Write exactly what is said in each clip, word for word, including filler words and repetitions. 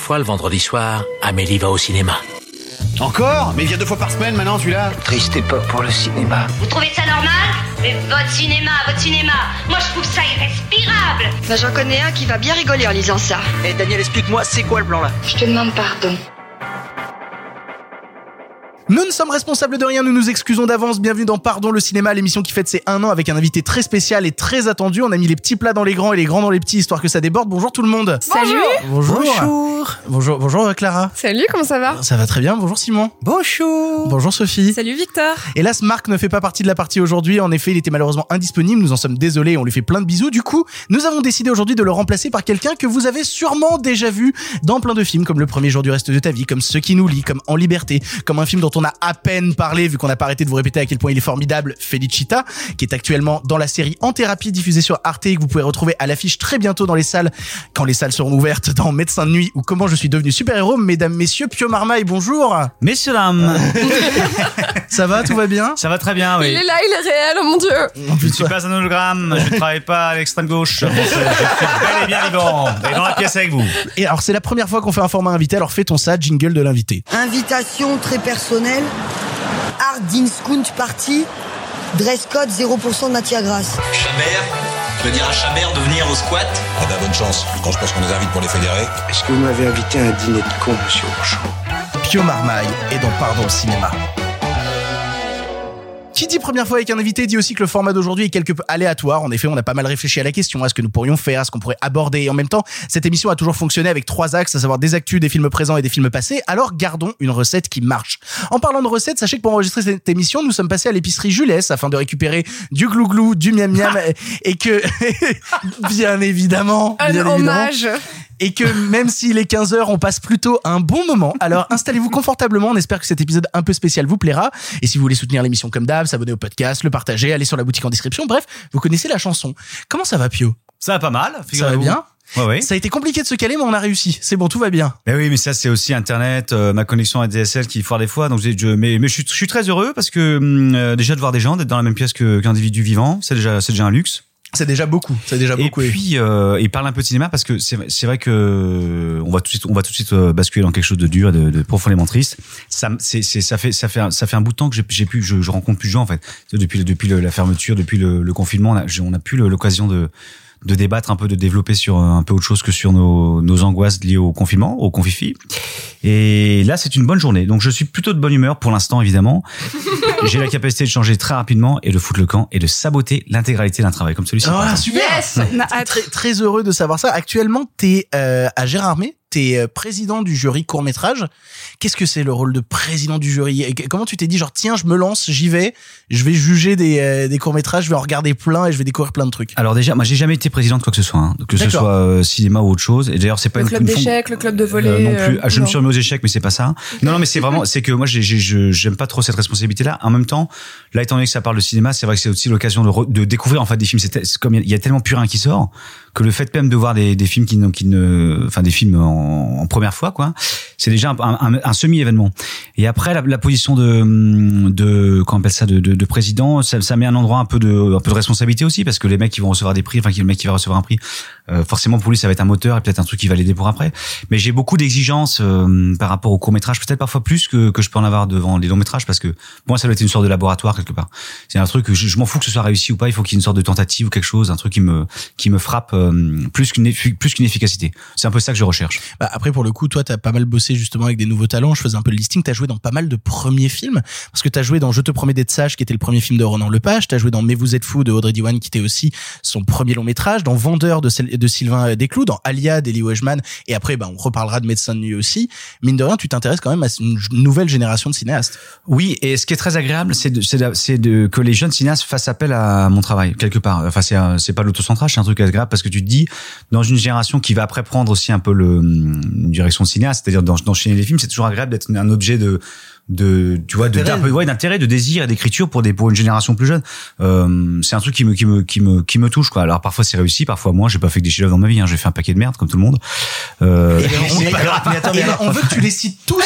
fois, le vendredi soir, Amélie va au cinéma. Encore ? Mais il vient deux fois par semaine maintenant, celui-là. Triste époque pour le cinéma. Vous trouvez ça normal ? Mais votre cinéma, votre cinéma, moi je trouve ça irrespirable. Bah, j'en connais un qui va bien rigoler en lisant ça. Eh hey, Daniel, explique-moi, c'est quoi le plan là ? Je te demande pardon. Nous ne sommes responsables de rien, nous nous excusons d'avance. Bienvenue dans Pardon le cinéma, l'émission qui fête ses un an avec un invité très spécial et très attendu. On a mis les petits plats dans les grands et les grands dans les petits, histoire que ça déborde. Bonjour tout le monde. Salut. Bonjour. Bonjour. Bonjour, bonjour Clara. Salut, comment ça va ? Ça va très bien, bonjour Simon. Bonjour. Bonjour Sophie. Salut Victor. Hélas, Marc ne fait pas partie de la partie aujourd'hui. En effet, il était malheureusement indisponible. Nous en sommes désolés, on lui fait plein de bisous. Du coup, nous avons décidé aujourd'hui de le remplacer par quelqu'un que vous avez sûrement déjà vu dans plein de films, comme Le premier jour du reste de ta vie, comme Ceux qui nous lient, comme En liberté, comme un film dont on a à peine parlé, vu qu'on n'a pas arrêté de vous répéter à quel point il est formidable, Felicita, qui est actuellement dans la série En thérapie diffusée sur Arte et que vous pouvez retrouver à l'affiche très bientôt dans les salles, quand les salles seront ouvertes, dans Médecin de nuit ou Comment je suis devenu super-héros. Mesdames, messieurs, Pio Marmaille, bonjour. Messieurs, dames. Ça va, tout va bien ? Ça va très bien, oui. Il est là, il est réel, oh mon dieu. Je ne suis pas un hologramme, je ne travaille pas à l'extrême gauche. Je suis bel et bien vivant et dans la pièce avec vous. Et alors, c'est la première fois qu'on fait un format invité, alors fais-ton ça, jingle de l'invité. Invitation très personnelle. Art Dinskunt Party. Dress code zéro pour cent de matière grasse. Chabert, tu veux dire à Chabert de venir au squat ? Ah bah bonne chance, quand je pense qu'on les invite pour les fédérer. Est-ce que vous m'avez invité à un dîner de con, monsieur Rochon ? Pio Marmaille est dans Pardon le cinéma. Qui dit première fois avec un invité dit aussi que le format d'aujourd'hui est quelque peu aléatoire. En effet, on a pas mal réfléchi à la question, à ce que nous pourrions faire, à ce qu'on pourrait aborder. Et en même temps, cette émission a toujours fonctionné avec trois axes, à savoir des actus, des films présents et des films passés. Alors gardons une recette qui marche. En parlant de recettes, sachez que pour enregistrer cette émission, nous sommes passés à l'épicerie Jules afin de récupérer du glouglou, du miam miam et que, bien évidemment, un bien hommage. Évidemment, et que même s'il est quinze heures, on passe plutôt un bon moment. Alors installez-vous confortablement, on espère que cet épisode un peu spécial vous plaira. Et si vous voulez soutenir l'émission comme d'hab, s'abonner au podcast, le partager, aller sur la boutique en description. Bref, vous connaissez la chanson. Comment ça va, Pio ? Ça va pas mal. Ça va bien ? Ouais, ouais. Ça a été compliqué de se caler, mais on a réussi. C'est bon, tout va bien. Mais oui, mais ça, c'est aussi Internet, euh, ma connexion à D S L qui foire des fois. Donc, je, je, mais, mais je suis, je suis très heureux parce que euh, déjà de voir des gens, d'être dans la même pièce que, qu'individu vivant, c'est déjà, c'est déjà un luxe. C'est déjà beaucoup, c'est déjà beaucoup. Et puis, euh, il parle un peu de cinéma parce que c'est, c'est vrai que on va tout de suite, on va tout de suite basculer dans quelque chose de dur, et de, de profondément triste. Ça, c'est, c'est, ça fait, ça fait, un, ça fait un bout de temps que j'ai, j'ai pu, je, je rencontre plus de gens en fait. Depuis, depuis le, la fermeture, depuis le, le confinement, on a, on a plus l'occasion de, de débattre un peu, de développer sur un peu autre chose que sur nos, nos angoisses liées au confinement, au confifi. Et là, c'est une bonne journée. Donc, je suis plutôt de bonne humeur pour l'instant, évidemment. J'ai la capacité de changer très rapidement et de foutre le camp et de saboter l'intégralité d'un travail comme celui-ci. Ah, super! Yes! Très, très heureux de savoir ça. Actuellement, t'es euh, à Gérardmer. T'es président du jury court-métrage. Qu'est-ce que c'est le rôle de président du jury ? Et comment tu t'es dit genre tiens, je me lance, j'y vais, je vais juger des euh, des courts-métrages, je vais en regarder plein et je vais découvrir plein de trucs. Alors déjà, moi j'ai jamais été président de quoi que ce soit, hein, que D'accord. ce soit euh, cinéma ou autre chose. Et d'ailleurs, c'est pas le une club une d'échecs, fond... le club de volley. Euh, non plus. Euh, ah, je non. me suis remis aux échecs, mais c'est pas ça. Non, non, mais c'est vraiment, c'est que moi j'ai, j'ai, je, j'aime pas trop cette responsabilité-là. En même temps, là étant donné que ça parle de cinéma, c'est vrai que c'est aussi l'occasion de, re, de découvrir en fait des films. C'est, c'est comme il y a tellement plus rien qui sort que le fait même de voir des, des films qui, qui ne, enfin des films en, en première fois, quoi. C'est déjà un, un, un semi-événement. Et après, la, la position de, de, comment on appelle ça, de, de, de président, ça, ça met un endroit un peu de, un peu de responsabilité aussi, parce que les mecs qui vont recevoir des prix, enfin, le mec qui va recevoir un prix, euh, forcément pour lui, ça va être un moteur et peut-être un truc qui va l'aider pour après. Mais j'ai beaucoup d'exigences euh, par rapport au court-métrage, peut-être parfois plus que, que je peux en avoir devant les longs-métrages, parce que pour moi, ça doit être une sorte de laboratoire quelque part. C'est un truc que je, je m'en fous que ce soit réussi ou pas. Il faut qu'il y ait une sorte de tentative ou quelque chose, un truc qui me, qui me frappe euh, plus qu'une, plus qu'une efficacité. C'est un peu ça que je recherche. Bah après, pour le coup, toi, t'as pas mal bossé justement avec des nouveaux talents. Je faisais un peu le listing. T'as joué dans pas mal de premiers films, parce que t'as joué dans Je te promets d'être sage, qui était le premier film de Ronan Lepage. T'as joué dans Mais vous êtes fou de Audrey Diwan, qui était aussi son premier long métrage. Dans Vendeur de, de Sylvain Desclous, dans Alia d'Eli Wegman. Et après, bah, on reparlera de Médecin de nuit aussi. Mine de rien, tu t'intéresses quand même à une nouvelle génération de cinéastes. Oui, et ce qui est très agréable, c'est de, c'est de, c'est de que les jeunes cinéastes fassent appel à mon travail quelque part. Enfin, c'est un, c'est pas l'autocentrage, c'est un truc agréable parce que tu te dis dans une génération qui va après prendre aussi un peu le une direction de cinéaste, c'est-à-dire d'enchaîner les films, c'est toujours agréable d'être un objet de de tu vois de d'un peu ouais d'intérêt, de désir et d'écriture pour des pour une génération plus jeune. Euh, c'est un truc qui me qui me qui me qui me touche quoi. Alors parfois c'est réussi, parfois moins. J'ai pas fait que des chefs-d'œuvre dans ma vie. Hein. J'ai fait un paquet de merde comme tout le monde. Euh... on, mais, alors, mais attends, mais alors, on veut que tu les cites tous.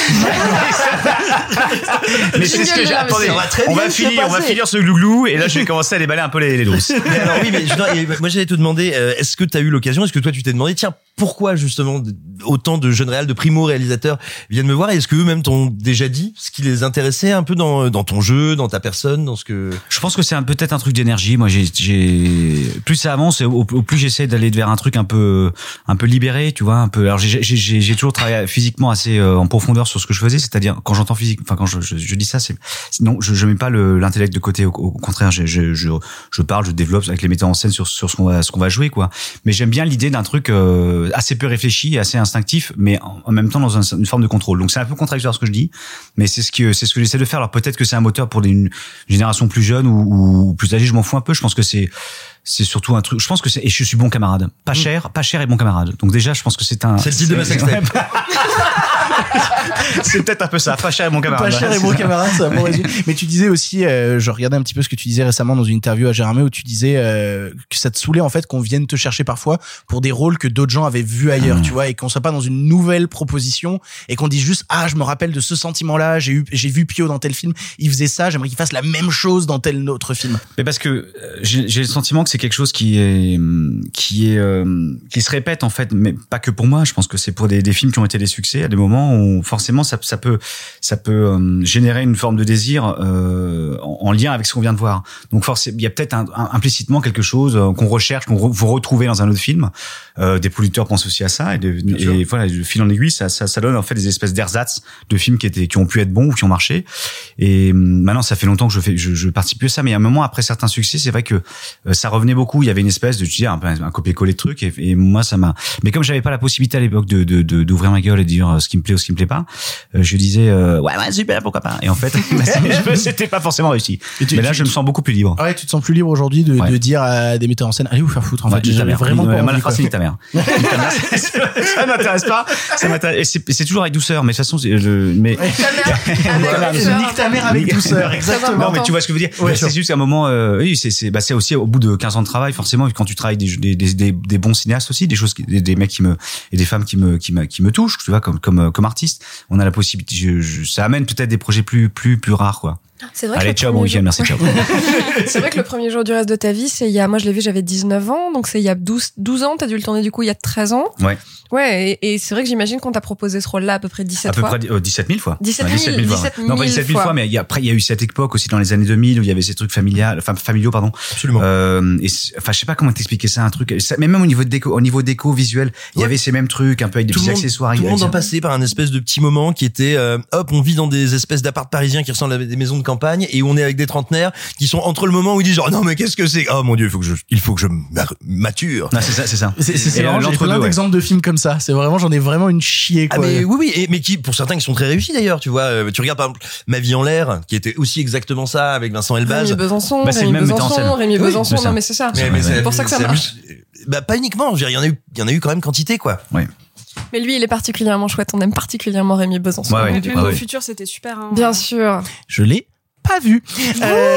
mais c'est ce que j'ai. Attendez, on va finir, on va finir ce glouglou et là je vais commencer à déballer un peu les, les doses. Mais alors oui, mais je, moi j'allais te demander, euh, est-ce que t'as eu l'occasion, est-ce que toi tu t'es demandé, tiens, pourquoi justement autant de jeunes réals, de primo réalisateurs viennent me voir et est-ce que eux-mêmes t'ont déjà dit ce qui les intéressait un peu dans dans ton jeu, dans ta personne, dans ce que. Je pense que c'est un, peut-être un truc d'énergie. Moi, j'ai, j'ai plus ça avance, au, au plus j'essaie d'aller vers un truc un peu un peu libéré, tu vois, un peu. Alors j'ai j'ai j'ai, j'ai toujours travaillé physiquement assez euh, en profondeur sur ce que je faisais, c'est-à-dire quand j'entends physique, enfin quand je je, je dis ça, c'est non, je je mets pas le, l'intellect de côté. Au, au contraire, je, je je je parle, je développe avec les metteurs en scène sur sur ce qu'on va ce qu'on va jouer, quoi. Mais j'aime bien l'idée d'un truc euh, assez peu réfléchi, assez instinctif, mais en, en même temps dans un, une forme de contrôle. Donc c'est un peu contradictoire ce que je dis, mais c'est ce que c'est ce que j'essaie de faire. Alors peut-être que c'est un moteur pour des, une génération plus jeune ou, ou plus âgée, je m'en fous un peu. Je pense que c'est c'est surtout un truc. Je pense que c'est et je suis bon camarade, pas cher, pas cher et bon camarade. Donc déjà, je pense que c'est un. C'est le titre de ma sextape. C'est peut-être un peu ça, pas cher et bon camarade. Pas cher et bon camarade, c'est un bon résumé. Mais tu disais aussi, euh, je regardais un petit peu ce que tu disais récemment dans une interview à Gérardmer où tu disais euh, que ça te saoulait en fait qu'on vienne te chercher parfois pour des rôles que d'autres gens avaient vus ailleurs, mmh. tu vois, et qu'on soit pas dans une nouvelle proposition et qu'on dise juste ah je me rappelle de ce sentiment-là, j'ai eu j'ai vu Pio dans tel film, il faisait ça, j'aimerais qu'il fasse la même chose dans tel autre film. Mais parce que j'ai, j'ai le sentiment que c'est quelque chose qui est qui est euh, qui se répète en fait, mais pas que pour moi. Je pense que c'est pour des, des films qui ont été des succès à des moments où forcément ça, ça peut ça peut euh, générer une forme de désir euh, en, en lien avec ce qu'on vient de voir. Donc forcément il y a peut-être un, un, implicitement quelque chose euh, qu'on recherche, qu'on re, vous retrouvez dans un autre film. Euh, des producteurs pensent aussi à ça et, de, et voilà, de fil en aiguille, ça, ça ça donne en fait des espèces d'ersatz de films qui étaient qui ont pu être bons ou qui ont marché. Et maintenant ça fait longtemps que je fais je, je participe plus à ça, mais à un moment après certains succès, c'est vrai que euh, ça revenait beaucoup. Il y avait une espèce de tu dis un, un copier-coller de trucs et, et moi ça m'a. Mais comme j'avais pas la possibilité à l'époque de de, de d'ouvrir ma gueule et de dire ce qui me plaît ou ce qui me plaît pas, euh, je disais euh, ouais ouais super pourquoi pas. Et en fait c'était pas forcément réussi. Tu, mais là tu, je me sens beaucoup plus libre. Ouais, tu te sens plus libre aujourd'hui de, ouais. de dire à des metteurs en scène allez vous faire foutre en ouais, fait. J'avais vraiment pas envie. C'est ta mère. Ça m'intéresse pas. Ça m'intéresse. C'est, c'est toujours avec douceur, mais de toute façon c'est je mais nique ta mère avec douceur exactement. Non mais tu vois ce que je veux dire. Ouais, c'est juste qu'à un moment euh, oui c'est c'est bah c'est aussi au bout de quinze ans de travail forcément quand tu travailles des des des, des bons cinéastes aussi, des choses qui, des, des mecs qui me et des femmes qui me qui me qui me touchent, tu vois, comme comme comme artiste, on a la possibilité je, je, ça amène peut-être des projets plus plus plus rares quoi. C'est vrai Allez, que ciao, bon week-end, merci, ciao. C'est vrai que le premier jour du reste de ta vie, c'est il y a, moi je l'ai vu, j'avais dix-neuf ans, donc c'est il y a douze, douze ans, t'as dû le tourner du coup il y a treize ans. Ouais. Ouais, et, et c'est vrai que j'imagine qu'on t'a proposé ce rôle-là à peu près dix-sept fois. À peu près euh, dix-sept mille fois. dix-sept mille, dix-sept mille fois. dix-sept mille non, pas dix-sept mille fois, mais il y a, après il y a eu cette époque aussi dans les années deux mille où il y avait ces trucs familiales, enfin familiaux pardon. Absolument. Euh, et enfin je sais pas comment t'expliquer ça, un truc, ça, même au niveau de déco, au niveau déco visuel, il ouais. y avait ces mêmes trucs, un peu avec des tout petits monde, accessoires. Tout le monde en passait par un espèce de petit moment qui était, euh, hop, on vit dans des espèces d'appart parisiens qui ressemblent à des maisons de campagne et où on est avec des trentenaires qui sont entre le moment où ils disent genre non mais qu'est-ce que c'est, oh mon dieu il faut que je il faut que je mature. Non c'est ça c'est ça. C'est c'est, c'est vraiment j'ai plein d'exemples de films comme ça. C'est vraiment j'en ai vraiment une chier quoi. Ah mais oui oui et, mais qui pour certains qui sont très réussis d'ailleurs tu vois euh, tu regardes par exemple Ma vie en l'air qui était aussi exactement ça avec Vincent Elbaz. Rémi Besançon. Bah, c'est Rémi le même Besançon, Rémi oui, Besançon non mais c'est ça. Mais, mais c'est, c'est pour ça que ça marche. Bah pas uniquement, il y en a eu il y en a eu quand même quantité quoi. Ouais. Mais lui, il est particulièrement chouette. On aime particulièrement Rémi Besançon. Ouais, ouais, même ouais, au ouais. futur, c'était super. Hein. Bien sûr. Je l'ai pas vu. Euh...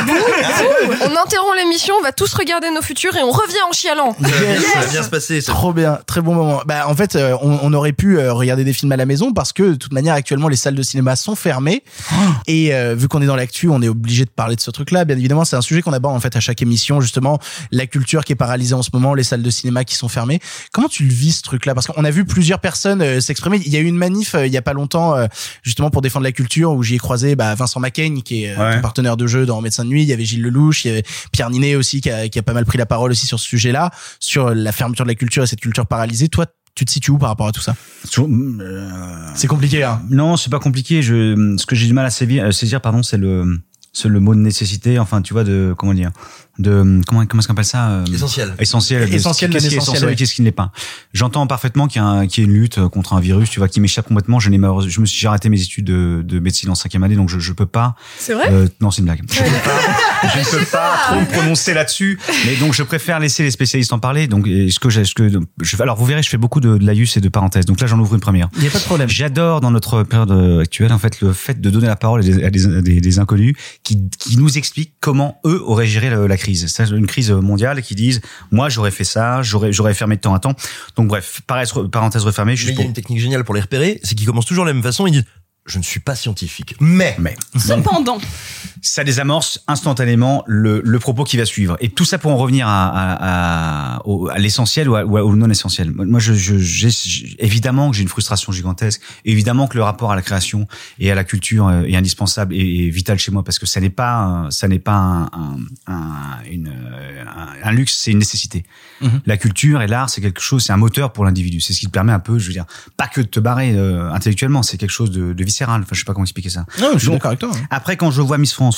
On interrompt l'émission, on va tous regarder nos futurs et on revient en chialant. Yes. Ça va bien se passer. Ça. Trop bien, très bon moment. Bah en fait, euh, on, on aurait pu euh, regarder des films à la maison parce que de toute manière actuellement les salles de cinéma sont fermées oh. et euh, vu qu'on est dans l'actu, on est obligé de parler de ce truc-là. Bien évidemment, c'est un sujet qu'on aborde en fait à chaque émission justement, la culture qui est paralysée en ce moment, les salles de cinéma qui sont fermées. Comment tu le vis ce truc-là? Parce qu'on a vu plusieurs personnes euh, s'exprimer. Il y a eu une manif euh, il y a pas longtemps euh, justement pour défendre la culture où j'y ai croisé bah, Vincent Macaigne qui est euh, ouais. ton partenaire de jeu dans Médecin de nuit. Il y avait Gilles Lelouch, il y avait Pierre Ninet aussi qui a, qui a pas mal pris la parole aussi sur ce sujet-là, sur la fermeture de la culture et cette culture paralysée. Toi, tu te situes où par rapport à tout ça? euh... C'est compliqué, hein? Non, c'est pas compliqué. Je, ce que j'ai du mal à saisir, saisir pardon, c'est le c'est le mot de nécessité, enfin tu vois de comment dire, de comment comment est-ce qu'on appelle ça euh, essentiel, essentiel, de, essentiel, qu'est-ce qui est essentiel et qu'est-ce qui ne l'est pas. J'entends parfaitement qu'il y a un, qu'il y a une lutte contre un virus, tu vois, qui m'échappe complètement. Je n'ai malheureusement, je me suis j'ai arrêté mes études de, de médecine en cinquième année, donc je je peux pas. C'est vrai euh, Non, c'est une blague. Je peux pas, je ne peux pas trop me prononcer là-dessus, mais donc je préfère laisser les spécialistes en parler. Donc ce que j'ai, ce que je, alors vous verrez, je fais beaucoup de, de laïus et de parenthèses. Donc là, j'en ouvre une première. Il y a pas de problème. J'adore dans notre période actuelle en fait le fait de donner la parole à des, à des, à des, des inconnus qui qui nous expliquent comment eux auraient géré la, la crise. C'est une crise mondiale, qui disent moi j'aurais fait ça, j'aurais j'aurais fermé de temps à temps. Donc bref, parenthèse refermée. Mais il y a une technique géniale pour les repérer, c'est qu'ils commencent toujours de la même façon. Ils disent je ne suis pas scientifique, mais mais cependant ça désamorce instantanément le, le propos qui va suivre. Et tout ça pour en revenir à, à, à, au, à l'essentiel ou, à, ou au non essentiel. Moi, je, je, j'ai, évidemment que j'ai une frustration gigantesque. Évidemment que le rapport à la création et à la culture est indispensable et, et vital chez moi parce que ça n'est pas, ça n'est pas un, un, un, une, un, un luxe, c'est une nécessité. Mm-hmm. La culture et l'art, c'est quelque chose, c'est un moteur pour l'individu. C'est ce qui te permet un peu, je veux dire, pas que de te barrer euh, intellectuellement, c'est quelque chose de, de viscéral. Enfin, je sais pas comment expliquer ça. Non, je suis Donc, d'accord avec toi. Hein. Après, quand je vois Miss France,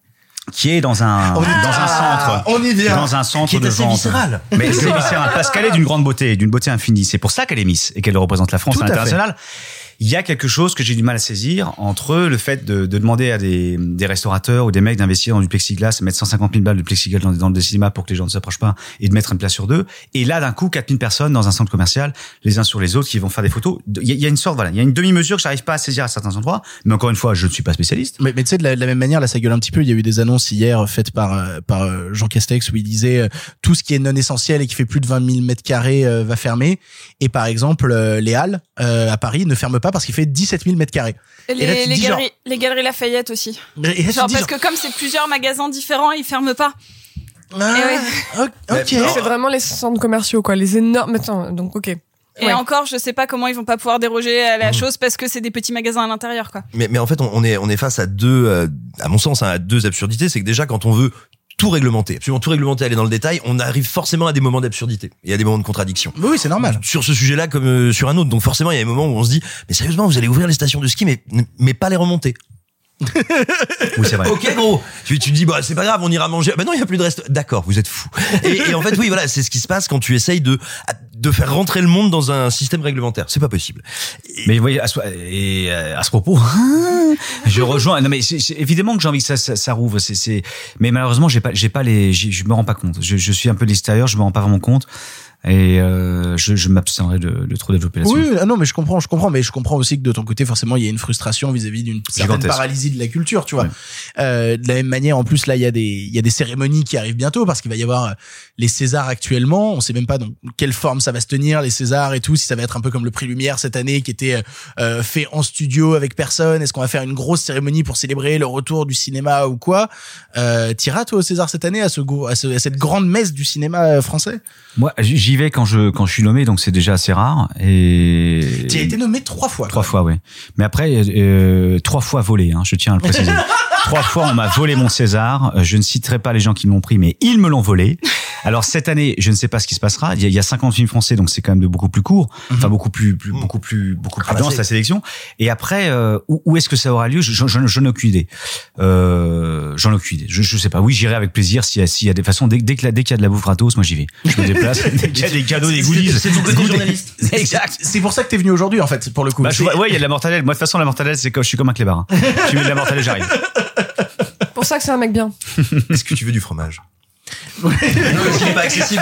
qui est dans un on dans un centre, on y vient. dans un centre qui est de assez vente. viscéral. Mais c'est viscéral parce qu'elle est d'une grande beauté, d'une beauté infinie. C'est pour ça qu'elle est Miss et qu'elle représente la France Tout à à l'international. Il y a quelque chose que j'ai du mal à saisir entre le fait de, de demander à des, des restaurateurs ou des mecs d'investir dans du plexiglas, mettre cent cinquante mille balles de plexiglas dans, dans le cinéma pour que les gens ne s'approchent pas et de mettre une place sur deux. Et là, d'un coup, quatre mille personnes dans un centre commercial, les uns sur les autres, qui vont faire des photos. Il y a, il y a une sorte, voilà, il y a une demi-mesure que j'arrive pas à saisir à certains endroits. Mais encore une fois, je ne suis pas spécialiste. Mais, mais tu sais, de la, de la même manière, là, ça gueule un petit peu. Il y a eu des annonces hier faites par, par Jean Castex où il disait euh, tout ce qui est non essentiel et qui fait plus de vingt mille mètres carrés euh, va fermer. Et par exemple, euh, les Halles euh, à Paris ne ferment pas parce qu'il fait dix-sept mille mètres carrés. Et les, et là, tu les, dis, galeries, genre... les galeries Lafayette aussi. Et là, genre dis, parce genre... que comme c'est plusieurs magasins différents, ils ferment pas. Ah, et ouais. Ok. C'est vraiment les centres commerciaux, quoi, les énormes. Attends, donc ok. Et ouais. encore, je sais pas comment ils vont pas pouvoir déroger à la mmh. chose parce que c'est des petits magasins à l'intérieur, quoi. Mais, mais en fait, on, on est on est face à deux, euh, à mon sens, hein, à deux absurdités. C'est que déjà, quand on veut tout réglementer, absolument tout réglementer, aller dans le détail, on arrive forcément à des moments d'absurdité et à des moments de contradiction. Oui, c'est normal. Sur ce sujet-là comme euh, sur un autre. Donc forcément, il y a des moments où on se dit, mais sérieusement, vous allez ouvrir les stations de ski, mais mais pas les remonter. Oui, c'est vrai. Ok, gros. Tu, tu dis, bah, c'est pas grave, on ira manger. Bah non, il y a plus de reste. D'accord, vous êtes fous. Et, et en fait, oui, voilà, c'est ce qui se passe quand tu essayes de, de faire rentrer le monde dans un système réglementaire. C'est pas possible. Et... Mais vous voyez, à ce, et à ce propos, je rejoins. Non, mais c'est, c'est, évidemment que j'ai envie que ça, ça, ça rouvre. C'est, c'est, mais malheureusement, j'ai pas, j'ai pas les, j'ai, je me rends pas compte. Je, je suis un peu de l'extérieur, je me rends pas vraiment compte. Et euh, je, je m'abstiendrai de, de trop développer là-dessus. Oui, non, mais je comprends, je comprends, mais je comprends aussi que de ton côté, forcément, il y a une frustration vis-à-vis d'une certaine Gigantesque. paralysie de la culture, tu vois. Ouais. Euh, de la même manière, en plus, là, il y a des, il y a des cérémonies qui arrivent bientôt parce qu'il va y avoir les Césars actuellement. On sait même pas dans quelle forme ça va se tenir, les Césars et tout. Si ça va être un peu comme le Prix Lumière cette année qui était euh, fait en studio avec personne. Est-ce qu'on va faire une grosse cérémonie pour célébrer le retour du cinéma ou quoi? Euh, t'iras toi au César cette année à ce, à, ce, à cette grande messe du cinéma français? Moi, j'y vais quand je quand je suis nommé, donc c'est déjà assez rare. Et tu as été nommé trois fois. Trois fois, oui. Mais après, euh, trois fois volé. Hein, je tiens à le préciser. Trois fois, on m'a volé mon César. Je ne citerai pas les gens qui me l'ont pris, mais ils me l'ont volé. Alors cette année, je ne sais pas ce qui se passera. Il y a, il y a cinquante films français, donc c'est quand même de beaucoup plus court, mm-hmm. enfin beaucoup plus, plus, beaucoup plus, beaucoup plus dense la sélection. Et après, euh, où, où est-ce que ça aura lieu? Je, je, je, je n'ai aucune idée. Euh, j'en ai aucune idée. Je, je sais pas. Oui, j'irai avec plaisir s'il y a, s'il y a des façons. Dès, dès que dès qu'il y a de la bouffe gratos, moi j'y vais. Je me déplace. Dès qu'il y a des cadeaux, des goodies. C'est ton côté journaliste. Exact. C'est pour ça que t'es venu aujourd'hui, en fait, pour le coup. Bah, ouais, il y a de la mortadelle. Moi, de toute façon, la mortadelle, c'est comme je suis comme un clébard. Hein. Tu mets de la mortadelle, j'arrive. Pour ça que c'est un mec bien. Est-ce que tu veux du fromage? Ouais. Non, parce qu'il n'est pas accessible.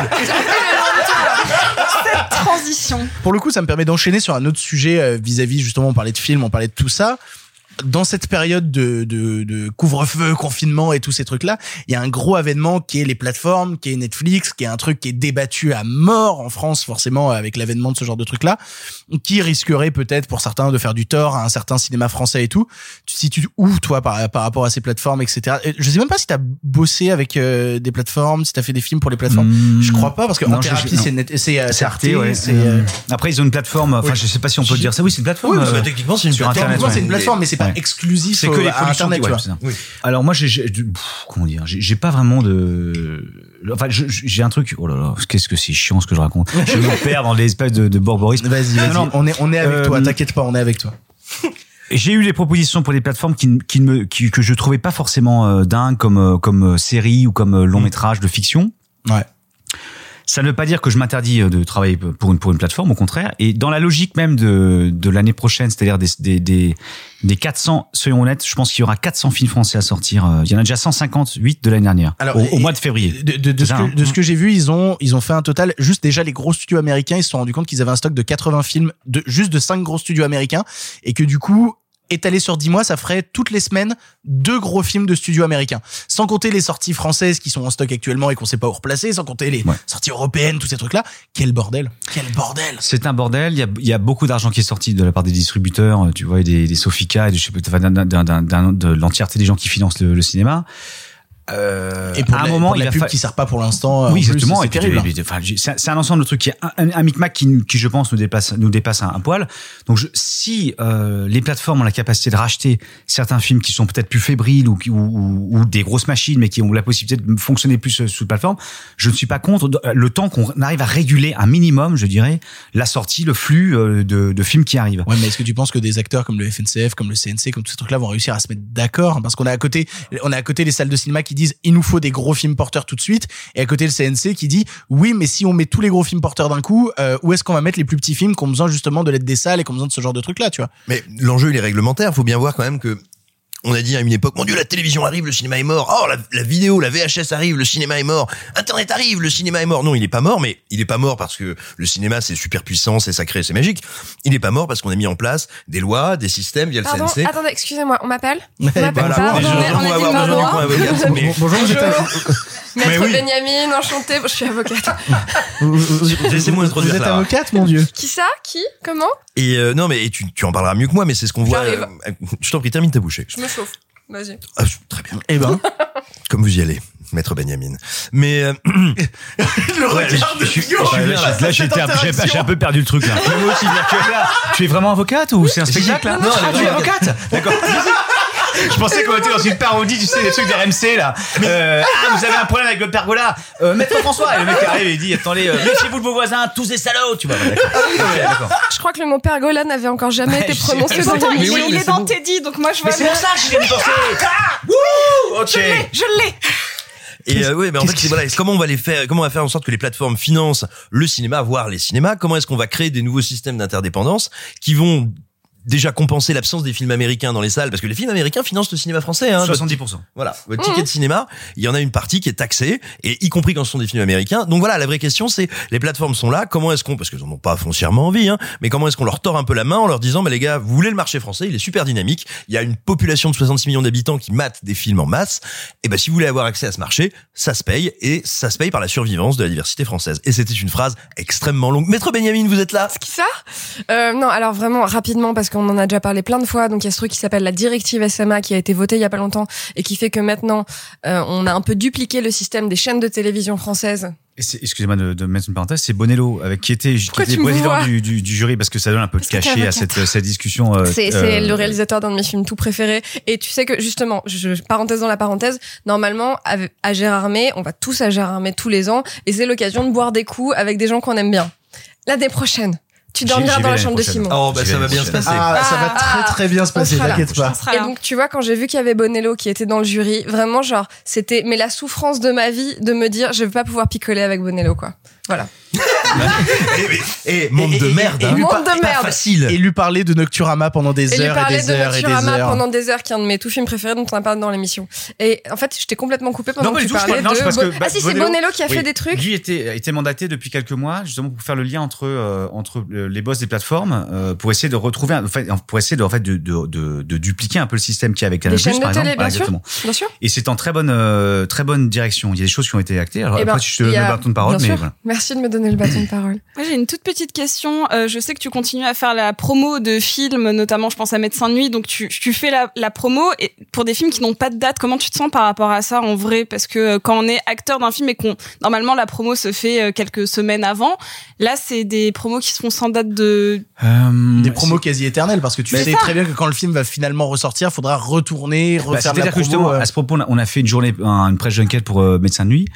Cette transition. Pour le coup, ça me permet d'enchaîner sur un autre sujet euh, vis-à-vis, justement, on parlait de films, on parlait de tout ça. Dans cette période de, de, de couvre-feu, confinement et tous ces trucs-là, il y a un gros avènement qui est les plateformes, qui est Netflix, qui est un truc qui est débattu à mort en France, forcément, avec l'avènement de ce genre de trucs-là, qui risquerait peut-être pour certains de faire du tort à un certain cinéma français et tout. Tu te situes où, toi, par, par rapport à ces plateformes, et cetera. Je sais même pas si t'as bossé avec euh, des plateformes, si t'as fait des films pour les plateformes. Mmh. Je crois pas, parce que non, en thérapie, je, c'est, net, c'est, euh, c'est Arte, ouais. C'est, euh... Après, ils ont une plateforme, enfin, oui. je sais pas si on peut dire ça. Oui, c'est une plateforme. Oui, euh, techniquement, c'est une sur plateforme. Internet, c'est une plateforme, mais c'est pas exclusif c'est que les à Internet, ouais, tu vois. Oui. Alors moi, j'ai, j'ai pff, comment dire, j'ai, j'ai pas vraiment de, enfin, je, j'ai un truc. Oh là là, qu'est-ce que c'est chiant ce que je raconte. Je me perds dans des espèces de, de borborisme. Vas-y, vas-y. Non, non, on est, on est avec euh, toi. T'inquiète pas, on est avec toi. J'ai eu des propositions pour des plateformes qui, qui me, qui, que je trouvais pas forcément euh, dingues comme, euh, comme euh, série ou comme euh, long métrage de fiction. Ouais. Ça ne veut pas dire que je m'interdis de travailler pour une pour une plateforme, au contraire. Et dans la logique même de de l'année prochaine, c'est-à-dire des des des des quatre cents, soyons honnêtes, je pense qu'il y aura quatre cents films français à sortir. Il y en a déjà cent cinquante-huit de l'année dernière. Alors, au, au mois de février. De, de, de, ce que, hein. de ce que j'ai vu, ils ont ils ont fait un total. Juste déjà les gros studios américains, ils se sont rendus compte qu'ils avaient un stock de quatre-vingts films de juste de cinq gros studios américains et que du coup, étalé sur dix mois, ça ferait toutes les semaines deux gros films de studios américains. Sans compter les sorties françaises qui sont en stock actuellement et qu'on sait pas où replacer, sans compter les ouais. sorties européennes, tous ces trucs-là. Quel bordel. Quel bordel. C'est un bordel. Il y a, il y a beaucoup d'argent qui est sorti de la part des distributeurs. Tu vois, des, des Sofica et de, je sais pas, d'un, d'un, d'un, d'un, de l'entièreté des gens qui financent le, le cinéma. Euh, et pour à un la, moment, pour la il pub fa... qui sert pas pour l'instant. Oui, exactement. C'est terrible. Puis, enfin, c'est, c'est un ensemble de trucs qui est un, un, un micmac qui, qui, je pense, nous dépasse, nous dépasse un, un poil. Donc, je, si euh, les plateformes ont la capacité de racheter certains films qui sont peut-être plus fébriles ou, ou, ou, ou des grosses machines, mais qui ont la possibilité de fonctionner plus sous plateforme, je ne suis pas contre le temps qu'on arrive à réguler un minimum, je dirais, la sortie, le flux de, de films qui arrivent. Ouais, mais est-ce que tu penses que des acteurs comme le F N C F, comme le C N C, comme tous ces trucs-là vont réussir à se mettre d'accord? Parce qu'on a à côté, on a à côté les salles de cinéma qui disent il nous faut des gros films porteurs tout de suite, et à côté le C N C qui dit oui, mais si on met tous les gros films porteurs d'un coup, euh, où est-ce qu'on va mettre les plus petits films qui ont besoin justement de l'aide des salles et qui ont besoin de ce genre de trucs là, tu vois? Mais l'enjeu il est réglementaire. Faut bien voir quand même que on a dit à une époque, mon Dieu, la télévision arrive, le cinéma est mort. Oh, la, la vidéo, la V H S arrive, le cinéma est mort. Internet arrive, le cinéma est mort. Non, il est pas mort, mais il est pas mort parce que le cinéma, c'est super puissant, c'est sacré, c'est magique. Il est pas mort parce qu'on a mis en place des lois, des systèmes via le Pardon, C N C. Attendez, excusez-moi, on m'appelle? On m'appelle voilà, pardon, on, on, on va avoir besoin du point avocat. Mais... Bonjour, vous êtes Maître mais oui. Benjamin, enchanté, je suis avocate. Laissez-moi introduire ça. Vous êtes avocate, mon Dieu. Qui ça? Qui? Comment? Et euh, non, mais tu, tu en parleras mieux que moi, mais c'est ce qu'on voit. Euh, je t'en prie, termine ta bouchée. Je me chauffe. Vas-y. Ah, très bien. Eh ben. Comme vous y allez, Maître Benjamin. Mais euh... le regard de Hugo. Là, j'ai, j'ai, j'ai un peu perdu le truc là. Mais moi aussi, tu es là. Tu es vraiment avocate ou c'est un spectacle là? Non, non, ah, tu es avocate. D'accord. Je pensais qu'on était dans une parodie, tu sais, des trucs d'R M C là. Euh, ah, vous avez un problème avec le pergola, euh, Maître François. Et le mec arrive et il dit attendez, euh, méfiez-vous de vos voisins, tous des salauds, tu vois. D'accord. Okay, d'accord. Je crois que le mot pergola n'avait encore jamais été prononcé dans Pourtant, il, oui, il est dans bon. Teddy, donc moi je vois. Mais c'est pour ça que je viens de penser. Wouh, ok. Je l'ai, je l'ai. Et euh, oui, mais en fait, c'est, voilà, comment on va les faire, comment on va faire en sorte que les plateformes financent le cinéma, voire les cinémas. Comment est-ce qu'on va créer des nouveaux systèmes d'interdépendance qui vont déjà compenser l'absence des films américains dans les salles, parce que les films américains financent le cinéma français. Hein, soixante-dix pour cent. Votre, voilà, votre mmh. ticket de cinéma, il y en a une partie qui est taxée, et y compris quand ce sont des films américains. Donc voilà, la vraie question, c'est les plateformes sont là. Comment est-ce qu'on, parce qu'elles n'en ont pas foncièrement envie, hein, mais comment est-ce qu'on leur tord un peu la main en leur disant, bah les gars, vous voulez le marché français, il est super dynamique. Il y a une population de soixante-six millions d'habitants qui matent des films en masse. Et ben si vous voulez avoir accès à ce marché, ça se paye, et ça se paye par la survivance de la diversité française. Et c'était une phrase extrêmement longue. Maître Benjamin, vous êtes là? C'est qui ça? Euh, non, alors vraiment rapidement parce qu'on en a déjà parlé plein de fois. Donc il y a ce truc qui s'appelle la directive S M A qui a été votée il y a pas longtemps et qui fait que maintenant euh, on a un peu dupliqué le système des chaînes de télévision françaises. Et c'est, excusez-moi de, de mettre une parenthèse, c'est Bonello avec qui était, qui était président du, du, du jury, parce que ça donne un peu de cachet à cette, cette discussion. Euh, c'est, euh, c'est le réalisateur d'un de mes films tout préférés. Et tu sais que justement, je, parenthèse dans la parenthèse, normalement à, à Gérardmer, on va tous à Gérardmer tous les ans, et c'est l'occasion de boire des coups avec des gens qu'on aime bien. L'année prochaine. Tu dormiras dans la chambre prochaine. de Simon. Oh, bah ça va bien se passer. Ah, ça va très très bien se passer, t'inquiète pas. Et donc, tu vois, quand j'ai vu qu'il y avait Bonello qui était dans le jury, vraiment, genre, c'était, mais la souffrance de ma vie de me dire, je vais pas pouvoir picoler avec Bonello, quoi. Voilà. Et monde de merde, et, et, hein. et monde de merde. Pas facile. Et lui parler de Nocturama pendant des et heures et des de heures et des heures. pendant des heures, qui est un de mes tout films préférés dont on a parlé dans l'émission. Et en fait, je t'ai complètement coupé pendant non, que tu tout, parlais non, de. Parce que, bah, ah si, c'est Bonello, Bonello qui a oui, fait des trucs. Lui était était mandaté depuis quelques mois justement pour faire le lien entre euh, entre les boss des plateformes euh, pour essayer de retrouver, en fait, pour essayer de en fait de de de, de dupliquer un peu le système qu'il y a avec Canal+, par exemple. Télé, bien sûr, bien sûr. Et c'est en très bonne euh, très bonne direction. Il y a des choses qui ont été actées. Alors eh ben, après, je te donne le bâton de parole, mais voilà. Merci de me donner le bâton de parole. Moi, j'ai une toute petite question. Euh, je sais que tu continues à faire la promo de films, notamment, je pense à Médecin de nuit. Donc, tu, tu fais la, la promo et pour des films qui n'ont pas de date. Comment tu te sens par rapport à ça en vrai? Parce que quand on est acteur d'un film et qu'on normalement la promo se fait quelques semaines avant, là, c'est des promos qui se font sans date de. Euh, des promos c'est... quasi éternelles parce que tu mais sais très bien que quand le film va finalement ressortir, il faudra retourner, refaire bah, de la promo. Que justement, à ce propos, on a fait une journée, une presse junket pour euh, Médecin de nuit.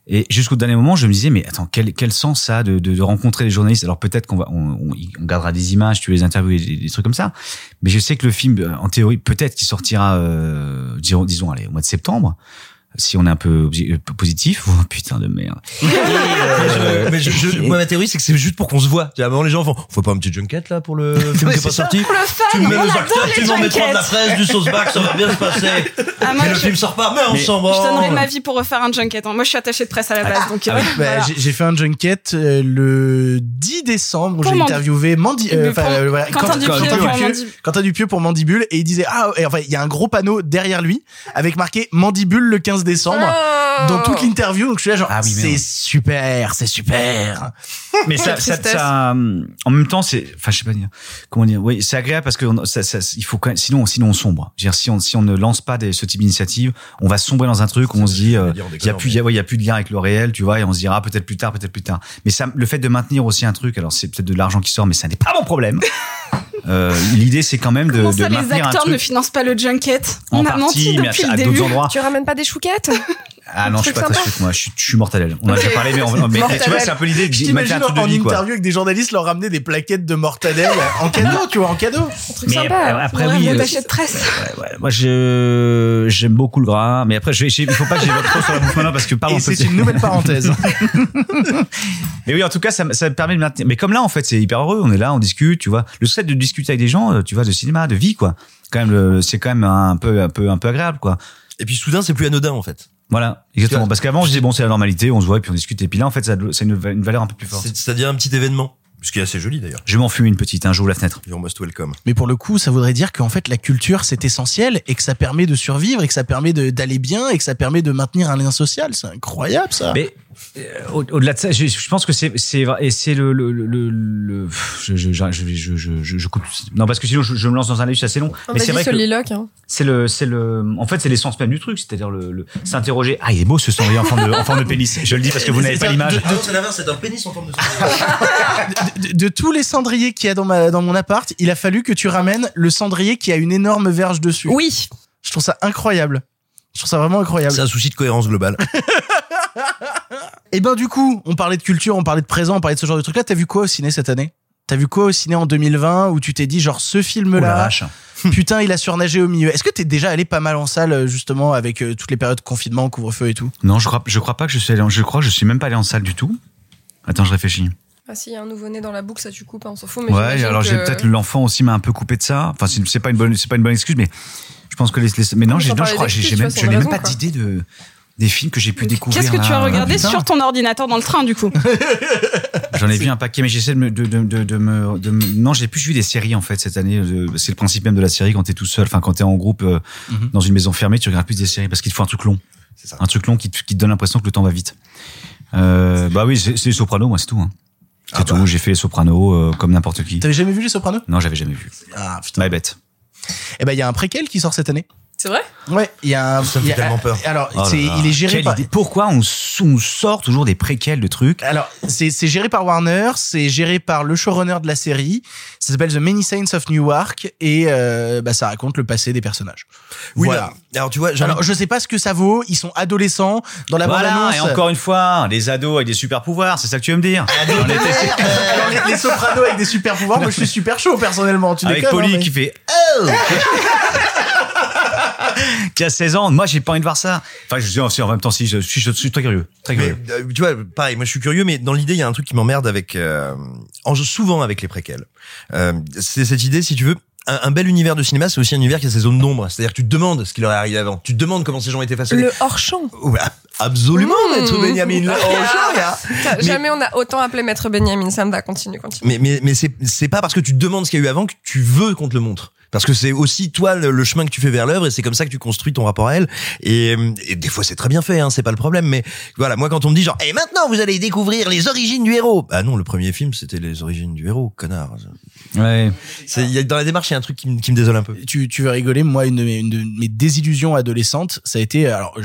Et jusqu'au dernier moment, je me disais, mais attends, quel, quel sens ça de, de, de rencontrer les journalistes? Alors peut-être qu'on va, on, on, on gardera des images, tu veux les interviews, des, des trucs comme ça. Mais je sais que le film, en théorie, peut-être qu'il sortira, euh, disons, disons, allez, au mois de septembre. Si on est un peu positif, oh putain de merde. Et euh, mais je, je, moi ma théorie c'est que c'est juste pour qu'on se voit. À un moment les gens font, faut pas un petit junket là pour le film qui est pas sorti. Tu mets les acteurs, tu m'en mettras de la fraise, du sauce bac, ça va bien se passer. Ah, moi, mais le je... film sort pas, mais on s'en va. Je donnerais ma vie pour refaire un junket. Moi je suis attachée de presse à la base, donc. Ah, euh, bah, voilà. j'ai, j'ai fait un junket euh, le dix décembre où Pour j'ai Mandi- interviewé Mandy, euh, enfin, euh, voilà, Quentin Dupieux pour Mandibule. Quentin Dupieux pour Mandibule, et il disait ah, et enfin il y a un gros panneau derrière lui avec marqué Mandibule le quinze décembre. Oh. Dans toute l'interview, donc je suis là genre Ah oui, c'est super, c'est super. Mais ça, ça, ça, en même temps, c'est, enfin, je sais pas dire, comment dire, oui, c'est agréable parce que on- ça, ça, il faut quand même, sinon, sinon on sombre. Je veux dire, si on, si on ne lance pas des, ce type d'initiative, on va sombrer dans un truc où on se dit, euh, il y a plus, il y a, ouais, il y a plus de lien avec le réel, tu vois, et on se dira peut-être plus tard, peut-être plus tard. Mais ça, le fait de maintenir aussi un truc, alors c'est peut-être de l'argent qui sort, mais ça n'est pas mon problème. Euh, l'idée, c'est quand même de, Comment de ça, les maintenir un acteurs truc. ne financent pas le junket? En On a partie, menti mais depuis à- le à début. d'autres endroits. Tu ramènes pas des chouquettes? Ah non, je suis pas Truc très sympa. chouette, moi. Je suis, je suis mortadelle. On a déjà parlé, mais, on, mais, mais tu vois, c'est un peu l'idée de Je mettre t'imagine un truc de en vie, quoi. interview avec des journalistes leur ramener des plaquettes de mortadelle en cadeau, tu vois, en cadeau. Un truc Mais sympa. après, Ouais, oui, mon euh, attaché de presse. Ouais, ouais, moi, je, j'aime beaucoup le gras, mais après, je vais, il faut pas que j'évoque trop sur la bouffe maintenant parce que pardon. Et c'est une nouvelle parenthèse. Mais oui, en tout cas, ça, me- ça me permet de maintenir. Mais comme là, en fait, c'est hyper heureux. On est là, on discute, tu vois. Le fait de discuter avec des gens, euh, tu vois, de cinéma, de vie, quoi. Quand même, le, c'est quand même un peu, un peu, un peu agréable, quoi. Et puis soudain c'est plus anodin en fait. Voilà, exactement. Parce qu'avant, je disais bon, c'est la normalité, on se voit et puis on discute. Et puis là, en fait, ça, c'est une, une valeur un peu plus forte. C'est, ça devient un petit événement. Ce qui est assez joli d'ailleurs. Je vais m'en fumer une petite, un jour la fenêtre. You're most welcome. Mais pour le coup, ça voudrait dire qu'en fait, la culture, c'est essentiel et que ça permet de survivre et que ça permet de, d'aller bien et que ça permet de maintenir un lien social. C'est incroyable, ça. Mais euh, au- au-delà de ça, je, je pense que c'est c'est vrai- et c'est le le le, le, le je, je, je, je, je, je, je coupe. Non, parce que sinon je, je me lance dans un livre, c'est assez long. On mais m'a c'est dit vrai ce que liloque, hein. c'est le c'est le en fait c'est l'essence même du truc, c'est-à-dire le, le s'interroger. Ah, il est beau ce cendrier en forme de en forme de pénis. Je le dis parce que vous n'avez pas l'image. Ah non, c'est l'inverse, c'est un pénis en forme de de, de, de tous les cendriers qu'il y a dans ma dans mon appart, il a fallu que tu ramènes le cendrier qui a une énorme verge dessus. Oui. Je trouve ça incroyable. Je trouve ça vraiment incroyable. C'est un souci de cohérence globale. Et ben du coup, on parlait de culture, on parlait de présent, on parlait de ce genre de truc-là. T'as vu quoi au ciné cette année? T'as vu quoi au ciné en deux mille vingt où tu t'es dit genre ce Oh la film-là, vache. putain, il a surnagé au milieu. Est-ce que t'es déjà allé pas mal en salle justement avec euh, toutes les périodes de confinement, couvre-feu et tout? Non, je crois je crois pas que je suis allé en, je crois que je suis même pas allé en salle du tout. Attends, je réfléchis. Ah si, il y a un nouveau-né dans la boucle, ça tu coupes, hein, on s'en fout. Mais Ouais, j'imagine alors j'ai que- peut-être l'enfant aussi m'a un peu coupé de ça. Enfin, c'est c'est pas une bonne c'est pas une bonne excuse, mais je pense que les, les mais non, Non, j'ai sans non, je parler crois j'ai d'excuses, j'ai tu même vois, c'est je une n'ai même raison, pas quoi. d'idée de des films que j'ai pu découvrir. Qu'est-ce que tu as là. regardé Ah, putain. sur ton ordinateur dans le train, du coup? J'en ai vu un paquet, mais j'essaie de me, de, de, de, de me, de me- non, j'ai plus vu des séries, en fait, cette année. Euh, C'est le principe même de la série quand t'es tout seul, enfin, quand t'es en groupe, euh, Mhm. dans une maison fermée, tu regardes plus des séries parce qu'il te faut un truc long. C'est ça. Un truc long qui te, qui te donne l'impression que le temps va vite. Euh, bah oui, c'est c'est les Sopranos, moi, c'est tout, hein. C'est Ah tout. bah. J'ai fait les Sopranos, euh, comme n'importe qui. T'avais jamais vu Les Sopranos? Non, j'avais jamais vu. Ah putain. My bête. Eh ben il y a un préquel qui sort cette année. C'est vrai? Ouais, il y a un. Ça me il y fait a- tellement peur. Alors, Oh là c'est, là. il est géré Quelle par. idée. Pourquoi on, s- on sort toujours des préquels de trucs? Alors, c'est, c'est géré par Warner, c'est géré par le showrunner de la série. Ça s'appelle The Many Saints of Newark et euh, bah ça raconte le passé des personnages. Oui, voilà. là, alors tu vois, j'ai Alors, je sais pas ce que ça vaut. Ils sont adolescents dans la Voilà, bande-annonce. et encore une fois, des ados avec des super pouvoirs, c'est ça que tu veux me dire? Alors, les, les Sopranos avec des super pouvoirs, moi je suis super chaud personnellement. Tu Avec déconnes, Polly hein, mais- qui fait oh qui a seize ans. Moi, j'ai pas envie de voir ça. Enfin, je dis aussi en même temps, si je suis, je suis très curieux, très Mais, curieux. euh, tu vois, pareil, moi je suis curieux, mais dans l'idée, il y a un truc qui m'emmerde avec, euh, en, souvent avec les préquels. Euh, c'est cette idée, si tu veux, un, un bel univers de cinéma, c'est aussi un univers qui a ses zones d'ombre. C'est-à-dire que tu te demandes ce qui leur est arrivé avant. Tu te demandes comment ces gens étaient façonnés. Le hors-champ. Ouais, absolument, Mmh. maître Benjamin. Le hors-champ, gars. Putain, Mais- Jamais on a autant appelé Maître Benjamin, ça me va, continue, continue. Mais, mais, mais c'est, c'est pas parce que tu te demandes ce qu'il y a eu avant que tu veux qu'on te le montre. Parce que c'est aussi toi le, le chemin que tu fais vers l'œuvre et c'est comme ça que tu construis ton rapport à elle. Et, et des fois c'est très bien fait, hein, c'est pas le problème. Mais voilà, moi quand on me dit genre, et maintenant vous allez découvrir les origines du héros. Ah non, le premier film c'était les origines du héros, connard. Ouais. C'est, il y a, dans la démarche il y a un truc qui, me- qui me désole un peu. Tu, tu veux rigoler, moi une de, mes, une de mes désillusions adolescentes, ça a été, alors je,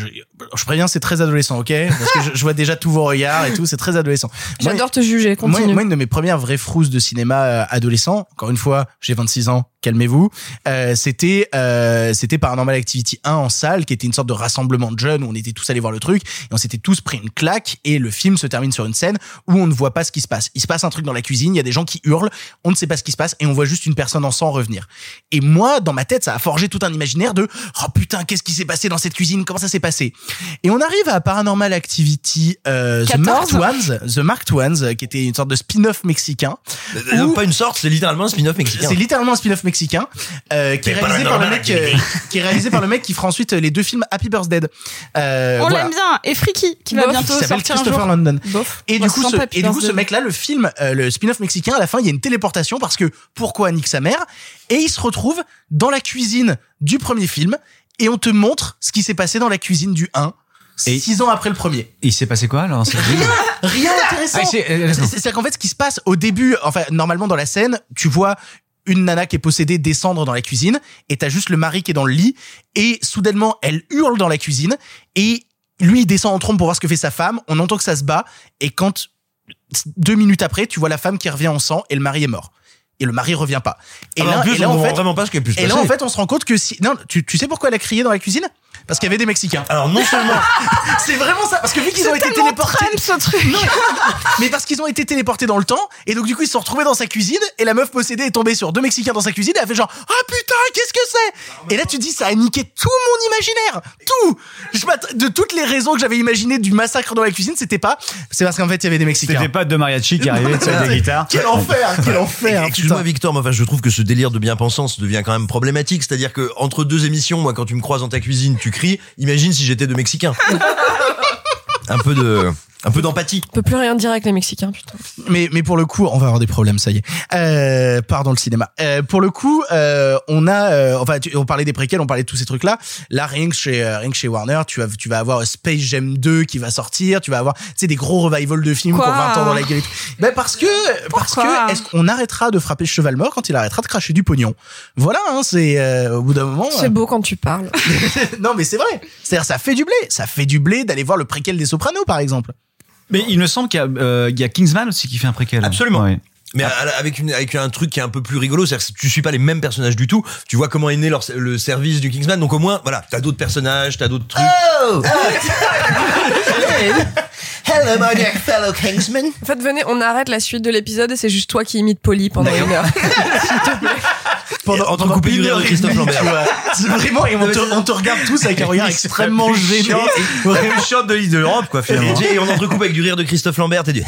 je préviens, c'est très adolescent, ok? Parce que je, je vois déjà tous vos regards et tout, c'est très adolescent. J'adore te juger, Moi, continue. moi, une de mes premières vraies frousses de cinéma euh, adolescent, encore une fois, j'ai vingt-six ans, calmez-vous, euh, c'était euh, c'était Paranormal Activity un en salle, qui était une sorte de rassemblement de jeunes où on était tous allés voir le truc, et on s'était tous pris une claque, et le film se termine sur une scène où on ne voit pas ce qui se passe. Il se passe un truc dans la cuisine, il y a des gens qui hurlent, on ne sait pas ce qui se passe, et on voit juste une personne en sang revenir. Et moi, dans ma tête, ça a forgé tout un imaginaire de « Oh putain, qu'est-ce qui s'est passé dans cette cuisine? Comment ça s'est passé ?» Et on arrive à Paranormal Activity euh, The Marked Ones, The Marked Ones, qui était une sorte de spin-off mexicain. Non, pas une sorte, c'est littéralement un spin-off mexicain. C'est littéralement un spin-off mexicain euh, qui est réalisé par le mec euh, qui est réalisé par le mec qui fera ensuite les deux films Happy Birthday. Euh, On voilà. l'aime bien. Et Freaky qui va Bof, bientôt qui s'appelle sortir un Christopher jour. London. Bof. Et Moi, du coup, je ce, sens pas Happy et du coup, ce Birthday. mec-là, le film, euh, le spin-off mexicain, à la fin, il y a une téléportation parce que pourquoi nique sa mère? Et il se retrouve dans la cuisine du premier film et on te montre ce qui s'est passé dans la cuisine du un. Et- Six ans après le premier. Et il s'est passé quoi alors? C'est- Rien d'intéressant. Ah, c'est- euh, C'est- c'est- C'est-à-dire qu'en fait, ce qui se passe au début, enfin, normalement dans la scène, tu vois une nana qui est possédée descendre dans la cuisine et t'as juste le mari qui est dans le lit et soudainement, elle hurle dans la cuisine et lui, il descend en trompe pour voir ce que fait sa femme. On entend que ça se bat et quand deux minutes après, tu vois la femme qui revient en sang et le mari est mort. Et le mari revient pas. Et Ah, là, en plus, et là, on en voit fait, vraiment pas ce qui a pu se et là, passer. en fait, on se rend compte que si, non, tu, tu sais pourquoi elle a crié dans la cuisine? Parce qu'il y avait des Mexicains. Alors non seulement, C'est vraiment ça, parce que vu qu'ils ont été tellement téléportés. Trump, ce truc. Non, mais parce qu'ils ont été téléportés dans le temps, et donc du coup ils se sont retrouvés dans sa cuisine, et la meuf possédée est tombée sur deux Mexicains dans sa cuisine, et elle a fait genre ah putain qu'est-ce que c'est? Et là tu te dis ça a niqué tout mon imaginaire, tout. Je m'att- de toutes les raisons que j'avais imaginées du massacre dans la cuisine, c'était pas, c'est parce qu'en fait il y avait des Mexicains. C'était pas deux mariachis qui arrivaient tu sais, avec des guitares. Quel enfer, quel enfer. excuse-moi putain. Victor, mais enfin je trouve que ce délire de bien-pensance devient quand même problématique. C'est-à-dire que entre deux émissions, moi quand tu me croises dans ta cuisine, tu cries. Imagine si j'étais de Mexicain. un peu de, un peu d'empathie. On peut plus rien dire avec les Mexicains, putain. Mais mais pour le coup, on va avoir des problèmes, ça y est. Euh, pardon le cinéma. Euh, pour le coup, euh, on a, euh, enfin, tu, on parlait des préquels, on parlait de tous ces trucs-là. Là, rien que chez euh, rien que chez Warner, tu vas tu vas avoir Space Jam deux qui va sortir, tu vas avoir, tu sais, des gros revivals de films Quoi pour vingt ans dans la gueule. Et tout. Ben parce que parce Pourquoi que est-ce qu'on arrêtera de frapper le cheval mort quand il arrêtera de cracher du pognon? Voilà, hein, c'est euh, au bout d'un moment. C'est beau quand tu parles. non, mais c'est vrai. C'est-à-dire, ça fait du blé, ça fait du blé d'aller voir le préquel des Sopranos, par exemple. Mais il me semble qu'il y a, euh, il y a Kingsman aussi qui fait un préquel. Absolument. Ouais. Mais avec une avec un truc qui est un peu plus rigolo, c'est-à-dire que tu suis pas les mêmes personnages du tout. Tu vois comment est né leur, le service du Kingsman, donc au moins voilà, t'as d'autres personnages, t'as d'autres trucs. Oh. Hello my dear fellow Kingsman. En fait, venez, on arrête la suite de l'épisode et c'est juste toi qui imites Polly pendant une heure. Pendant, entrecoupé du rire de Christophe Lambert. Tu vois. C'est vraiment, et on te, on te regarde tous avec un regard extrêmement gênant. La plus chiante de l'île de l'Europe, quoi, finalement. Et on entrecoupe avec du rire de Christophe Lambert et du.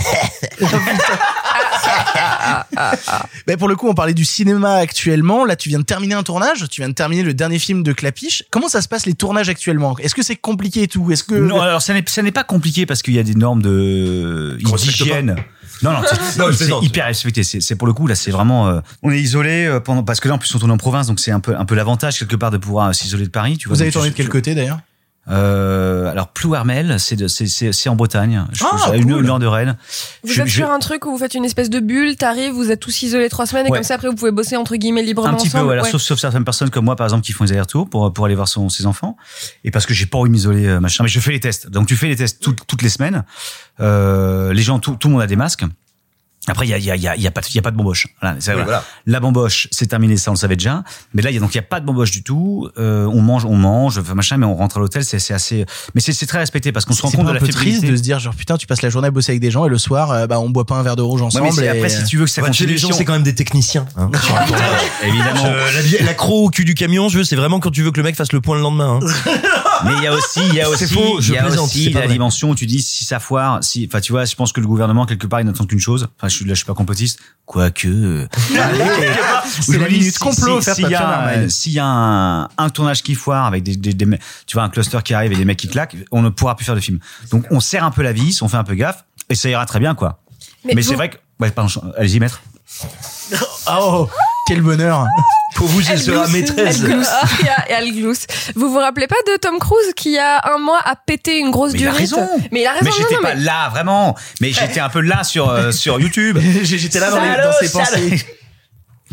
Mais pour le coup, on parlait du cinéma actuellement. Là, tu viens de terminer un tournage. Tu viens de terminer le dernier film de Clapiche. Comment ça se passe les tournages actuellement? Est-ce que c'est compliqué et tout? Est-ce que Non, alors ça n'est, ça n'est pas compliqué parce qu'il y a des normes de Qu'on respecte d'hygiène. Non, non, c'est, Non, je c'est plaisante. hyper respecté. C'est, c'est pour le coup là, c'est vraiment. Euh, on est isolé euh, pendant parce que là en plus on tourne en province, donc c'est un peu un peu l'avantage quelque part de pouvoir euh, s'isoler de Paris. Tu vois. vous avez Donc, tourné tu- de quel tu- côté d'ailleurs? Euh, alors Plouermel, c'est de, c'est, c'est c'est en Bretagne. Je, Ah, c'est à une, cool. une heure de Rennes. Vous Je- êtes je- sur un truc où vous faites une espèce de bulle, t'arrives, vous êtes tous isolés trois semaines et Ouais. comme ça après vous pouvez bosser entre guillemets librement Un petit peu, ensemble. voilà, Ouais. sauf, sauf certaines personnes comme moi, par exemple, qui font des allers-retours pour, pour aller voir son, ses enfants. Et parce que j'ai pas envie de m'isoler, euh, machin. Mais je fais les tests. Donc, tu fais les tests toutes toutes les semaines. Euh, les gens, tout, tout le monde a des masques. Après, il y a, il y a, il y a, il y a pas, de- il y a pas de bamboche. Voilà, c'est, Oui, voilà. voilà. La bamboche, c'est terminé, ça on le savait déjà. Mais là, il y a donc il y a pas de bamboche du tout. Euh, on mange, on mange, enfin, machin, mais on rentre à l'hôtel, c'est, c'est assez. Mais c'est, c'est très respecté parce qu'on se rend C'est compte pas de un la peu triste fébrilité. de se dire genre putain tu passes la journée à bosser avec des gens et le soir euh, bah on boit pas un verre de rouge Ouais, ensemble. mais c'est- et... après, si tu veux que ça Ouais, tu sais, continue, les gens, si on- c'est quand même des techniciens. Hein, sur un tournage. évidemment. Euh, la- L'accro au cul du camion, je veux, c'est vraiment quand tu veux que le mec fasse le point le lendemain. Hein. Mais il y a aussi, il y a C'est aussi, faux, je il y a plaisante, aussi c'est pas la vrai. dimension où tu dis si ça foire, si, enfin tu vois, je pense que le gouvernement quelque part il n'attend qu'une chose. Enfin je suis là, je suis pas complotiste, quoique. euh, C'est je la me dis, minute si- complot si- offerte s'il y par a, Pierre euh, s'il y a un, un tournage qui foire avec des, des, des, mecs- tu vois, un cluster qui arrive et des mecs qui claquent, on ne pourra plus faire de film. Donc on serre un peu la vis, on fait un peu gaffe et ça ira très bien quoi. Mais Mais, vous- c'est vrai que, ouais, pardon, allez-y maître. Oh quel bonheur. Pour vous, c'est Elle sera glousse, maîtresse. Elle glousse. Et elle- et elle glousse. Vous vous rappelez pas de Tom Cruise qui, il y a un mois, a pété une grosse Mais il a durite? raison. Mais il a raison. Mais non, j'étais non, pas mais- là vraiment, mais j'étais un peu là sur euh, sur YouTube. J'étais là dans, les, Salaud, dans ses salaud. pensées.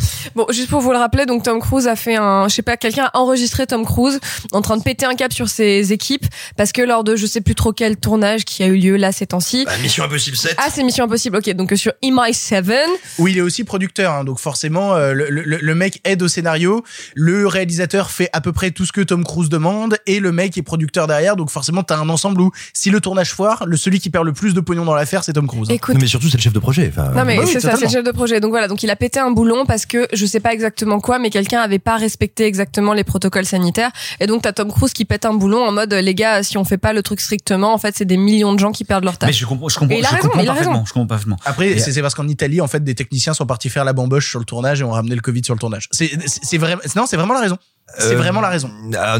Bon, juste pour vous le rappeler, donc Tom Cruise a fait un, je sais pas, quelqu'un a enregistré Tom Cruise en train de péter un câble sur ses équipes parce que lors de je sais plus trop quel tournage qui a eu lieu là ces temps-ci. Bah, Mission Impossible sept. Ah, c'est Mission Impossible. Ok, donc sur M I sept. Où il est aussi producteur, hein, donc forcément euh, le, le, le mec aide au scénario, le réalisateur fait à peu près tout ce que Tom Cruise demande et le mec est producteur derrière, donc forcément t'as un ensemble où si le tournage foire, le celui qui perd le plus de pognon dans l'affaire c'est Tom Cruise. Hein. Écoute, non, mais surtout c'est le chef de projet. Enfin, non mais bah c'est oui, ça, c'est le chef de projet. Donc voilà, donc il a pété un boulon parce que je sais pas exactement quoi, mais quelqu'un avait pas respecté exactement les protocoles sanitaires et donc t'as Tom Cruise qui pète un boulon en mode les gars, si on fait pas le truc strictement, en fait c'est des millions de gens qui perdent leur taf. Mais je comprends, je comprends, Et il a je raison, comprends il a parfaitement. raison. Je comprends parfaitement. Après Et c'est, c'est parce qu'en Italie en fait des techniciens sont partis faire la bamboche sur le tournage et ont ramené le Covid sur le tournage. C'est c'est, c'est vraiment non c'est vraiment la raison. C'est Euh, vraiment la raison. Ah,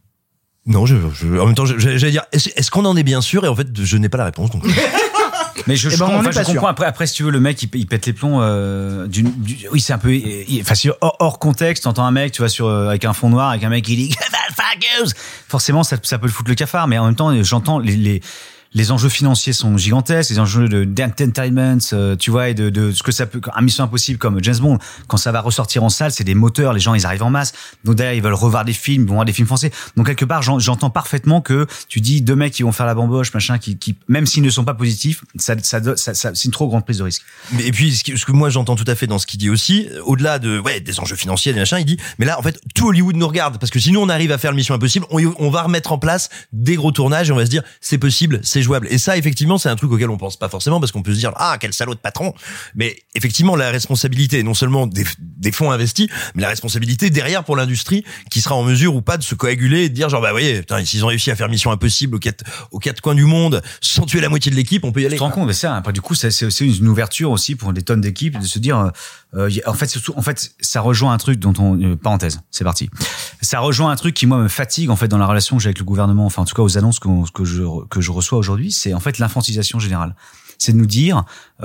non, je, je, en même temps, je- j'allais dire, est-ce, est-ce qu'on en est bien sûr? Et en fait, je n'ai pas la réponse. Donc. Mais je, Eh je ben, on comprends, en est enfin, pas je sûr. comprends. Après, après, si tu veux, le mec, il, il pète les plombs. Euh, d'une, du, oui, c'est un peu. il- Enfin, si hors, hors contexte, t'entends un mec, tu vois, sur euh, avec un fond noir, avec un mec qui dit fuck you. Forcément, ça, ça peut le foutre le cafard. Mais en même temps, j'entends les, les les enjeux financiers sont gigantesques, les enjeux de d'entertainment, euh, tu vois, et de, de ce que ça peut, un Mission Impossible comme James Bond, quand ça va ressortir en salle, c'est des moteurs, les gens ils arrivent en masse, donc derrière ils veulent revoir des films, ils vont voir des films français, donc quelque part j'en- j'entends parfaitement que tu dis deux mecs qui vont faire la bamboche, machin, qui, qui même s'ils ne sont pas positifs, ça, ça, ça, ça c'est une trop grande prise de risque. Mais- Et puis, ce que, ce que moi j'entends tout à fait dans ce qu'il dit aussi, au-delà de ouais des enjeux financiers, des machins, il dit, mais là en fait tout Hollywood nous regarde parce que si nous on arrive à faire le Mission Impossible, on, on va remettre en place des gros tournages et on va se dire c'est possible, c'est jouable. Et ça effectivement c'est un truc auquel on pense pas forcément parce qu'on peut se dire ah quel salaud de patron. Mais effectivement la responsabilité non seulement des, des fonds investis, mais la responsabilité derrière pour l'industrie qui sera en mesure ou pas de se coaguler et de dire genre bah voyez putain s'ils ont réussi à faire Mission Impossible aux quatre aux quatre coins du monde sans tuer la moitié de l'équipe, on peut y aller. Tu te rends compte de ça? Après, du coup, ça, c'est aussi une ouverture aussi pour des tonnes d'équipes de se dire, euh, euh, y a- en fait, surtout, en fait, ça rejoint un truc dont on, euh, parenthèse, c'est parti. Ça rejoint un truc qui moi me fatigue en fait dans la relation que j'ai avec le gouvernement, enfin en tout cas aux annonces que, que je que je reçois aujourd'hui, c'est en fait l'infantilisation générale. C'est de nous dire,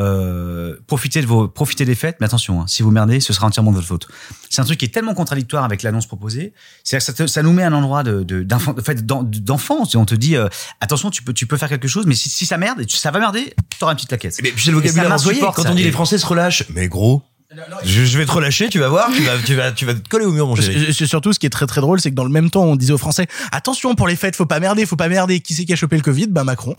euh, profitez de vos, profitez des fêtes, mais attention, hein, si vous merdez, ce sera entièrement de votre faute. C'est un truc qui est tellement contradictoire avec l'annonce proposée. C'est-à-dire que ça, te- ça nous met à un endroit de, de, d'enfant, en fait, d'en- d'enfance. On te dit, euh, attention, tu peux, tu peux faire quelque chose, mais si, si ça merde, et tu- ça va merder, t'auras une petite claquette. Mais puis c'est le vocabulaire Et ça employé. m'insupporte, Quand ça. on dit Et- les Français se relâchent, mais gros, je, je vais te relâcher, tu vas voir, tu vas, tu vas, tu vas te coller au mur, mon chéri. C'est c'est surtout ce qui est très très drôle, c'est que dans le même temps, on disait aux Français attention pour les fêtes, faut pas merder, faut pas merder. Qui c'est qui a chopé le Covid? Bah Macron.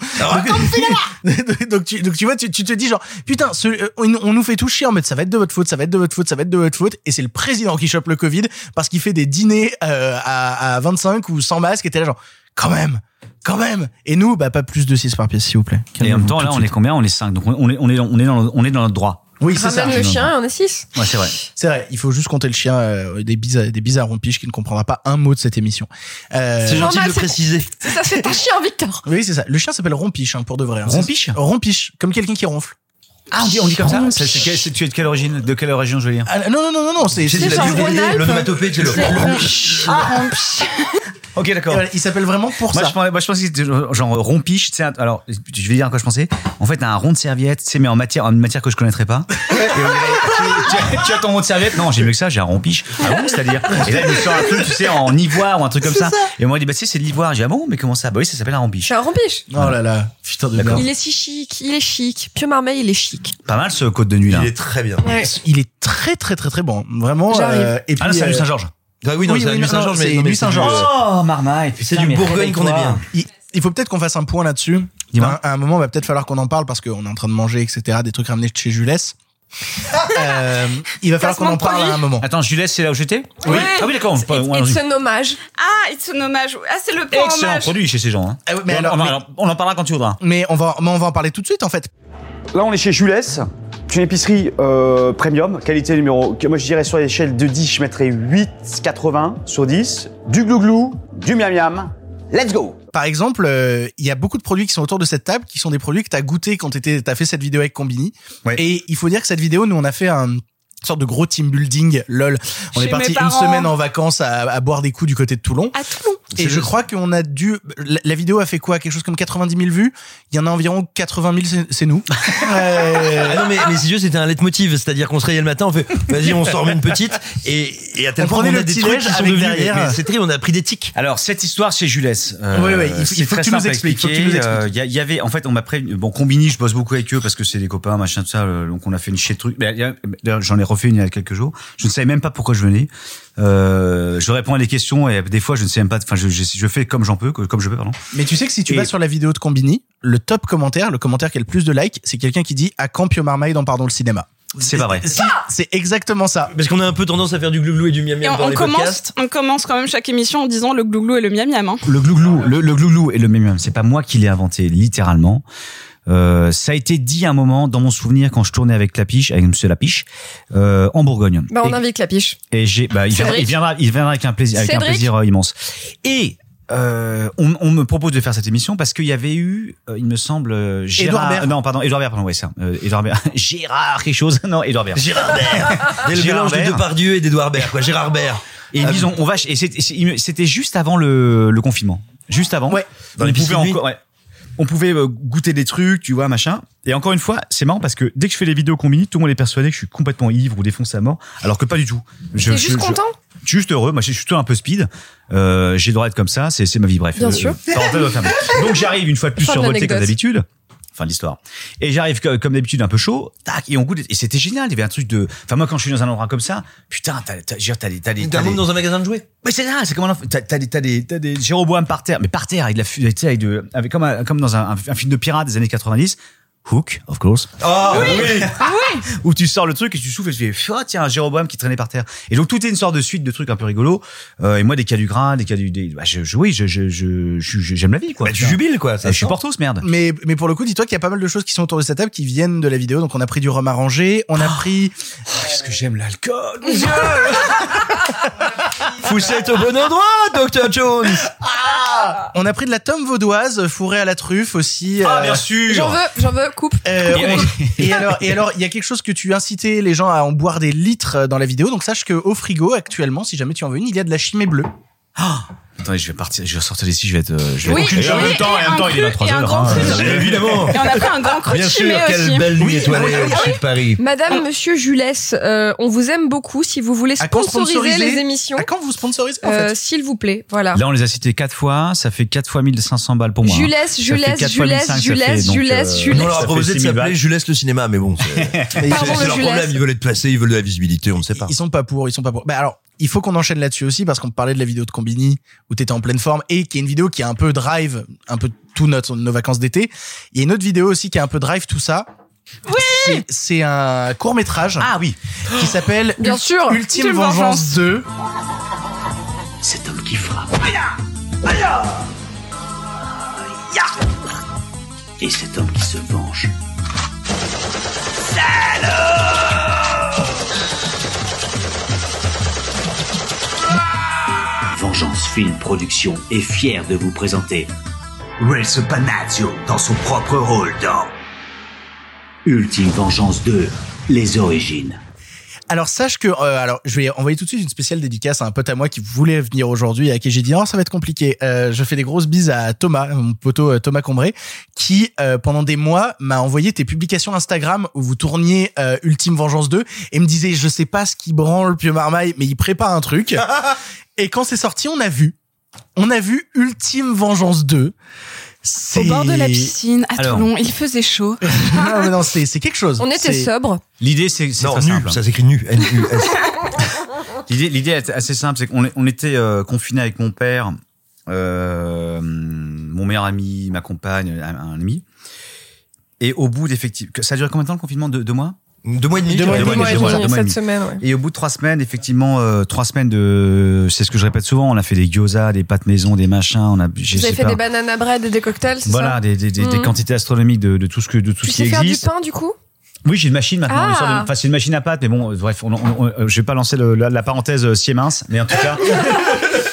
donc, donc, tu, donc tu vois, tu, tu te dis genre putain, ce, euh, on, on nous fait tout chier en mode ça va être de votre faute, ça va être de votre faute, ça va être de votre faute, et c'est le président qui chope le Covid parce qu'il fait des dîners euh, à, à vingt-cinq ou sans masque, et t'es là genre quand même. Quand même. Et nous, bah pas plus de six par pièce, s'il vous plaît. Et en même temps, Calmez-vous là, tout on de est suite. combien? On est cinq. Donc, on est, on est, on est dans, on est dans notre droit. Oui, c'est ça. Ramène le chien et on est six. Ouais, c'est vrai. C'est vrai, il faut juste compter le chien euh, des bizarres, des bizarres rompiches qui ne comprendra pas un mot de cette émission. Euh, C'est gentil de Normal, le c'est- préciser. C'est ça, c'est un chien, Victor. Oui, c'est ça. Le chien s'appelle Rompiche, hein, pour de vrai. hein. Rompiche C'est- Rompiche, comme quelqu'un qui ronfle. Ah, on dit, on dit comme ça? C'est, c'est, quel- c'est- tu es de quelle origine? De quelle origine, je veux dire? Ah, non, non, non, non, non, c'est... C'est c'est- de C'est la genre bibliothèque, Rhône-Alpes. l'onomatopée, c'est le. Ah, Ok, d'accord. Voilà, il s'appelle vraiment pour Moi ça. je, pensais, moi, je pensais que c'était genre rompiche, tu sais, alors, je vais dire à quoi je pensais. En fait, un rond de serviette, tu sais, mais en matière, en matière que je connaîtrais pas. Et on dirait, tu, tu as, tu as ton rond de serviette? Non, j'ai mieux que ça, j'ai un rompiche. Ah bon, c'est-à-dire? Et là, il me sort un truc, tu sais, en ivoire ou un truc comme ça. Et on m'a dit, bah, tu sais, c'est de l'ivoire. J'ai dit, ah bon, mais comment ça? Bah oui, ça s'appelle un je rompiche. suis un rompiche. Oh là là, putain de D'accord. merde. Il est si chic, il est chic. Pieux Marmeil, il est chic. Pas mal ce code de nuit, là. Il est très bien. Ouais. Il est très très très très bon. Vraiment. J'arrive. euh, et puis, Ah, là, c'est la euh, nuit Saint-Georges. Ah oui, non, Oui, c'est la oui, nuit non, Saint-Georges, c'est mais non, mais nuit c'est Saint-Georges. du- Oh, marmaille. C'est du Bourgogne qu'on est bien. il, il faut peut-être qu'on fasse un point là-dessus. Dis-moi. À un moment, il va peut-être falloir qu'on en parle parce qu'on est en train de manger, et cetera. Des trucs ramenés de chez Jules. euh, il va falloir qu'on en Placement de parle à un moment. Attends, Jules, c'est là où j'étais? Oui. Ah oui, d'accord. It's- Ouais, ouais, It's un hommage. Ah, it's un hommage. Ah, c'est le point excellent hommage. produit chez ces gens, hein. Ah ouais, mais on, alors, on- mais- alors, on en parlera quand tu voudras. Mais on va, mais on va en parler tout de suite en fait. Là, on est chez Jules. C'est une épicerie euh, premium, qualité numéro. que Moi, je dirais sur l'échelle de dix, je mettrais huit virgule quatre-vingts sur dix. Du glouglou, du miam miam. Let's go! Par exemple, euh, il y a beaucoup de produits qui sont autour de cette table, qui sont des produits que t'as goûté quand t'étais, t'as fait cette vidéo avec Combini. Ouais. Et il faut dire que cette vidéo, nous, on a fait un une sorte de gros team building, lol. On Chez est parti mes une parents. semaine en vacances à, à boire des coups du côté de Toulon. À Toulon. Et je crois qu'on a dû, la, la vidéo a fait quoi? Quelque chose comme quatre-vingt-dix mille vues. Il y en a environ quatre-vingt mille, c'est, c'est nous. euh... ah non, mais, mais si Dieu, c'était un leitmotiv. C'est-à-dire qu'on se réveillait le matin, on fait, vas-y, on s'en remet une petite. Et, et à tel point qu'on a des trucs qui sont devenus derrière. Mais, mais c'est triste, on a pris des tics. Alors, cette histoire chez Jules. Euh, oui, oui, il faut, il faut que tu nous expliques. Il euh, y, y avait, en fait, on m'a prévenu, bon, Combini, je bosse beaucoup avec eux parce que c'est des copains, machin, tout ça, euh, donc on a fait une chier de trucs. D'ailleurs, j'en ai refait une il y a quelques jours. Je ne savais même pas pourquoi je venais. Euh, je réponds à des questions et des fois je ne sais même pas. Enfin, je, je, je fais comme j'en peux, comme je peux, pardon. Mais tu sais que si tu et... vas sur la vidéo de Combini, le top commentaire, le commentaire qui a le plus de likes, c'est quelqu'un qui dit à quand Pio Marmaille dans Pardon le cinéma. C'est pas vrai. Si, c'est exactement ça. Parce qu'on a un peu tendance à faire du glouglou et du miam miam dans on les commence, podcasts. On commence quand même chaque émission en disant le glouglou et le miam miam. Hein. Le glouglou, le, le glouglou et le miam miam, c'est pas moi qui l'ai inventé, littéralement. Euh, ça a été dit à un moment dans mon souvenir quand je tournais avec Lapiche, avec Monsieur Lapiche, euh, en Bourgogne. Bah, on et, invite Lapiche. Et j'ai, bah, il viendra, il viendra, il viendra avec un plaisir, avec Cédric. un plaisir euh, immense. Et euh, on, on me propose de faire cette émission parce qu'il y avait eu, euh, il me semble, euh, Gérard, Édouard Baird. non, pardon, Édouard Baird, pardon, ouais, ça, euh, Édouard Baird, Gérard quelque chose, non, Édouard Baird. Gérard Baird. Dès le mélange de Depardieu et d'Édouard Baird, quoi, Gérard Baird. Et ils disent, on, on va, et c'était, c'était juste avant le, le confinement. Juste avant. Ouais. Dans les pouvait encore, ouais. On pouvait goûter des trucs, tu vois, machin. Et encore une fois, c'est marrant parce que dès que je fais les vidéos Combini, tout le monde est persuadé que je suis complètement ivre ou défoncé à mort, alors que pas du tout. Je, T'es je, juste je, content? Je suis juste heureux. Moi, je suis plutôt un peu speed. Euh, j'ai le droit d'être comme ça. C'est, c'est ma vie. Bref. Bien euh, sûr. Euh, Donc j'arrive une fois de plus Fin de survolté l'anecdote. comme d'habitude. Fin de l'histoire. Et j'arrive comme d'habitude un peu chaud, tac, et on goûte, et c'était génial, il y avait un truc de, enfin, moi, quand je suis dans un endroit comme ça, putain, t'as, t'as, t'as, t'as des, t'as des, T'as un monde dans un magasin de jouets. mais c'est ça, c'est comme un enfant. T'as, t'as des, t'as des, t'as des Jéroboam par terre, mais par terre, avec de la, tu sais, avec de, avec comme, un, comme dans un, un film de pirate des années quatre-vingt-dix. Hook, of course. Oh, oui! Ah oui! Où tu sors le truc et tu souffles et tu fais, oh, tiens, un Jéroboam qui traînait par terre. Et donc, tout est une sorte de suite de trucs un peu rigolos. Euh, et moi, des cas du gras, des cas du, des, bah, je, je, oui, je, je, je, je, j'aime la vie, quoi. Bah, tu jubiles, quoi. Ça je suis Portos, merde. Mais, mais pour le coup, dis-toi qu'il y a pas mal de choses qui sont autour de cette table qui viennent de la vidéo. Donc, on a pris du rhum arrangé, on a pris... Qu'est-ce que j'aime l'alcool, mon Dieu! Foussette au bon endroit, docteur Jones! Ah on a pris de la tome vaudoise fourrée à la truffe aussi. Ah, euh, bien sûr! J'en veux, j'en veux, coupe. Euh, on- et alors, et alors, il y a quelque chose que tu incitais les gens à en boire des litres dans la vidéo. Donc sache que au frigo actuellement, si jamais tu en veux une, il y a de la chimée bleue. Ah attendez, je vais partir, je vais sortir d'ici, je vais être, euh, je vais Oui, être aucune et- chance. En même temps, et en même temps, un il est cru- vingt-trois et un heures. grand hein, cru de- évidemment. Et on a pris un grand cru de Bien sûr, chimée quelle aussi. belle nuit Oui, étoilée ah oui, au sud de Paris. Madame, monsieur Jules, euh, on vous aime beaucoup. Si vous voulez À quand sponsoriser sponsoriser les émissions, À quand vous sponsorisez en euh, fait s'il vous plaît, voilà. Là, on les a cités quatre fois, ça fait quatre fois mille cinq cents balles pour moi. Jules, hein. Ça Jules, fait quatre fois Jules, mille cinq, ça Jules, fait donc, Jules, euh, Jules. On leur ça a fait proposé de six mille s'appeler balles. Jules le cinéma, mais bon, c'est, c'est, Pardon, c'est leur Jules. problème. Ils veulent être placés, ils veulent de la visibilité, on ne sait pas. Ils sont pas pour, ils sont pas pour. Bah alors, il faut qu'on enchaîne là-dessus aussi parce qu'on parlait de la vidéo de Combini où t'étais en pleine forme et qui est une vidéo qui a un peu drive, un peu tout notre nos vacances d'été. Il y a une autre vidéo aussi qui a un peu drive tout ça. Oui. C'est, c'est un court métrage. Ah oui. Qui s'appelle Bien Ult- sûr. Ultime Ultime Vengeance Vengeance. deux. Cet homme qui frappe. Et cet homme qui se venge. Vengeance Film Production est fier de vous présenter Renzo Panazzo dans son propre rôle dans Ultime Vengeance deux, les origines. Alors sache que euh, alors je vais envoyer tout de suite une spéciale dédicace à un pote à moi qui voulait venir aujourd'hui et à qui j'ai dit oh ça va être compliqué. Euh, je fais des grosses bises à Thomas, mon poteau euh, Thomas Combré, qui euh, pendant des mois m'a envoyé tes publications Instagram où vous tourniez euh, Ultime Vengeance deux et me disait je sais pas ce qui branle Pio Marmaille mais il prépare un truc. Et quand c'est sorti on a vu, on a vu Ultime Vengeance deux. C'est... Au bord de la piscine, à Alors. Toulon, il faisait chaud. non, mais non, c'est, c'est quelque chose. On était C'est- sobres. L'idée, c'est, c'est Non, très nu, simple. ça s'écrit nu. N U S. L'idée, l'idée est assez simple, c'est qu'on est- on était euh, confinés avec mon père, euh, mon meilleur ami, ma compagne, un, un ami. Et au bout d'effectivement, ça a duré combien de temps le confinement? Deux, deux mois? Deux mois et demi. Deux mois et Deux demi, mois et deux mois, demi, deux mois et cette demi. semaine, ouais. Et au bout de trois semaines, effectivement, euh, trois semaines de, c'est ce que je répète souvent, on a fait des gyoza, des pâtes maison, des machins, on a, je Vous avez sais fait pas. des bananas bread et des cocktails, c'est Voilà, ça? des, des, des, des Mhm. quantités astronomiques de, de tout ce que, de tout Tu ce qui sais faire du existe. pain, du coup? Oui, j'ai une machine maintenant. Ah. Une sorte de- Enfin, c'est une machine à pâte, mais bon, bref, on, on, on- je vais pas lancer le, la, la parenthèse euh, Siemens, mais en tout cas, j'ai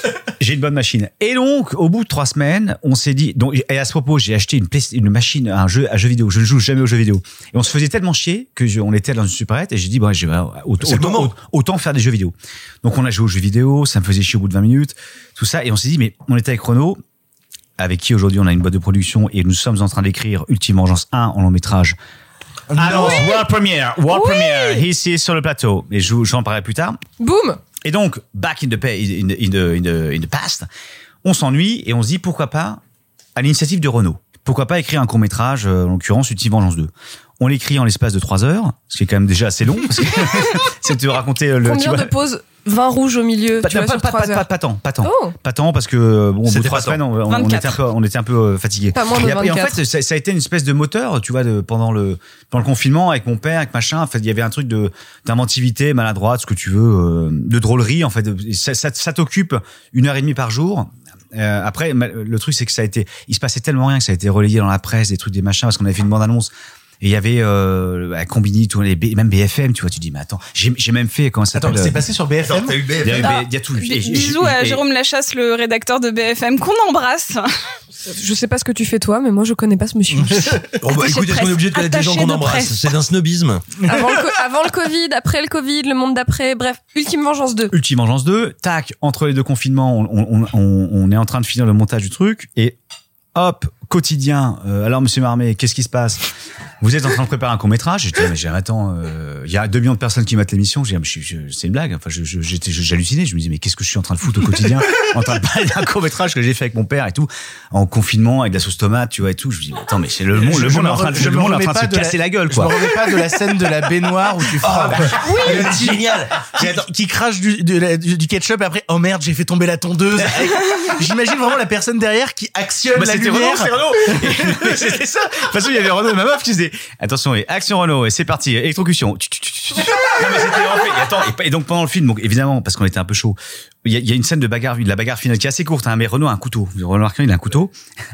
J'ai une bonne machine. Et donc, au bout de trois semaines, on s'est dit, donc, et à ce propos, j'ai acheté une, play, une machine, un jeu, un jeu vidéo. Je ne joue jamais aux jeux vidéo. Et on se faisait tellement chier que je, on était dans une supérette et j'ai dit, bon, j'ai, autant, autant, autant faire des jeux vidéo. Donc, on a joué aux jeux vidéo, ça me faisait chier au bout de vingt minutes, tout ça. Et on s'est dit, mais on était avec Renaud, avec qui aujourd'hui on a une boîte de production et nous sommes en train d'écrire Ultime Vengeance un en long métrage. Alors, oui. World Premiere, World oui. Premiere, ici sur le plateau. Et je, j'en parlerai plus tard. Boum. Et donc, back in the, in the, in the, in the, in the past, on s'ennuie et on se dit pourquoi pas, à l'initiative de Renaud, pourquoi pas écrire un court-métrage, en l'occurrence Ultime Vengeance deux. On l'écrit en l'espace de trois heures, ce qui est quand même déjà assez long, parce que c'est de raconter le... Combien tu vois, de pauses vin rouge au milieu, pas, tu vois, pas, sur pas, trois pas, heures. Pas, pas tant, pas tant. Oh. Pas tant, parce que, bon, au bout de trois semaines, on, on, on était un peu, on était un peu fatigués. Pas moins de et, après, et en vingt-quatre. fait, ça, ça a été une espèce de moteur, tu vois, de, pendant le, pendant le confinement, avec mon père, avec machin. En fait, il y avait un truc de, d'inventivité, maladroite, ce que tu veux, euh, de drôlerie, en fait. Ça, ça, ça t'occupe une heure et demie par jour. Euh, après, le truc, c'est que ça a été, il se passait tellement rien que ça a été relayé dans la presse, des trucs, des machins, parce qu'on avait fait une bande-annonce. Et il y avait euh, à Combini, tout, les B, même B F M, tu vois, tu dis mais attends, j'ai, j'ai même fait comment ça s'appelle. Attends, c'est passé sur B F M. Attends, t'as eu B F M. Il y a, eu, ah, il y a tout. B- et, bisous et, à et, Jérôme Lachasse, le rédacteur de B F M, qu'on embrasse. Je sais pas ce que tu fais toi, mais moi je connais pas ce monsieur. Oh bah écoute, est-ce qu'on est obligé de connaître des gens qu'on embrasse? C'est d'un snobisme. Avant le, co- avant le Covid, après le Covid, le monde d'après, bref, Ultime Vengeance deux. Ultime Vengeance deux, tac, entre les deux confinements, on, on, on, on est en train de finir le montage du truc et hop, quotidien. Euh, alors Monsieur Marmé, qu'est-ce qui se passe? Vous êtes en train de préparer un court métrage. J'ai dit mais j'ai attends, il euh, y a deux millions de personnes qui matent l'émission. J'ai dit je, je, c'est une blague. Enfin, je, je, j'étais, j'hallucinais. Je me disais mais qu'est-ce que je suis en train de foutre au quotidien, en train de parler d'un court métrage que j'ai fait avec mon père et tout, en confinement avec de la sauce tomate, tu vois et tout. Je me dis mais attends mais c'est le monde, le monde est en train de, le monde est en train de se casser la gueule quoi. Je me remets pas de la scène de la baignoire où tu frappes. Oh, bah, oui, c'est génial. Qui, qui crache du, de la, du, du ketchup et après oh merde j'ai fait tomber la tondeuse. J'imagine vraiment la personne derrière qui actionne bah, la c'était lumière. Renaud, c'est Renaud. Et, c'était ça. De toute façon il y avait Renaud et ma meuf qui disaient attention et action Renaud et c'est parti électrocution. Non mais c'était en fait et attends et, et donc pendant le film donc évidemment parce qu'on était un peu chaud il y a, il y a une scène de bagarre de la bagarre finale qui est assez courte hein, mais Renaud a un couteau. Renaud Arcand il a un couteau.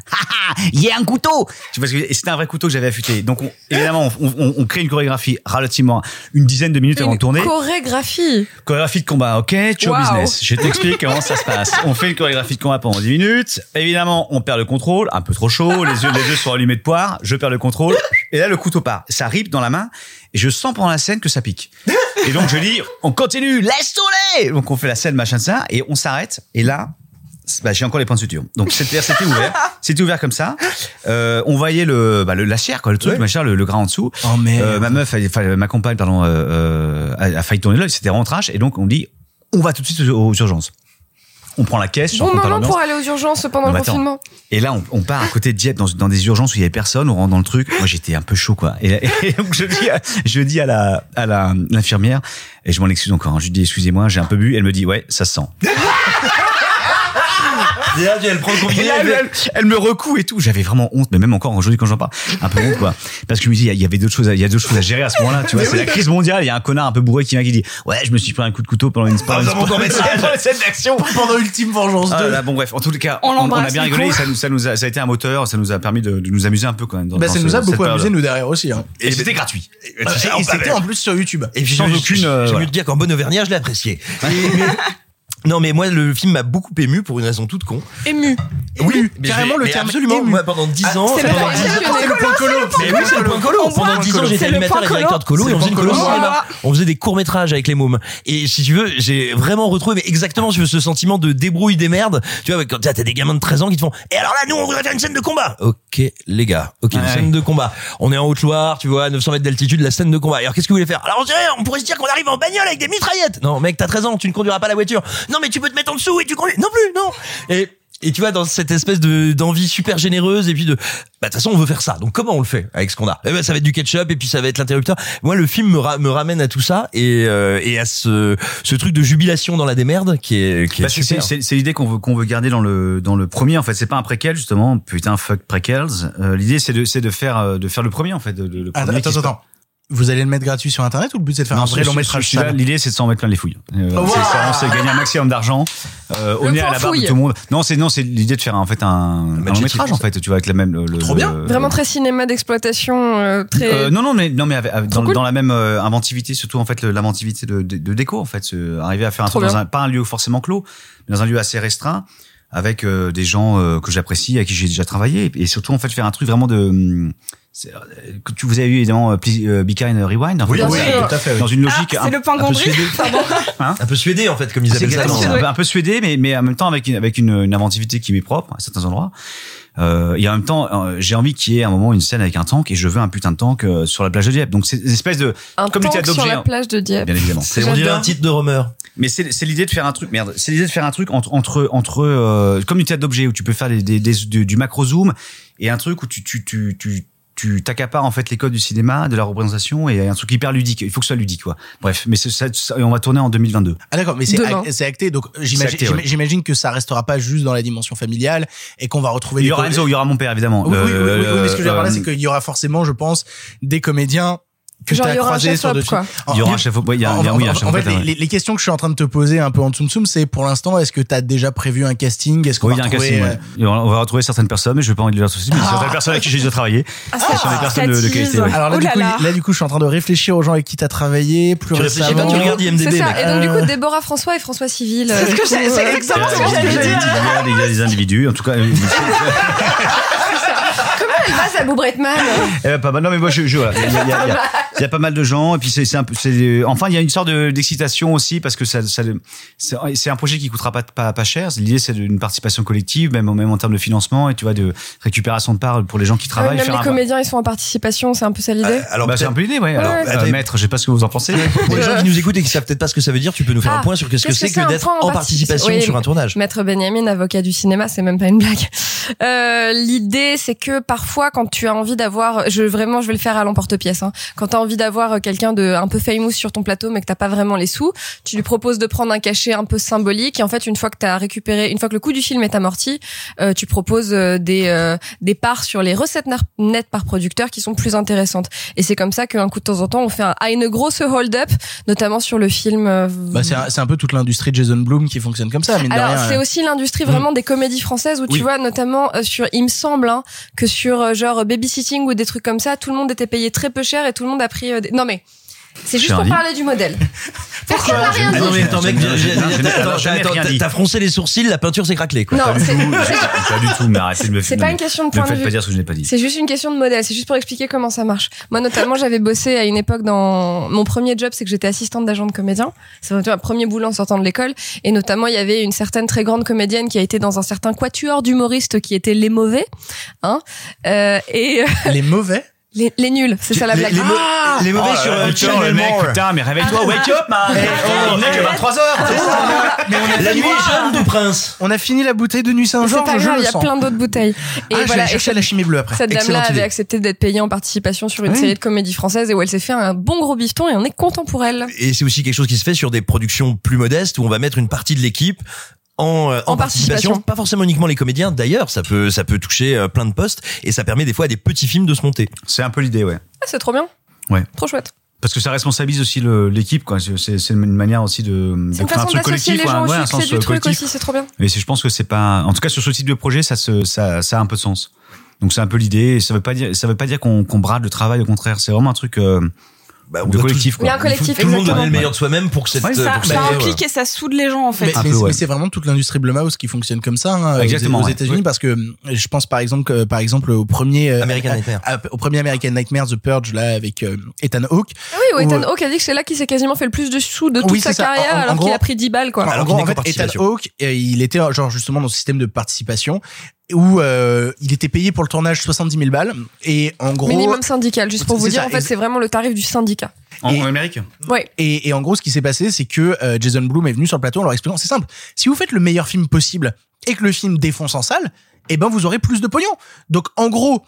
Il y a un couteau. Tu vois et c'était un vrai couteau que j'avais affûté. Donc on, évidemment on, on, on crée une chorégraphie relativement une dizaine de minutes une avant de tourner. Chorégraphie. Chorégraphie de combat. OK, show wow. business. Je t'explique comment ça se passe. On fait une chorégraphie de combat pendant dix minutes. Évidemment, on perd le contrôle, un peu trop chaud, les yeux les yeux sont allumés de poire, je perds le contrôle et là le couteau part. Ça rip dans la main et je sens pendant la scène que ça pique. Et donc je dis on continue, laisse tourner. Donc on fait la scène machin de ça et on s'arrête et là bah, j'ai encore les points de suture. Donc c'était c'était ouvert, c'était ouvert comme ça. Euh, on voyait le bah le la chair quoi, le truc ouais. machin, le, le gras en dessous. Oh merde. Euh, ma meuf, enfin ma compagne pardon, euh, euh, a, a failli tourner l'œil, c'était rentrage et donc on dit on va tout de suite aux, aux urgences. On prend la caisse. Bon moment pour aller aux urgences pendant non, le confinement. Et là, on, on part à côté de Dieppe dans, dans des urgences où il y avait personne. On rentre dans le truc. Moi, j'étais un peu chaud, quoi. Et, et donc je dis, à, je dis à la, à la l'infirmière, et je m'en excuse encore. Hein, je lui dis excusez-moi, j'ai un peu bu. Elle me dit ouais, ça se sent. Elle prend le combiné, elle, elle, elle me recoue et tout. J'avais vraiment honte, mais même encore aujourd'hui quand j'en parle, un peu honte quoi. Parce que je me dis, il y avait d'autres choses, à, il y a d'autres choses à gérer à ce moment-là. Tu vois, c'est la crise mondiale. Il y a un connard un peu bourré qui vient qui dit, ouais, je me suis pris un coup de couteau pendant une pendant une, pendant une scène d'action, pendant Ultime Vengeance deux. Ah, là, bon bref, en tout cas, on, on, on a bien rigolé. Ça nous, ça nous a, ça a été un moteur. Ça nous a permis de, de nous amuser un peu quand même. Dans, bah, dans ça ce, nous a beaucoup amusé nous période. derrière aussi. Hein. Et, et c'était gratuit. Et, et c'était en plus sur YouTube. Et puis sans je, aucune. Je, euh, je veux te dire qu'en bon auvergnat, je l'ai apprécié. Non mais moi le film m'a beaucoup ému pour une raison toute con. Ému. Oui, mais carrément le terme absolument. Ému. Moi pendant dix ans, c'est pendant le, dix ans, c'est le point colo. Mais oui, c'est le point colo. Pendant dix ans, j'étais animateur et directeur de colo et on faisait une colo cinéma. On faisait des courts-métrages avec les mômes. Et si tu veux, j'ai vraiment retrouvé mais exactement je veux ce sentiment de débrouille des merdes. Tu vois quand t'as des gamins de treize ans qui te font "Et alors là nous on voudrait faire une scène de combat." OK, les gars. OK, une scène de combat. On est en Haute-Loire, tu vois, à neuf cents mètres d'altitude, la scène de combat. Alors qu'est-ce que vous voulez faire? Alors on dirait on pourrait se dire qu'on arrive en bagnole avec des mitraillettes. Non, mec, t'as treize ans, tu ne conduiras pas la voiture. Non mais tu peux te mettre en dessous et tu conduis. Non plus, non. Et et tu vois dans cette espèce de d'envie super généreuse et puis de bah de toute façon on veut faire ça. Donc comment on le fait avec ce qu'on a? Eh ben ça va être du ketchup et puis ça va être l'interrupteur. Moi le film me, ra- me ramène à tout ça et euh, et à ce ce truc de jubilation dans la démerde qui est qui est bah, super. C'est, c'est, c'est l'idée qu'on veut qu'on veut garder dans le dans le premier en fait. C'est pas un préquel justement. Putain fuck préquels. Euh, l'idée c'est de c'est de faire de faire le premier en fait. De, de, le premier attends attends. Vous allez le mettre gratuit sur internet ou le but c'est de faire Non, un vrai long métrage celui-là, l'idée c'est de s'en mettre plein les fouilles. Euh, Oh, c'est wow. ça, c'est gagner un maximum d'argent euh, au Le nez à point la barbe de fouille. tout le monde. Non, c'est non, c'est l'idée de faire en fait un, un long métrage en fait, tu vois, avec la même le, le- Trop bien. le- Vraiment très cinéma d'exploitation, euh, très. Euh, non non mais non mais avec, avec- dans, cool. dans la même euh, inventivité, surtout en fait le- l'inventivité de, de, de déco en fait, ce- arriver à faire un Trop truc dans bien. un pas un lieu forcément clos, mais dans un lieu assez restreint avec euh, des gens euh, que j'apprécie, avec qui j'ai déjà travaillé, et surtout en fait faire un truc vraiment de hum, c'est, euh, que tu vous avez vu évidemment euh, Please, euh, Be Kind Rewind en Oui, fait, oui, dans- tout à fait, oui. dans une logique Ah, un, c'est le un pingouin peu gris. suédé. Pardon. hein Un peu suédé en fait, comme ils c'est appellent ça. exactement dans- ça, un peu, un peu suédé, mais, mais en même temps avec une, avec une, une inventivité qui m'est propre à certains endroits. Euh, et en même temps, euh, j'ai envie qu'il y ait à un moment une scène avec un tank, et je veux un putain de tank euh, sur la plage de Dieppe. Donc c'est une espèce de Un comme une tank théâtre sur d'objets, la hein. plage de Dieppe. Bien évidemment. C'est on dirait un titre de Romer. Mais c'est c'est l'idée de faire un truc merde. C'est l'idée de faire un truc entre entre entre euh, comme du théâtre d'objets où tu peux faire des, des, des, du, du macro zoom et un truc où tu tu tu tu tu t'accapares en fait les codes du cinéma, de la représentation, et un truc hyper ludique. Il faut que ce soit ludique, quoi. Bref, mais c'est ça, ça- on va tourner en deux mille vingt-deux. Ah d'accord, mais c'est Demain. ac- c'est acté, donc j'imagine acté, ouais. j'imagine que ça restera pas juste dans la dimension familiale et qu'on va retrouver Il y des aura co- Enzo, il y aura mon père évidemment. Oui, oui, oui, oui, Euh, oui, mais ce que je veux dire par là, euh, c'est qu'il y aura forcément, je pense, des comédiens que Genre, tu il as y aura un croisés sur chef-op, deux quoi. films. Il y aura En- un chef, ouais, il y a, en- il y a- oui, il y a un en- chef en fait, opérateur, les, ouais. les questions que je suis en train de te poser un peu en tsum tsum, c'est pour l'instant, est-ce que tu as déjà prévu un casting? Est-ce qu'on Oui, il y va a un retrouver, casting. euh, Ouais. Et on on va retrouver certaines personnes, mais je vais pas envie de le dire tout de suite, mais Ah. certaines personnes avec qui j'ai déjà travaillé. Ah, Ce sont des personnes de, de qualité. ouais. Alors là, Oh du là coup, là. là, du coup, je suis en train de réfléchir aux gens avec qui tu as travaillé plus Tu réfléchis récemment. pas, tu regardes I M D B. C'est ça. mec. Et donc, du Euh, coup, Déborah François et François Civil. euh, C'est ce que j'ai- c'est euh, exactement ce que Il y a- j'allais il y a- dire. il y a- il y a des individus, en tout cas. euh, Comment elle va, sa Boubretman? Eh, pas mal. Non, mais moi, je, je voilà. Il y a, il y a- il y a- il y a pas mal de gens, et puis c'est, c'est un peu, c'est, enfin, il y a une sorte de, d'excitation aussi, parce que ça, ça, c'est, c'est un projet qui coûtera pas, pas, pas cher. L'idée, c'est une participation collective, même, même en termes de financement, et tu vois, de récupération de parts pour les gens qui Ah, travaillent. Même faire les un- comédiens, ils sont en participation, c'est un peu ça l'idée. Euh, Alors, bah, c'est peut-être- un peu l'idée, ouais. Alors, Ouais. euh, Attendez. maître, je sais pas ce que vous en pensez. pour les gens qui nous écoutent et qui savent peut-être pas ce que ça veut dire, tu peux nous faire Ah, un point sur qu'est-ce que qu'est-ce c'est que que c'est un d'être point en en participation participation sur un tournage. Maître Benjamin, avocat du cinéma, c'est même pas une blague. Euh, l'idée, c'est que parfois, quand tu as envie d'avoir, je vraiment, je vais le faire à l'emporte-pièce. Hein. Quand t'as envie d'avoir quelqu'un de un peu famous sur ton plateau, mais que t'as pas vraiment les sous, tu lui proposes de prendre un cachet un peu symbolique. Et en fait, une fois que t'as récupéré, une fois que le coût du film est amorti, euh, tu proposes euh, des euh, des parts sur les recettes nar- nettes par producteur qui sont plus intéressantes. Et c'est comme ça qu'un coup de temps en temps, on fait un, ah, une grosse hold-up, notamment sur le film. euh, Bah, c'est un, c'est un peu toute l'industrie de Jason Blum qui fonctionne comme ça, mine de Alors rien. c'est aussi l'industrie vraiment des comédies françaises où Oui. tu vois notamment euh, sur, il me semble hein, que sur euh, genre babysitting ou des trucs comme ça, tout le monde était payé très peu cher et tout le monde a pris euh, des... non mais c'est juste J'ai pour rien dit. parler du modèle. Personne n'a rien Ah non, dit. mais attends, mec, Je n'ai- j'ai- je n'ai- j'ai- je n'ai- attends, je n'ai attends, rien t'as- dit. t'as froncé les sourcils, la peinture s'est craquelée, quoi. Non, Pas du c'est- tout, pas du tout, mais arrêtez de me C'est ne pas me- une question de Ne point me de faites vue. pas dire ce que je n'ai pas dit. C'est juste une question de modèle. C'est juste pour expliquer comment ça marche. Moi, notamment, j'avais bossé à une époque dans mon premier job, c'est que j'étais assistante d'agent de comédien. C'est un premier boulot en sortant de l'école. Et notamment, il y avait une certaine très grande comédienne qui a été dans un certain quatuor d'humoristes qui était les mauvais, hein. Euh, et Les mauvais. les, les nuls, c'est ça la Les- blague. les mo- Ah les mauvais Oh là sur là, euh, putain, le Channel mec, More. putain, mais réveille-toi, wake up, man! On est que vingt-trois heures! Mais on a La fini, nuit jeune du prince. on a fini la bouteille de nuit C'est Saint-Georges, pas je grave, le il y a sens. plein d'autres bouteilles. Et Ah, je vais voilà. aller Et chercher cette- la chimie bleue après. Cette dame-là Excellente avait idée. accepté d'être payée en participation sur une Oui. série de comédies françaises et où elle s'est fait un bon gros bifton et on est content pour elle. Et c'est aussi quelque chose qui se fait sur des productions plus modestes où on va mettre une partie de l'équipe en, euh, en, En participation. participation. Pas forcément uniquement les comédiens. D'ailleurs, ça peut, ça peut toucher euh, plein de postes et ça permet des fois à des petits films de se monter. C'est un peu l'idée, ouais. Ah, c'est trop bien. Ouais. Trop chouette. Parce que ça responsabilise aussi le, l'équipe, quoi. C'est, c'est c'est une manière aussi de, de C'est une créer un façon truc d'associer collectif, les gens ouais, au ouais, un succès sens du euh, truc collectif. aussi, c'est trop bien. Mais c'est, je pense que c'est pas, en tout cas sur ce type de projet, ça se, ça, ça a un peu de sens. Donc c'est un peu l'idée. Et ça veut pas dire, ça veut pas dire qu'on, qu'on brade le travail. Au contraire, c'est vraiment un truc euh, Bah, on de doit collectif. tous- Il y a un quoi. collectif, Tout le monde exactement. donner le meilleur de soi-même pour que cette, Ouais, Ça, pour que ça cette- implique et ça soude les gens en fait. Mais, Un mais- peu, ouais. mais c'est vraiment toute l'industrie Blumhouse qui fonctionne comme ça hein, Exactement, aux, aux ouais. États-Unis Oui. parce que je pense par exemple que, par exemple au premier euh, American Nightmare. à- à- au premier American Nightmare The Purge là avec euh, Ethan Hawke. Ah oui, Où- Ethan Hawke a dit que c'est là qu'il s'est quasiment fait le plus de sous de toute Oui, sa c'est ça. carrière En- en alors gros- qu'il a pris dix balles quoi. En Alors gros, qu'il en n'est fait, qu'en Ethan participation. Hawke, euh, il était euh, genre justement dans ce système de participation où euh, il était payé pour le tournage soixante-dix mille balles et en gros Minimum syndical, juste pour C'est vous dire, ça, en fait, ex- c'est vraiment le tarif du syndicat. En, Et- en Amérique. Ouais. Et, et en gros, ce qui s'est passé, c'est que euh, Jason Blum est venu sur le plateau en leur expliquant, c'est simple, si vous faites le meilleur film possible et que le film défonce en salle, eh ben vous aurez plus de pognon. Donc en gros,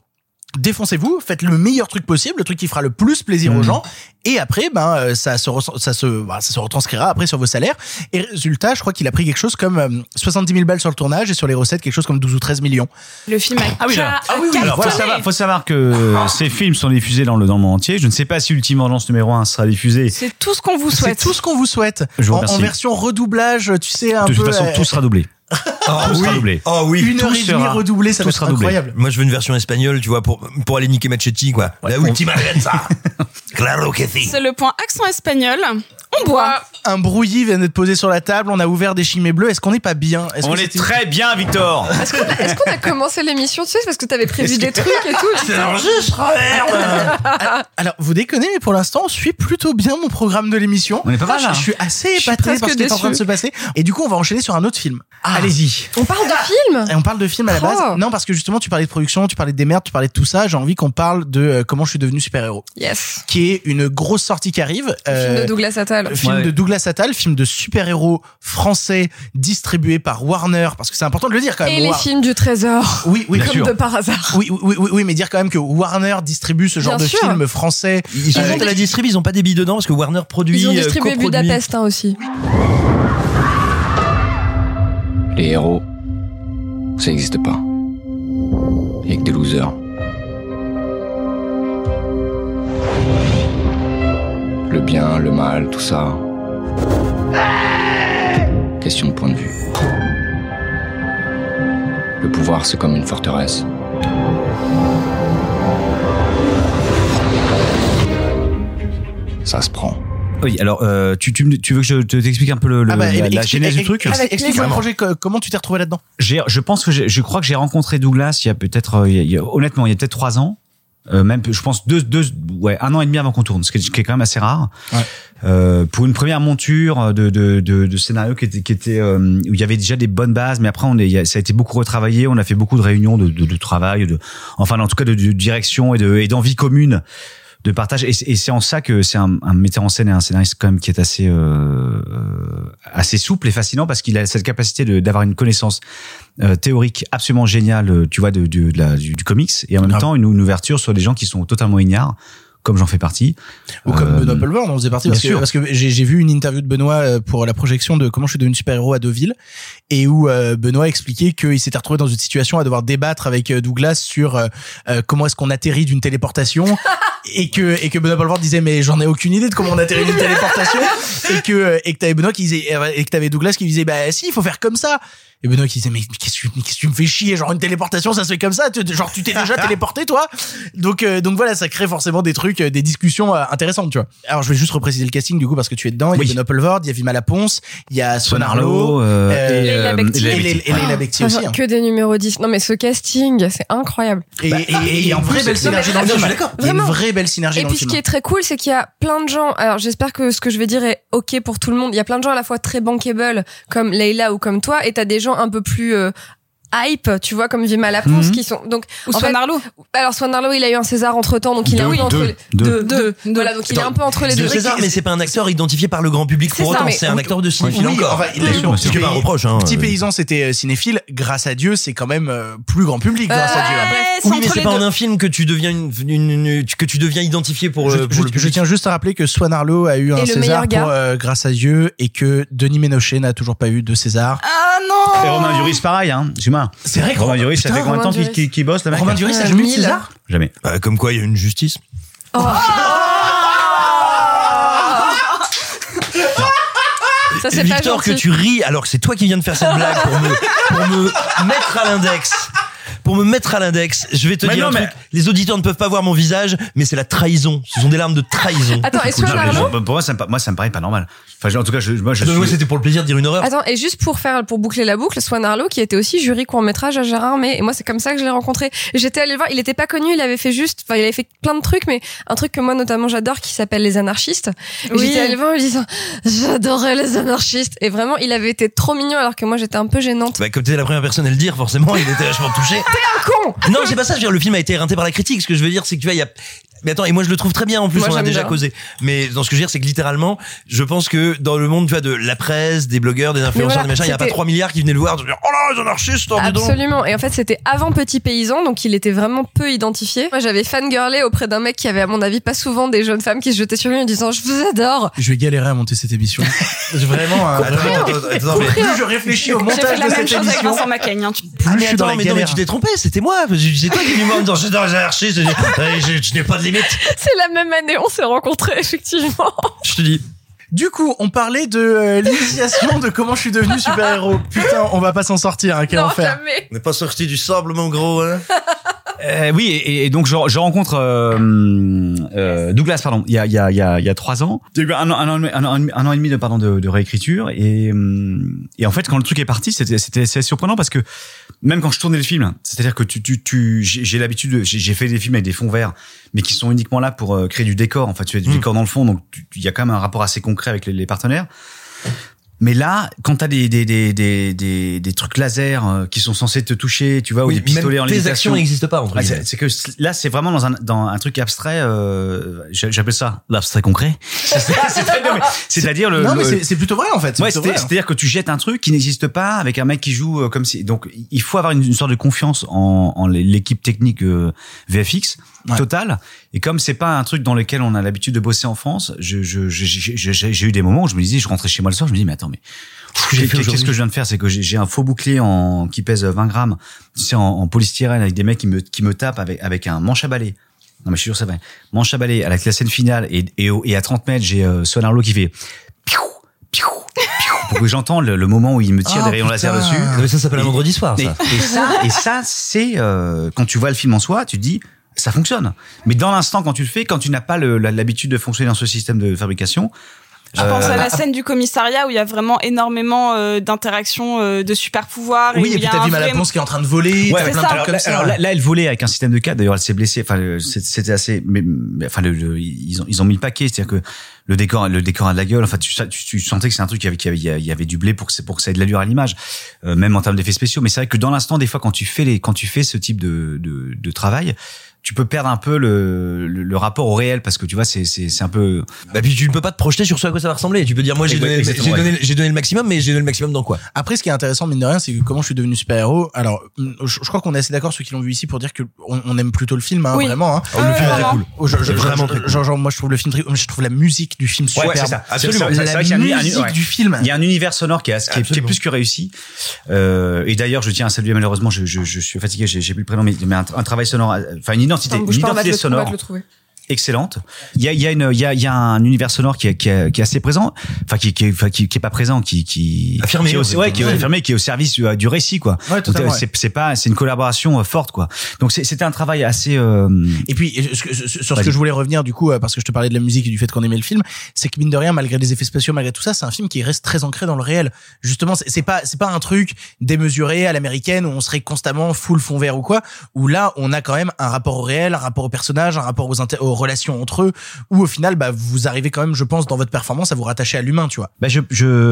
défoncez-vous, faites le meilleur truc possible, le truc qui fera le plus plaisir mmh. aux gens, et après, ben, euh, ça se, re- ça se, bah, ça se retranscrira après sur vos salaires. Et résultat, je crois qu'il a pris quelque chose comme euh, soixante-dix mille balles sur le tournage et sur les recettes quelque chose comme douze ou treize millions. Le film a Ah oui, ca- ah oui, oui. Alors, faut cartonné. savoir, faut savoir que ces films sont diffusés dans le, dans le monde entier. Je ne sais pas si Ultime Vengeance numéro un sera diffusé. C'est tout ce qu'on vous souhaite. C'est tout ce qu'on vous souhaite. Je vous En, remercie. en version redoublage, tu sais, un De peu. toute façon, euh, tout sera doublé. Oh, tout sera oui. doublé. Oh oui. Une heure tout et demie sera- redoublée, ça tout va être sera doublé. incroyable. Moi, je veux une version espagnole, tu vois, pour, pour aller niquer Machetti, quoi. La ultima ça. Claro que si. C'est le point accent espagnol. On boit. Un brouillis vient d'être posé sur la table, on a ouvert des chimées bleues. Est-ce qu'on n'est pas bien? Est-ce On que est c'était- très bien, Victor. Est-ce qu'on a, est-ce qu'on a commencé l'émission, tu sais, parce que t'avais prévu des trucs et tout. C'est l'enregistre, merde. Alors, vous déconnez, mais pour l'instant, on suit plutôt bien mon programme de l'émission. On est pas mal, Ah, là. je, je suis assez Je suis épaté presque par ce qui est en train de déçue. se passer. Et du coup, on va enchaîner sur un autre film. Allez-y. On parle de film. Et on parle de film à la base. Oh. Non, parce que justement, tu parlais de production, tu parlais de démerde, tu parlais de tout ça. J'ai envie qu'on parle de euh, comment je suis devenu super-héros. Yes. Qui est une grosse sortie qui arrive. Film Euh, de Douglas Attal. Film Ouais. de Douglas Attal, film de super-héros français distribué par Warner, parce que c'est important de le dire quand même. Et les War- films du Trésor. Oui, oui, Comme sûr. de par hasard. Oui, oui, oui, oui, mais dire quand même que Warner distribue ce genre Bien de sûr. film français. Ils sont Euh, à la distrib, ils ont pas des billes dedans parce que Warner produit. Ils ont euh, distribué coproduit. Budapest hein, aussi. Les héros, ça n'existe pas. Il y a que des losers. Le bien, le mal, tout ça. Question de point de vue. Le pouvoir, c'est comme une forteresse. Ça se prend. Oui, alors euh, tu, tu, me- tu veux que je te, t'explique un peu le, le- Ah bah, la, la explique- genèse du ex- truc ex- Explique-moi le Vraiment. projet, que- comment tu t'es retrouvé là-dedans? J'ai, je pense que j'ai, je crois que j'ai rencontré Douglas il y a peut-être, euh, il y a- il y a- honnêtement, il y a peut-être trois ans, euh, même, je pense deux, deux, ouais, un an et demi avant qu'on tourne, ce qui est, ce qui est quand même assez rare. Ouais. Euh, pour une première monture de de de, de scénario qui était qui était euh, où il y avait déjà des bonnes bases, mais après on est, il y a- ça a été beaucoup retravaillé. On a fait beaucoup de réunions de de, de travail, de, enfin en tout cas de, de direction et de et d'envie commune. De partage et c'est, et c'est en ça que c'est un, un metteur en scène et un scénariste quand même qui est assez euh, euh, assez souple et fascinant parce qu'il a cette capacité de, d'avoir une connaissance euh, théorique absolument géniale, euh, tu vois, de, de, de la, du, du comics et en même Ah. temps une, une ouverture sur des gens qui sont totalement ignares, comme j'en fais partie. Ou comme Euh, Benoît Poelvoorde, on faisait partie bien parce que, sûr. parce que j'ai, j'ai vu une interview de Benoît euh, pour la projection de comment je suis devenu super-héros à Deauville et où euh, Benoît expliquait qu'il s'était retrouvé dans une situation à devoir débattre avec euh, Douglas sur euh, euh, comment est-ce qu'on atterrit d'une téléportation et que et que Benoît Poelvoorde disait mais j'en ai aucune idée de comment on atterrit d'une téléportation et que euh, et que t'avais Benoît qui disait et que t'avais Douglas qui disait bah si il faut faire comme ça. Et Benoît qui disait mais qu'est-ce que, tu- qu'est-ce que tu me fais chier, genre une téléportation ça se fait comme ça, tu- genre tu t'es déjà téléporté toi. Donc euh, donc voilà, ça crée forcément des trucs, euh, des discussions euh, intéressantes, tu vois. Alors je vais juste repréciser le casting du coup parce que tu es dedans. Il y a Oui. Benoît Poelvoorde, il y a Vima Laponce, il y a Swan Swan Arlo, Arlo, euh, euh, et, Leila euh, Bekti. et Leila et Bekti. Leila- et Leila Bekti aussi. hein. Que des numéros dix. Non mais ce casting, c'est incroyable. Et, et, et il y a une vraie belle synergie dans le non, film. je suis d'accord. Il y a une Vraiment. vraie belle synergie Et dans le puis ce film. qui est très cool, c'est qu'il y a plein de gens. Alors j'espère que ce que je vais dire est ok pour tout le monde. Il y a plein de gens à la fois très bankable comme Leila ou comme toi, et t'as des gens un peu plus euh, hype, tu vois, comme Vima Laponce, Mhm. qui sont donc Ou en Swan fait- Arlo. Alors Swan Arlo, il a eu un César entre temps, donc il est un Deux, peu entre deux, les deux. deux. Voilà, donc il est un peu entre les De deux. César, mais c'est pas un acteur identifié par le grand public C'est pour ça, autant. mais- C'est un oui. acteur de cinéphile Oui, encore. enfin, il a Bien eu sûr, bien C'est sûr. pas un reproche, hein. Petit paysan, c'était euh, cinéphile. Grâce à Dieu, c'est quand même euh, plus grand public. Grâce à Dieu. Ouais, c'est Oui, mais entre c'est les pas en deux. un film que tu deviens une, une- une- que tu deviens identifié pour, Je, euh, pour je- le je public. tiens juste à rappeler que Swan Arlo a eu un le César meilleur gars. pour euh, Grâce à Dieu et que Denis Ménochet n'a toujours pas eu de César. Ah non. Et Romain Duris, pareil, hein. Excuse-moi. C'est vrai que Romain Duris, ça putain, fait combien de temps Romain qu'il, qu'il, qu'il bosse, le mec? Romain Duris a Euh, jamais eu de mille. César. Jamais. Bah, comme quoi, il y a une justice. Ça c'est pas Victor, que gentil. tu ris alors que c'est toi qui viens de faire cette blague pour me, pour me mettre à l'index. Pour me mettre à l'index, je vais te Mais dire non, un mais- truc. Les auditeurs ne peuvent pas voir mon visage, mais c'est la trahison. Ce sont des larmes de trahison. Attends, et Swan Non, mais Arlo je- pour moi, ça me, pa- moi, ça me paraît pas normal. Enfin, je- en tout cas, je, moi, je Ah, non, suis... ouais, c'était pour le plaisir de dire une horreur. Attends, et juste pour faire, pour boucler la boucle, Swan Arlo, qui était aussi jury court-métrage à Gérard May, et moi, c'est comme ça que je l'ai rencontré. J'étais allée le voir, il était pas connu, il avait fait juste, enfin, il avait fait plein de trucs, mais un truc que moi, notamment, j'adore, qui s'appelle Les Anarchistes. Et Oui. j'étais allée le voir en lui disant, j'adorais Les Anarchistes. Et vraiment, il avait été trop mignon, alors que moi, j'étais un peu gênante. Bah, comme t'étais la première personne à le dire, forcément, il était vachement touché. un con. Non, c'est pas ça. Je veux dire, le film a été éreinté par la critique. Ce que je veux dire, c'est que tu vois, il y a. Mais attends, et moi je le trouve très bien en plus, Moi, on a j'aime déjà bien. causé. Mais dans ce que je veux dire, c'est que littéralement, je pense que dans le monde, tu vois, de la presse, des blogueurs, des influenceurs, voilà, des machins, il y a pas c'était- trois milliards qui venaient le voir, de dire, oh là, les anarchistes, oh, dis donc. Absolument. Et en fait, c'était avant Petit Paysan, donc il était vraiment peu identifié. Moi, j'avais fangirlé auprès d'un mec qui avait, à mon avis, pas souvent des jeunes femmes qui se jetaient sur lui en disant je vous adore. Je vais galérer à monter cette émission. Vraiment, hein, Attends, vraiment. attends, attends, attends, mais- Plus je réfléchis au J'ai fait montage la de même cette chose avec émission. Vincent Macaigne. Hein. tu- Ah, mais je suis dans attends, la mais non, mais galère. tu t'es trompé, c'était moi. C'est toi qui es venu me voir en me disant, j'adore les anarchistes, je, je, je n'ai pas de limite. C'est la même année, on s'est rencontrés, effectivement. Je te dis. Du coup, on parlait de euh, l'initiation de comment je suis devenu super-héros. Putain, on va pas s'en sortir, hein, quel Non, enfer. jamais. On n'est pas sorti du sable, mon gros, hein. Euh, oui, et, et donc je, je rencontre euh, euh, Douglas, pardon, il y a il y a il y a il y a trois ans, il y a eu un an un an, un an, un an et demi de pardon de, de réécriture et hum, et en fait quand le truc est parti, c'était c'était c'est surprenant parce que même quand je tournais le film, c'est-à-dire que tu tu tu j'ai j'ai l'habitude de, j'ai j'ai fait des films avec des fonds verts mais qui sont uniquement là pour euh, créer du décor. En fait, tu as du Mmh. décor dans le fond, donc tu- il y a quand même un rapport assez concret avec les, les partenaires. Mais là, quand t'as des des des des des, des trucs laser euh, qui sont censés te toucher, tu vois, ou Oui, des pistolets même en tes lévitation, actions n'existent pas, entre Ouais, guillemets. c'est, c'est que là, c'est vraiment dans un dans un truc abstrait. Euh, j'a- j'appelle ça l'abstrait concret. C'est, c'est, c'est très bien, mais c'est-à-dire le. Non, mais le- c'est, c'est plutôt vrai, en fait. C'est Ouais, plutôt c'est, vrai. c'est-à-dire que tu jettes un truc qui n'existe pas avec un mec qui joue euh, comme si. Donc, il faut avoir une, une sorte de confiance en, en l'équipe technique euh, V F X Ouais. totale. Et comme c'est pas un truc dans lequel on a l'habitude de bosser en France, je, je, je, j'ai, j'ai, j'ai eu des moments où je me disais, je rentrais chez moi le soir, je me dis, mais attends, mais que j'ai fait qu'est-ce aujourd'hui que je viens de faire, c'est que j'ai, j'ai un faux bouclier en qui pèse vingt grammes, tu sais, en, en polystyrène avec des mecs qui me qui me tapent avec avec un manche à balai. Non mais je suis sûr c'est vrai. Manche à balai à la, la scène finale et et, au- et à trente mètres j'ai euh, Swan Arlo qui fait piou piou piou pour que j'entende le, le moment où il me tire Oh, des rayons putain. laser dessus. Mais ça s'appelle un Et- vendredi soir, et, ça. et ça et ça c'est euh, quand tu vois le film en soi, tu te dis ça fonctionne. Mais dans l'instant quand tu le fais, quand tu n'as pas le, la- l'habitude de fonctionner dans ce système de fabrication. Je pense à la scène du commissariat où il y a vraiment énormément euh, d'interactions, euh, de super pouvoirs. Oui, où et il puis y a t'as un vu vrai- Malaponce qui est en train de voler. Ouais, t'as c'est plein ça. de trucs alors, comme là, ça. alors là, là, elle volait avec un système de cadre. D'ailleurs, elle s'est blessée. Enfin, le- c'est- c'était assez. Mais, mais- enfin, le, le- ils ont ils ont mis le paquet. C'est-à-dire que le décor, le décor a de la gueule. Enfin, tu, tu, tu sentais que c'est un truc qui avait, qui avait, il y avait du blé pour que c'est pour que ça ait de l'allure à l'image, euh, même en termes d'effets spéciaux. Mais c'est vrai que dans l'instant, des fois, quand tu fais les, quand tu fais ce type de de, de travail, tu peux perdre un peu le, le, le rapport au réel parce que tu vois, c'est c'est c'est un peu. Bah, puis tu ne peux pas te projeter sur ce à quoi ça va ressembler. Tu peux dire, moi, j'ai donné, Exactement, j'ai ouais. donné, j'ai donné le maximum, mais j'ai donné le maximum dans quoi? Après, ce qui est intéressant, mine de rien, c'est que comment je suis devenu super-héros. Alors, je, je crois qu'on est assez d'accord, ceux qui l'ont vu ici, pour dire que on, on aime plutôt le film, hein, Oui. vraiment. Hein. Oh, le film est très vraiment. cool. Oh, je, je, C'est vraiment je- très cool. genre, genre, moi, je trouve le film très, je trouve la musique du film Ouais, superbe. c'est ça. Absolument. C'est- c'est- c'est La vrai qu'il y a un- un- musique ouais. du film. Il y a un univers sonore qui est, qui est, qui est Absolument. plus que réussi. Euh, et d'ailleurs, je tiens à saluer malheureusement, je, je, je suis fatigué, j'ai, j'ai plus le prénom, mais, mais un, un travail sonore, enfin une identité, Attends, une bouge pas, on va te identité le- on va sonore te le trouver. excellente. Il y a, il y a une, il y a, il y a un univers sonore qui est, qui est, qui est assez présent, enfin qui, qui, est- enfin, qui, qui est pas présent, qui, qui, Affirmé, qui est en aussi, fait. ouais, qui est Ouais. affirmé, qui est au service du, du récit, quoi. Ouais, Donc, totalement, c'est, c'est pas, c'est une collaboration euh, forte, quoi. Donc c'est, c'était un travail assez. Euh, Et puis, et ce que- ce- sur ce Vas-y. que je voulais revenir, du coup, euh, parce que je te parlais de la musique et du fait qu'on aimait le film, c'est que mine de rien, malgré les effets spéciaux, malgré tout ça, c'est un film qui reste très ancré dans le réel. Justement, c'est c'est pas, c'est pas un truc démesuré à l'américaine où on serait constamment full fond vert ou quoi, où là, on a quand même un rapport au réel, un rapport aux personnages, un rapport aux, inter- aux relations entre eux, où au final, bah, vous arrivez quand même, je pense, dans votre performance à vous rattacher à l'humain, tu vois. Bah je,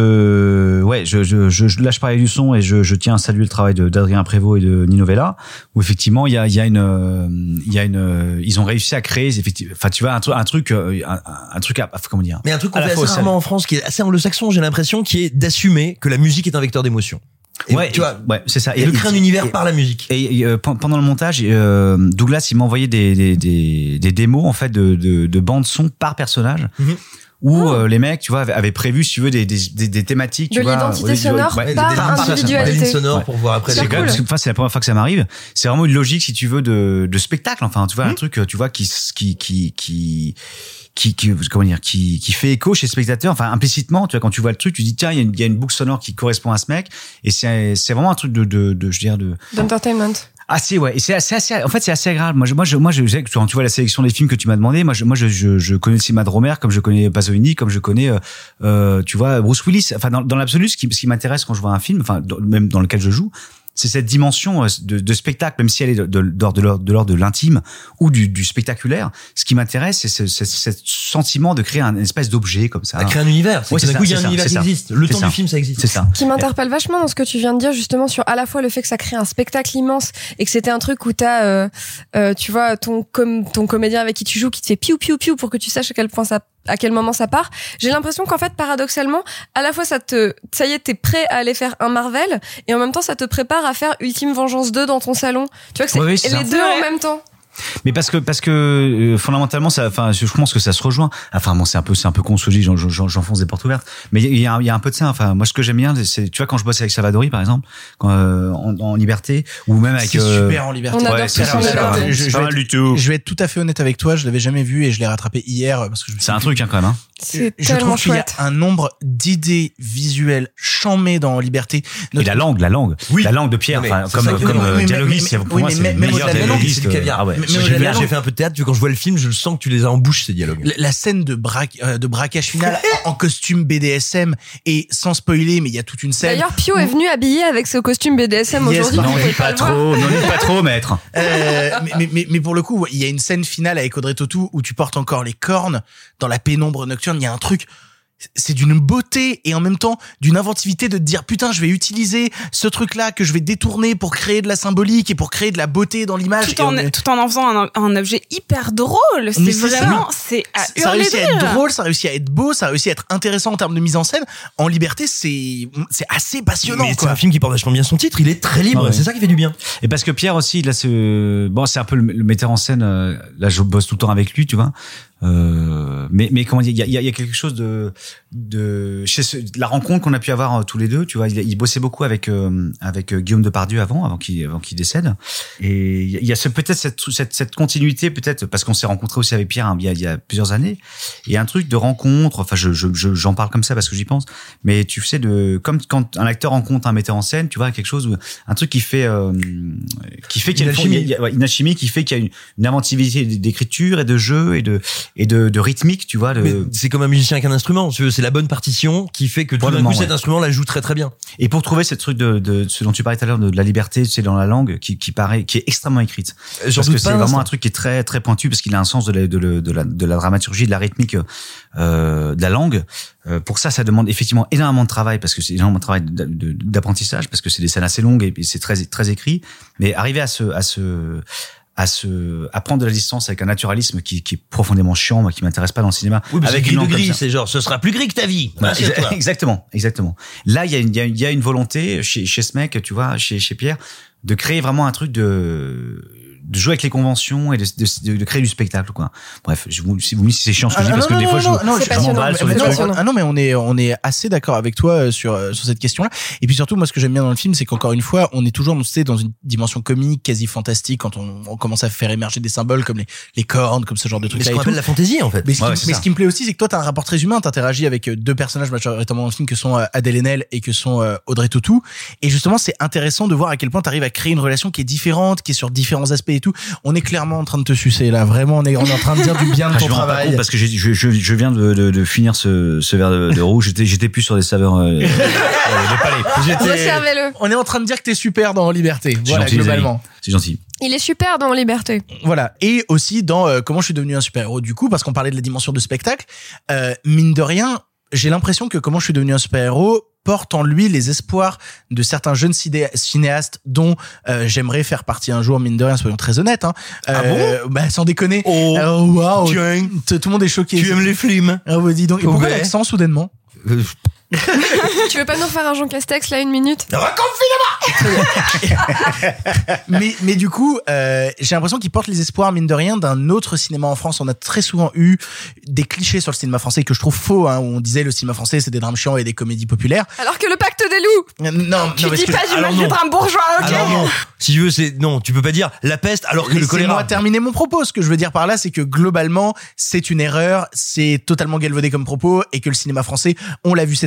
je, ouais, je, je, je, je lâche parler du son et je, je tiens à saluer le travail de, d'Adrien Prévost et de Nino Vella, où effectivement il y a, il y a une, euh, il y a une, euh, ils ont réussi à créer, effectivement, enfin tu vois un truc, un truc, euh, un, un truc, à, comment dire, Mais un truc qu'on à la fait fois assez au rarement en France, qui est assez anglo-saxon, j'ai l'impression, qui est d'assumer que la musique est un vecteur d'émotion. Et ouais, tu vois, ouais, c'est ça. et de créer un univers et- par la musique. Et, et, euh, pen- pendant le montage, euh, Douglas il m'a envoyé des, des, des, des démos en fait de, de, de bandes son par personnage. Mhm. Où euh, les mecs, tu vois, avaient, avaient prévu, si tu veux, des, des, des, des thématiques, tu De vois, l'identité ouais, sonore ouais, par des- des- individualité. Des lignes sonores Ouais. pour voir après C'est les quand même, cool. parce que, enfin, c'est la première fois que ça m'arrive. C'est vraiment une logique, si tu veux, de, de spectacle. Enfin, tu vois, un truc, tu vois, qui, s- qui, qui, qui, qui, qui, comment dire, qui, qui fait écho chez le spectateur. Enfin, implicitement, tu vois, quand tu vois le truc, tu dis, tiens, il y a une, il y a une boucle sonore qui correspond à ce mec. Et c'est, c'est vraiment un truc de, de, de, je veux dire, de, D'entertainment. assez, ouais. Et c'est assez, assez, en fait, c'est assez agréable. Moi, je, moi, je, moi, je sais que quand tu vois la sélection des films que tu m'as demandé, moi, je, moi, je, je, je connais le cinéma de Romer, comme je connais Pasolini, comme je connais, euh, euh, tu vois, Bruce Willis. Enfin, dans, dans l'absolu, ce qui, ce qui m'intéresse quand je vois un film, enfin, dans- même dans lequel je joue, c'est cette dimension de, de spectacle, même si elle est de, de, de, de, l'ordre, de l'ordre de l'intime ou du, du spectaculaire. Ce qui m'intéresse, c'est ce, ce, ce sentiment de créer un espèce d'objet comme ça. À créer un univers. C'est ouais, que d'un coup, il y a un ça, univers qui existe. Le temps ça. du film, ça existe. C'est ça. Ce qui m'interpelle vachement dans ce que tu viens de dire, justement, sur à la fois le fait que ça crée un spectacle immense et que c'était un truc où t'as, euh, euh, tu vois, ton, com- ton comédien avec qui tu joues qui te fait piou piou piou pour que tu saches à quel point ça à quel moment ça part. J'ai l'impression qu'en fait, paradoxalement, à la fois ça te, ça y est, t'es prêt à aller faire un Marvel, et en même temps, ça te prépare à faire Ultime Vengeance deux dans ton salon. Tu vois que c'est, oui, oui, c'est les ça. deux en même temps. Mais parce que parce que euh, fondamentalement ça, enfin je pense que ça se rejoint. Enfin bon c'est un peu c'est un peu con ce que je dis, j'en, j'en, j'enfonce des portes ouvertes. Mais il y a il y a un peu de ça. Enfin moi ce que j'aime bien c'est tu vois quand je bosse avec Salvadori par exemple, quand, euh, en, en liberté ou même avec. C'est euh, super en liberté. On adore ouais, c'est ça, ça, c'est ça, liberté. Je, je, pas vais mal être, du tout. je vais être tout à fait honnête avec toi, je l'avais jamais vu et je l'ai rattrapé hier parce que je me suis C'est un dit, truc hein, quand même. Hein. C'est je tellement trouve qu'il y a chouette. un nombre d'idées visuelles chamées dans Liberté. Et la langue, la langue, Oui. la langue de Pierre, Mais enfin c'est comme ça qui est comme bien. euh, Oui, mais- dialoguiste, mais- pour oui, moi mais c'est le même meilleur au-delà de la langue, dialoguiste. C'est du caviar. Ah ouais. Mais- Moi, mais j'ai, au-delà de j'ai la fait un peu de théâtre, quand je vois le film, je sens que tu les as en bouche, ces dialogues. La, la scène de, braque, euh, de braquage final en costume B D S M et sans spoiler, mais il y a toute une scène. D'ailleurs, Pio est venu habillé avec ce costume B D S M Yes, aujourd'hui. bah, vous N'en pouvez dis pas le voir. trop, n'en dis pas trop maître. Euh, mais, mais, mais, mais pour le coup, il y a une scène finale avec Audrey Tautou où tu portes encore les cornes dans la pénombre nocturne. Il y a un truc, c'est d'une beauté et en même temps d'une inventivité de te dire putain, je vais utiliser ce truc-là que je vais détourner pour créer de la symbolique et pour créer de la beauté dans l'image. Tout en, Et on est- tout en en faisant un, un objet hyper drôle. C'est Mais c'est vraiment, c'est à ça hurler réussit de à être rire. drôle, ça réussit à être beau, ça réussit à être intéressant en termes de mise en scène. En liberté, c'est c'est assez passionnant. Mais c'est quoi. un film qui porte vachement bien son titre, il est très libre, Ah ouais. c'est ça qui fait du bien. Et parce que Pierre aussi, il a ce, bon, c'est un peu le, le metteur en scène. euh, Là, je bosse tout le temps avec lui, tu vois. Euh, mais mais comment dire, il y a, il y a il y a quelque chose de de chez ce, de la rencontre qu'on a pu avoir euh, tous les deux, tu vois. Il, il bossait beaucoup avec euh, avec euh, Guillaume Depardieu avant, avant qu'il avant qu'il décède. Et il y a, il y a ce peut-être cette cette cette continuité peut-être parce qu'on s'est rencontrés aussi avec Pierre hein, il y a il y a plusieurs années. Et un truc de rencontre. Enfin, je je je- j'en parle comme ça parce que j'y pense. Mais tu sais de comme quand un acteur rencontre un metteur en scène, tu vois quelque chose où, un truc qui fait euh, qui fait qu'il y a Une une, alchimie. il y a- ouais, une alchimie qui fait qu'il y a une, une inventivité d'écriture et de jeu et de et de, de rythmique, tu vois. De... Mais c'est comme un musicien avec un instrument, tu veux, c'est la bonne partition qui fait que tout d'un coup Probablement, cet ouais. instrument la joue très très bien. Et pour trouver ce truc de, de ce dont tu parlais tout à l'heure, de, de la liberté, tu sais, dans la langue, qui, qui paraît, qui est extrêmement écrite. J'en Parce doute que pas c'est un vraiment instant. un truc qui est très très pointu parce qu'il a un sens de la de, la- de la de la dramaturgie, de la rythmique, euh, de la langue. Euh, pour ça, ça demande effectivement énormément de travail parce que c'est énormément de travail de- de- d'apprentissage parce que c'est des scènes assez longues et, et c'est très très écrit. Mais arriver à ce à ce à se à prendre de la distance avec un naturalisme qui, qui est profondément chiant, moi, qui m'intéresse pas dans le cinéma. Oui, mais avec c'est une gris de langue comme gris, ça. c'est genre ce sera plus gris que ta vie. Voilà, Assieds-toi. exactement, exactement. Là, il y a une, il y a, une- il y a une volonté chez, chez ce mec, tu vois, chez, chez Pierre, de créer vraiment un truc de, de jouer avec les conventions et de, de, de créer du spectacle, quoi. Bref, je vous, si vous me dites si c'est chiant ce que je dis, parce que des fois, je, c'est je passionnant. m'emballe sur mais les non, trucs. ah non, mais on est, on est assez d'accord avec toi euh, sur, euh, sur cette question-là. Et puis surtout, moi, ce que j'aime bien dans le film, c'est qu'encore une fois, on est toujours, tu sais, dans une dimension comique, quasi fantastique, quand on, on commence à faire émerger des symboles comme les, les cornes, comme ce genre de trucs. Mais ce qu'on appelle la fantaisie en fait. Mais, ce, Ouais, qui, c'est mais ça. ce qui me plaît aussi, c'est que toi, t'as un rapport très humain, t'interagis avec euh, deux personnages majoritairement dans le film que sont euh, Adèle Haenel et que sont euh, Audrey Tautou. Et justement, c'est intéressant de voir à quel point t'arrives à créer une relation qui est différente, qui est sur différents aspects et tout. On est clairement en train de te sucer là, vraiment, on est, on est en train de dire du bien de Ah, ton je me rends pas travail. compte parce que j'ai- je, je, je viens de, de, de finir ce, ce verre de, de rouge. J'étais, j'étais plus sur des saveurs euh, euh, de palais. J'étais- Resservez-le. On est en train de dire que t'es super dans Liberté, C'est voilà, gentil, les globalement. amis. C'est gentil. Il est super dans Liberté. Voilà. Et aussi dans euh, comment je suis devenu un super-héros du coup, parce qu'on parlait de la dimension de spectacle. Euh, mine de rien, j'ai l'impression que comment je suis devenu un super-héros porte en lui les espoirs de certains jeunes ciné- cinéastes dont euh, j'aimerais faire partie un jour, mine de rien, soyons très honnêtes. Hein. Ah Euh, bah, sans déconner. Oh, Euh, waouh. tiens, Tout le monde est choqué. tu aimes les films. Ah ouais, dis donc. Et pourquoi Ouais. l'accent soudainement? Euh, Tu veux pas nous refaire un Jean Castex là une minute? mais mais du coup, euh, j'ai l'impression qu'il porte les espoirs mine de rien d'un autre cinéma en France. On a très souvent eu des clichés sur le cinéma français que je trouve faux, hein, où on disait le cinéma français c'est des drames chiants et des comédies populaires. Alors que le Pacte des loups. Euh, Non, Tu non, parce dis que- pas du alors mal non. du drame bourgeois, ok? Alors non, si tu veux, c'est non, tu peux pas dire la peste alors que le Laissez-moi choléra. terminer mon propos. Ce que je veux dire par là, c'est que globalement, c'est une erreur, c'est totalement galvaudé comme propos, et que le cinéma français, on l'a vu cette année,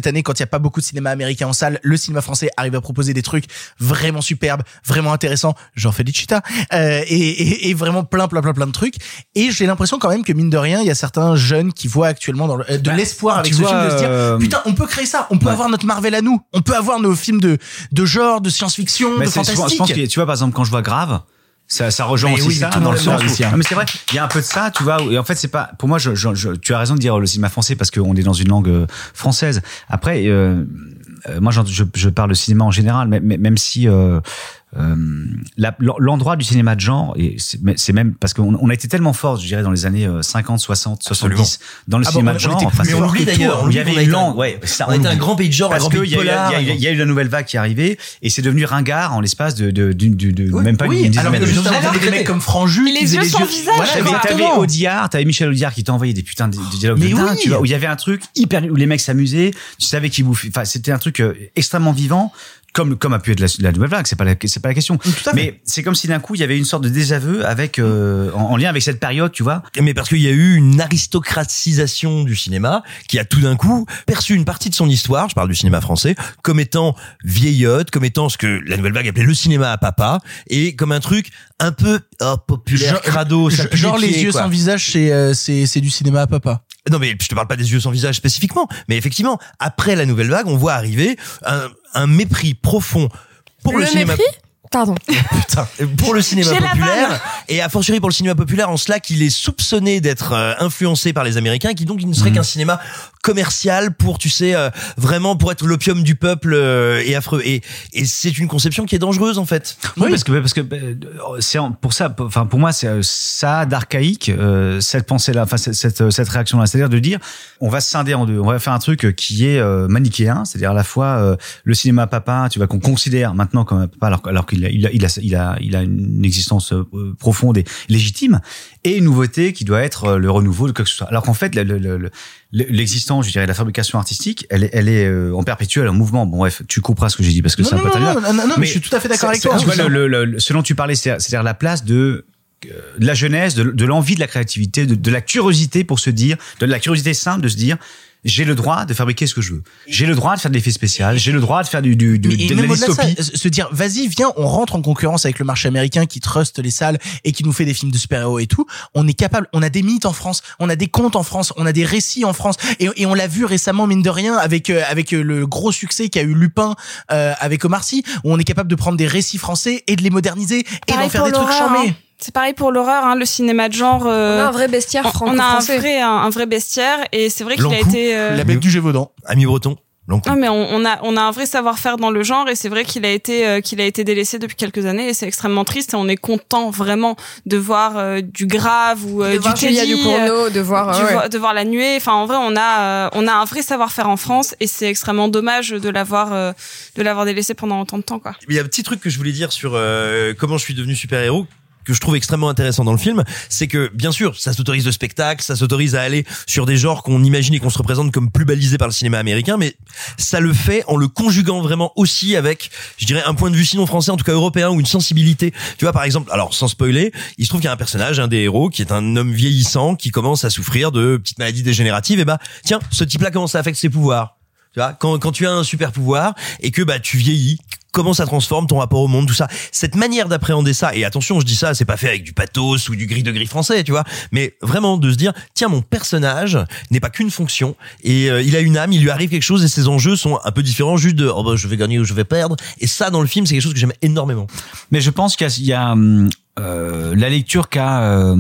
année, quand il y a pas beaucoup de cinéma américain en salle, le cinéma français arrive à proposer des trucs vraiment superbes, vraiment intéressants. Jean Felicita euh, et, et, et vraiment plein, plein, plein, plein de trucs. Et j'ai l'impression quand même que mine de rien, il y a certains jeunes qui voient actuellement dans le, de bah, l'espoir avec ce vois, film de se dire euh... putain, on peut créer ça, on peut ouais. avoir notre Marvel à nous, on peut avoir nos films de de genre, de science-fiction, mais de fantastique. Souvent, je pense que tu vois par exemple quand je vois Grave. Ça, ça rejoint mais aussi oui, ça dans le sens où, non, mais c'est vrai, il y a un peu de ça, tu vois, et en fait, c'est pas, pour moi, je, je, je, tu as raison de dire le cinéma français parce qu'on est dans une langue française. Après, euh, euh, moi, je, je parle de cinéma en général, mais, mais même si, euh, euh, la, l'endroit du cinéma de genre, et c'est, c'est même parce qu'on on a été tellement fort, je dirais, dans les années cinquante, soixante, soixante-dix, dans le ah cinéma bon, de genre. Enfin, mais on l'oublie d'ailleurs. Il y avait une langue, ouais. Ça, on, on était un grand pays de genre, parce un grand pays de polar. Il y, y, y a eu la nouvelle vague qui est arrivée, et c'est devenu ringard en l'espace de, de, d'une, de, de, oui, même pas oui, une dizaine d'années. Vous avez des mecs comme Franju, les yeux sans visage. Voilà, t'avais Audiard, t'avais Michel Audiard qui t'envoyait des putains de, de dialogues mais de dingue, oui. tu vois, où il y avait un truc hyper, où les mecs s'amusaient, tu savais qu'ils bouffaient, enfin, c'était un truc extrêmement vivant. Comme comme a pu être la, la nouvelle vague, c'est pas la c'est pas la question. Mais c'est comme si d'un coup il y avait une sorte de désaveu avec euh, en, en lien avec cette période, tu vois. Mais parce qu'il y a eu une aristocratisation du cinéma qui a tout d'un coup perçu une partie de son histoire, je parle du cinéma français, comme étant vieillotte, comme étant ce que la nouvelle vague appelait le cinéma à papa, et comme un truc un peu oh, populaire, genre, crado, ça genre les, les pieds, yeux quoi. Sans visage, c'est euh, c'est c'est du cinéma à papa. Non mais je te parle pas des yeux sans visage spécifiquement, mais effectivement, après la nouvelle vague, on voit arriver un, un mépris profond pour le, le cinéma. Mépris Pardon. Putain, pour le cinéma J'ai populaire et a fortiori pour le cinéma populaire en cela qu'il est soupçonné d'être euh, influencé par les Américains, qui donc il ne serait mmh. qu'un cinéma commercial pour, tu sais, euh, vraiment pour être l'opium du peuple euh, et affreux. Et, et c'est une conception qui est dangereuse en fait. Oui, oui. parce que parce que c'est pour ça, enfin pour moi c'est ça d'archaïque euh, cette pensée-là, enfin cette cette, cette réaction-là, c'est-à-dire de dire on va se scinder en deux, on va faire un truc qui est euh, manichéen, c'est-à-dire à la fois euh, le cinéma papa, tu vois, qu'on considère maintenant comme un papa alors, alors qu'il a, il a il a il a il a une existence euh, profonde et légitime, et une nouveauté qui doit être le renouveau de quoi que ce soit. Alors qu'en fait le, le, le, l'existence, je dirais, la fabrication artistique, elle est, elle est euh, en perpétuel, en mouvement. Bon, bref, tu couperas ce que j'ai dit parce que non, c'est un non, peu non, non, non, non, non, mais je suis tout à fait d'accord avec toi. Tu vois, le, le, le, ce dont tu parlais, c'est, c'est-à-dire la place de, de la jeunesse, de, de l'envie de la créativité, de, de la curiosité pour se dire, de la curiosité simple de se dire, j'ai le droit de fabriquer ce que je veux. J'ai le droit de faire de l'effet spécial. J'ai le droit de faire du, du, du de la dystopie. Ça, se dire, vas-y, viens, on rentre en concurrence avec le marché américain qui truste les salles et qui nous fait des films de super-héros et tout. On est capable, on a des mythes en France, on a des contes en France, on a des récits en France. Et, et on l'a vu récemment, mine de rien, avec, euh, avec le gros succès qu'a eu Lupin, euh, avec Omar Sy, où on est capable de prendre des récits français et de les moderniser et d'en faire des trucs charmés. C'est pareil pour l'horreur, hein, le cinéma de genre. Euh, on a un vrai bestiaire franco-français. On a un vrai, un, un vrai bestiaire, et c'est vrai qu'il a été. Euh... La bête du Gévaudan. Ami Breton. Non, mais on, on a, on a un vrai savoir-faire dans le genre, et c'est vrai qu'il a été, euh, qu'il a été délaissé depuis quelques années, et c'est extrêmement triste. Et on est content vraiment de voir euh, du Grave ou euh, de du voir Teddy, du Cournot, de voir, du, ouais. de voir La Nuée. Enfin, en vrai, on a, euh, on a un vrai savoir-faire en France, et c'est extrêmement dommage de l'avoir, euh, de l'avoir délaissé pendant autant de temps, quoi. Il y a un petit truc que je voulais dire sur euh, comment je suis devenu super-héros, que je trouve extrêmement intéressant dans le film, c'est que bien sûr ça s'autorise de spectacle, ça s'autorise à aller sur des genres qu'on imagine et qu'on se représente comme plus balisés par le cinéma américain, mais ça le fait en le conjuguant vraiment aussi avec, je dirais, un point de vue sinon français, en tout cas européen, ou une sensibilité. Tu vois, par exemple, alors sans spoiler, il se trouve qu'il y a un personnage, un des héros, qui est un homme vieillissant qui commence à souffrir de petites maladies dégénératives, et bah tiens, ce type-là commence à affecter ses pouvoirs. Tu vois, quand quand tu as un super pouvoir et que bah tu vieillis, comment ça transforme ton rapport au monde, tout ça. Cette manière d'appréhender ça, et attention, je dis ça, c'est pas fait avec du pathos ou du gris de gris français, tu vois, mais vraiment de se dire, tiens, mon personnage n'est pas qu'une fonction, et euh, il a une âme, il lui arrive quelque chose, et ses enjeux sont un peu différents, juste de, oh bah, je vais gagner ou je vais perdre, et ça, dans le film, c'est quelque chose que j'aime énormément. Mais je pense qu'il y a, il y a euh, la lecture qu'a euh,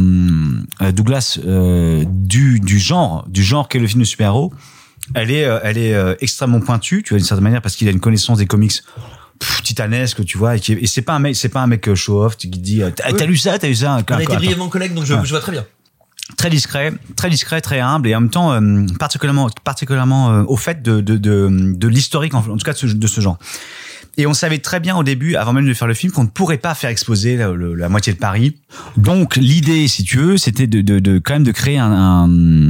Douglas euh, du, du genre, du genre qu'est le film de super-héros, elle est, elle est euh, extrêmement pointue, tu vois, d'une certaine manière, parce qu'il a une connaissance des comics Pff, titanesque, tu vois, et, qui, et c'est pas un mec, c'est pas un mec show off qui dit, t'as, t'as lu ça, t'as lu ça. On a été brièvement collègues, donc je, ouais. je vois très bien. Très discret, très discret, très humble, et en même temps euh, particulièrement, particulièrement euh, au fait de de de, de l'historique, en, en tout cas de ce, de ce genre. Et on savait très bien au début, avant même de faire le film, qu'on ne pourrait pas faire exposer la, la, la moitié de Paris. Donc l'idée, si tu veux, c'était de de, de quand même de créer un, un...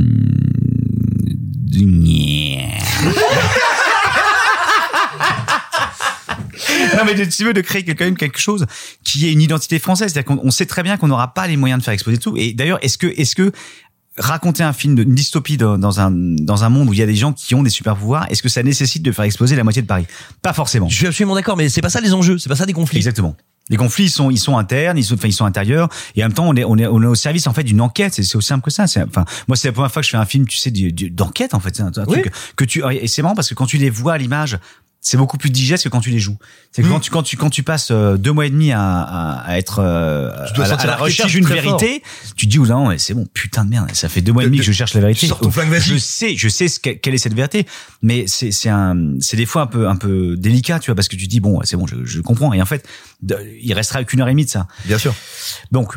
Non, mais tu veux de créer quand même quelque chose qui ait une identité française, c'est-à-dire qu'on on sait très bien qu'on n'aura pas les moyens de faire exposer tout. Et d'ailleurs, est-ce que est-ce que raconter un film, de, une dystopie dans, dans un dans un monde où il y a des gens qui ont des super pouvoirs, est-ce que ça nécessite de faire exploser la moitié de Paris? Pas forcément. Je suis absolument d'accord, mais c'est pas ça les enjeux, c'est pas ça des conflits. Exactement. Les conflits ils sont ils sont internes, ils sont enfin ils sont intérieurs et en même temps on est on est on est au service en fait d'une enquête, c'est c'est aussi simple que ça. C'est enfin moi c'est la première fois que je fais un film, tu sais, du, du, d'enquête en fait, c'est un, un oui. truc que tu et c'est marrant parce que quand tu les vois à l'image, c'est beaucoup plus digeste que quand tu les joues. C'est que mmh. quand tu quand tu quand tu passes deux mois et demi à à, à être euh, à, la, à la recherche d'une vérité, fort. Tu te dis oh non, c'est bon, putain de merde, ça fait deux mois et demi que je cherche la vérité. Ton flingue, vas-y. Je sais, je sais ce quelle est cette vérité, mais c'est c'est un c'est des fois un peu un peu délicat, tu vois, parce que tu dis bon, c'est bon, je, je comprends et en fait, il restera qu'une heure et demie de ça. Bien sûr. Donc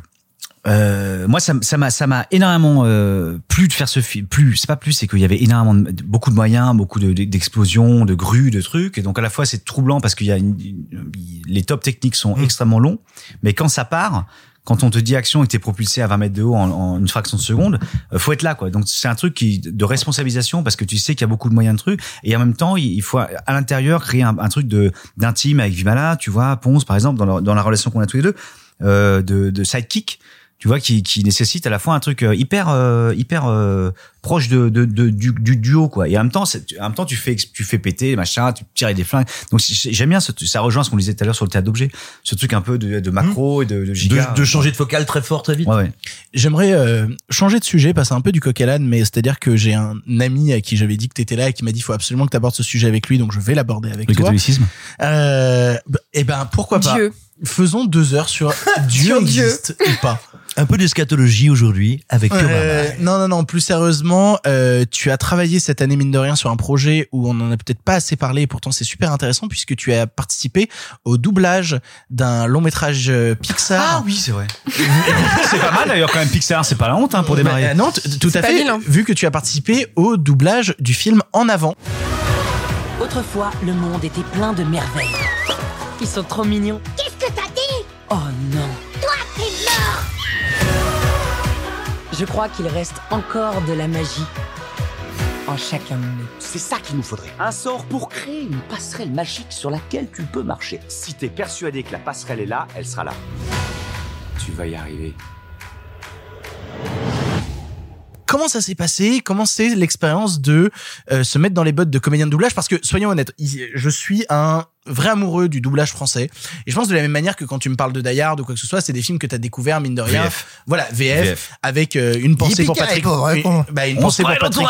Euh, moi ça ça m'a ça m'a énormément euh, plu de faire ce film. Plus c'est pas plus, c'est qu'il y avait énormément de, beaucoup de moyens, beaucoup de, d'explosions, de grues, de trucs. Et donc à la fois c'est troublant parce qu'il y a une, une, les tops techniques sont mmh. extrêmement longs, mais quand ça part, quand on te dit action et que t'es propulsé à vingt mètres de haut en, en une fraction de seconde, euh, faut être là quoi. Donc c'est un truc qui de responsabilisation parce que tu sais qu'il y a beaucoup de moyens de trucs et en même temps il faut à l'intérieur créer un, un truc de d'intime avec Vimala, tu vois, Ponce par exemple dans la, dans la relation qu'on a tous les deux, euh, de, de sidekick. Tu vois, qui, qui nécessite à la fois un truc hyper, euh, hyper euh, proche de, de, de du, du duo, quoi. Et en même temps, c'est, en même temps, tu fais, tu fais péter, machin, tu tires des flingues. Donc j'aime bien, ce, ça rejoint ce qu'on disait tout à l'heure sur le théâtre d'objets, ce truc un peu de, de macro mmh. et de, de giga. De, de changer de focale très fort, très vite. Ouais, ouais. J'aimerais euh, changer de sujet, passer un peu du coq à l'âne, mais c'est-à-dire que j'ai un ami à qui j'avais dit que t'étais là et qui m'a dit il faut absolument que t'abordes ce sujet avec lui, donc je vais l'aborder avec le toi. Le catholicisme. Euh, et ben pourquoi pas. Dieu. Faisons deux heures sur Dieu existe ou pas. Un peu d'eschatologie aujourd'hui avec euh, Non, non, non. Plus sérieusement, euh, tu as travaillé cette année mine de rien sur un projet où on en a peut-être pas assez parlé. Et pourtant, c'est super intéressant puisque tu as participé au doublage d'un long métrage Pixar. Ah oui, c'est vrai. C'est pas mal d'ailleurs quand même Pixar. C'est pas la honte hein, pour démarrer. Bah, non, t- tout c'est à fait. Vilain. Vu que tu as participé au doublage du film En Avant. Autrefois, le monde était plein de merveilles. Ils sont trop mignons. Qu'est-ce que t'as dit? Oh non. Toi, t'es mort. Je crois qu'il reste encore de la magie en chacun de nous. C'est ça qu'il nous faudrait. Un sort pour créer une passerelle magique sur laquelle tu peux marcher. Si t'es persuadé que la passerelle est là, elle sera là. Tu vas y arriver. Comment ça s'est passé? Comment c'est l'expérience de euh, se mettre dans les bottes de comédien de doublage? Parce que, soyons honnêtes, je suis un vrai amoureux du doublage français. Et je pense de la même manière que quand tu me parles de Die Hard ou quoi que ce soit, c'est des films que t'as découvert, mine de rien. V F. Voilà, V F, V F. avec euh, une pensée pour Patrick. Une, bah, une pensée pour Patrick.